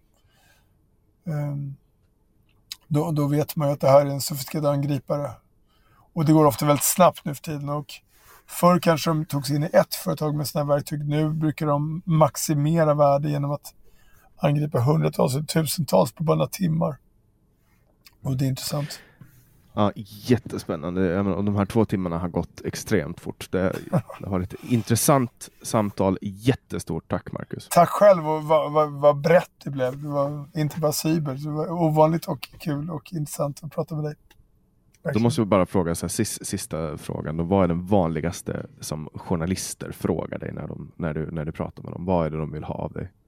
Då vet man ju att det här är en sofistikerad angripare. Och det går ofta väldigt snabbt nu för tiden. Och förr kanske de tog sig in i ett företag med sådana verktyg. Nu brukar de maximera värde genom att angripa hundratals och tusentals på bara några timmar. Och det är intressant. Ja, jättespännande. Och de här 2 timmarna har gått extremt fort. Det har ett intressant samtal. Jättestort tack, Marcus. Tack själv, och vad brett det blev. Det var inte bara cyber. Det var ovanligt och kul och intressant att prata med dig. Verkligen. Då måste vi bara fråga så här, sista frågan. Då, vad är den vanligaste som journalister frågar dig när du pratar med dem? Vad är det de vill ha av dig?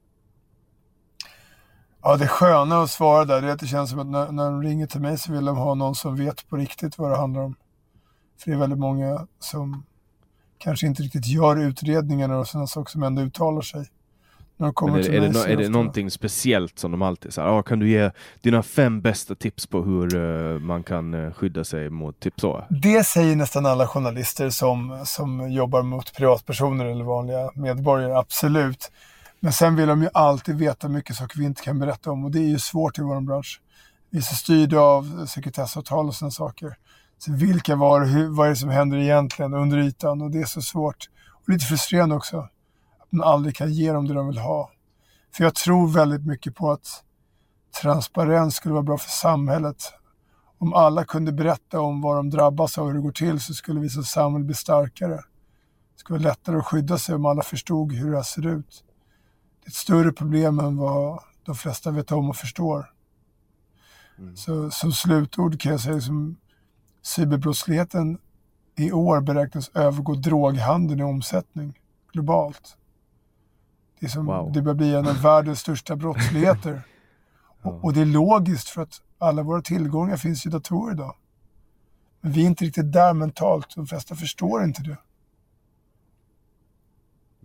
Ja, det sköna att svara där är att det känns som att när de ringer till mig så vill de ha någon som vet på riktigt vad det handlar om. För det är väldigt många som kanske inte riktigt gör utredningarna och sådana saker som ändå uttalar sig. När de kommer till mig är det någonting speciellt som de alltid säger? Kan du ge dina 5 bästa tips på hur man kan skydda sig mot typ så? Det säger nästan alla journalister som jobbar mot privatpersoner eller vanliga medborgare, absolut. Men sen vill de ju alltid veta mycket saker vi inte kan berätta om. Och det är ju svårt i vår bransch. Vi är så styrda av sekretessavtal och sådana saker. Så vilka vad är det som händer egentligen under ytan? Och det är så svårt. Och lite frustrerande också. Att man aldrig kan ge dem det de vill ha. För jag tror väldigt mycket på att transparens skulle vara bra för samhället. Om alla kunde berätta om vad de drabbas av och hur det går till, så skulle vi som samhälle bli starkare. Det skulle vara lättare att skydda sig om alla förstod hur det här ser ut. Det är ett större problem än vad de flesta vet om och förstår. Så som slutord kan jag säga som cyberbrottsligheten i år beräknas övergå droghandeln i omsättning globalt. Det är som, det börjar bli en av världens största brottsligheter. Och det är logiskt, för att alla våra tillgångar finns i datorer idag. Men vi är inte riktigt där mentalt. De flesta förstår inte det.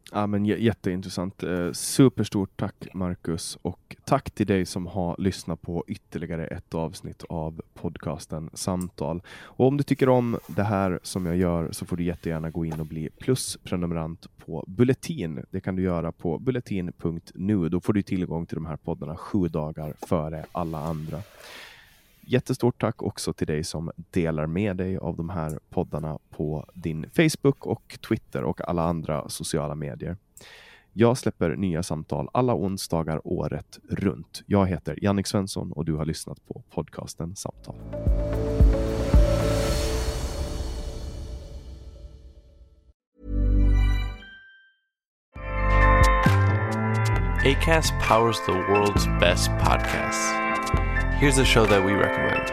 Ja, men jätteintressant. Superstort tack Marcus, och tack till dig som har lyssnat på ytterligare ett avsnitt av podcasten Samtal. Och om du tycker om det här som jag gör så får du jättegärna gå in och bli plusprenumerant på Bulletin. Det kan du göra på bulletin.nu. Då får du tillgång till de här poddarna 7 dagar före alla andra. Jättestort tack också till dig som delar med dig av de här poddarna på din Facebook och Twitter och alla andra sociala medier. Jag släpper nya samtal alla onsdagar året runt. Jag heter Jannik Svensson och du har lyssnat på podcasten Samtal. Acast powers the world's best podcasts. Here's a show that we recommend.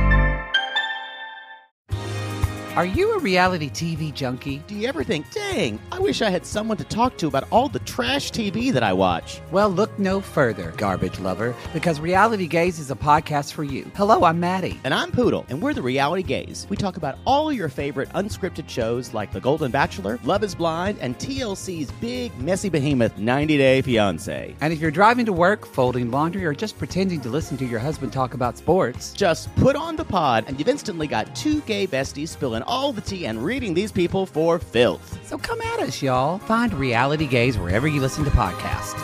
Are you a reality TV junkie? Do you ever think, dang, I wish I had someone to talk to about all the trash TV that I watch? Well, look no further, garbage lover, because Reality Gaze is a podcast for you. Hello, I'm Maddie. And I'm Poodle, and we're the Reality Gaze. We talk about all your favorite unscripted shows like The Golden Bachelor, Love is Blind, and TLC's big, messy behemoth, 90 Day Fiancé. And if you're driving to work, folding laundry, or just pretending to listen to your husband talk about sports, just put on the pod, and you've instantly got 2 gay besties spilling all the tea and reading these people for filth. So come at us, y'all. Find Reality Gaze wherever you listen to podcasts.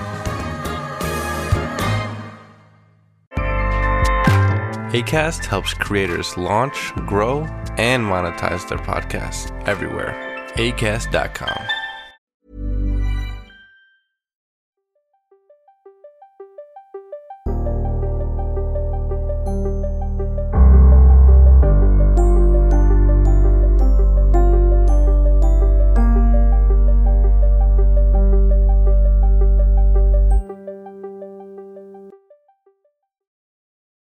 Acast helps creators launch, grow, and monetize their podcasts everywhere. Acast.com.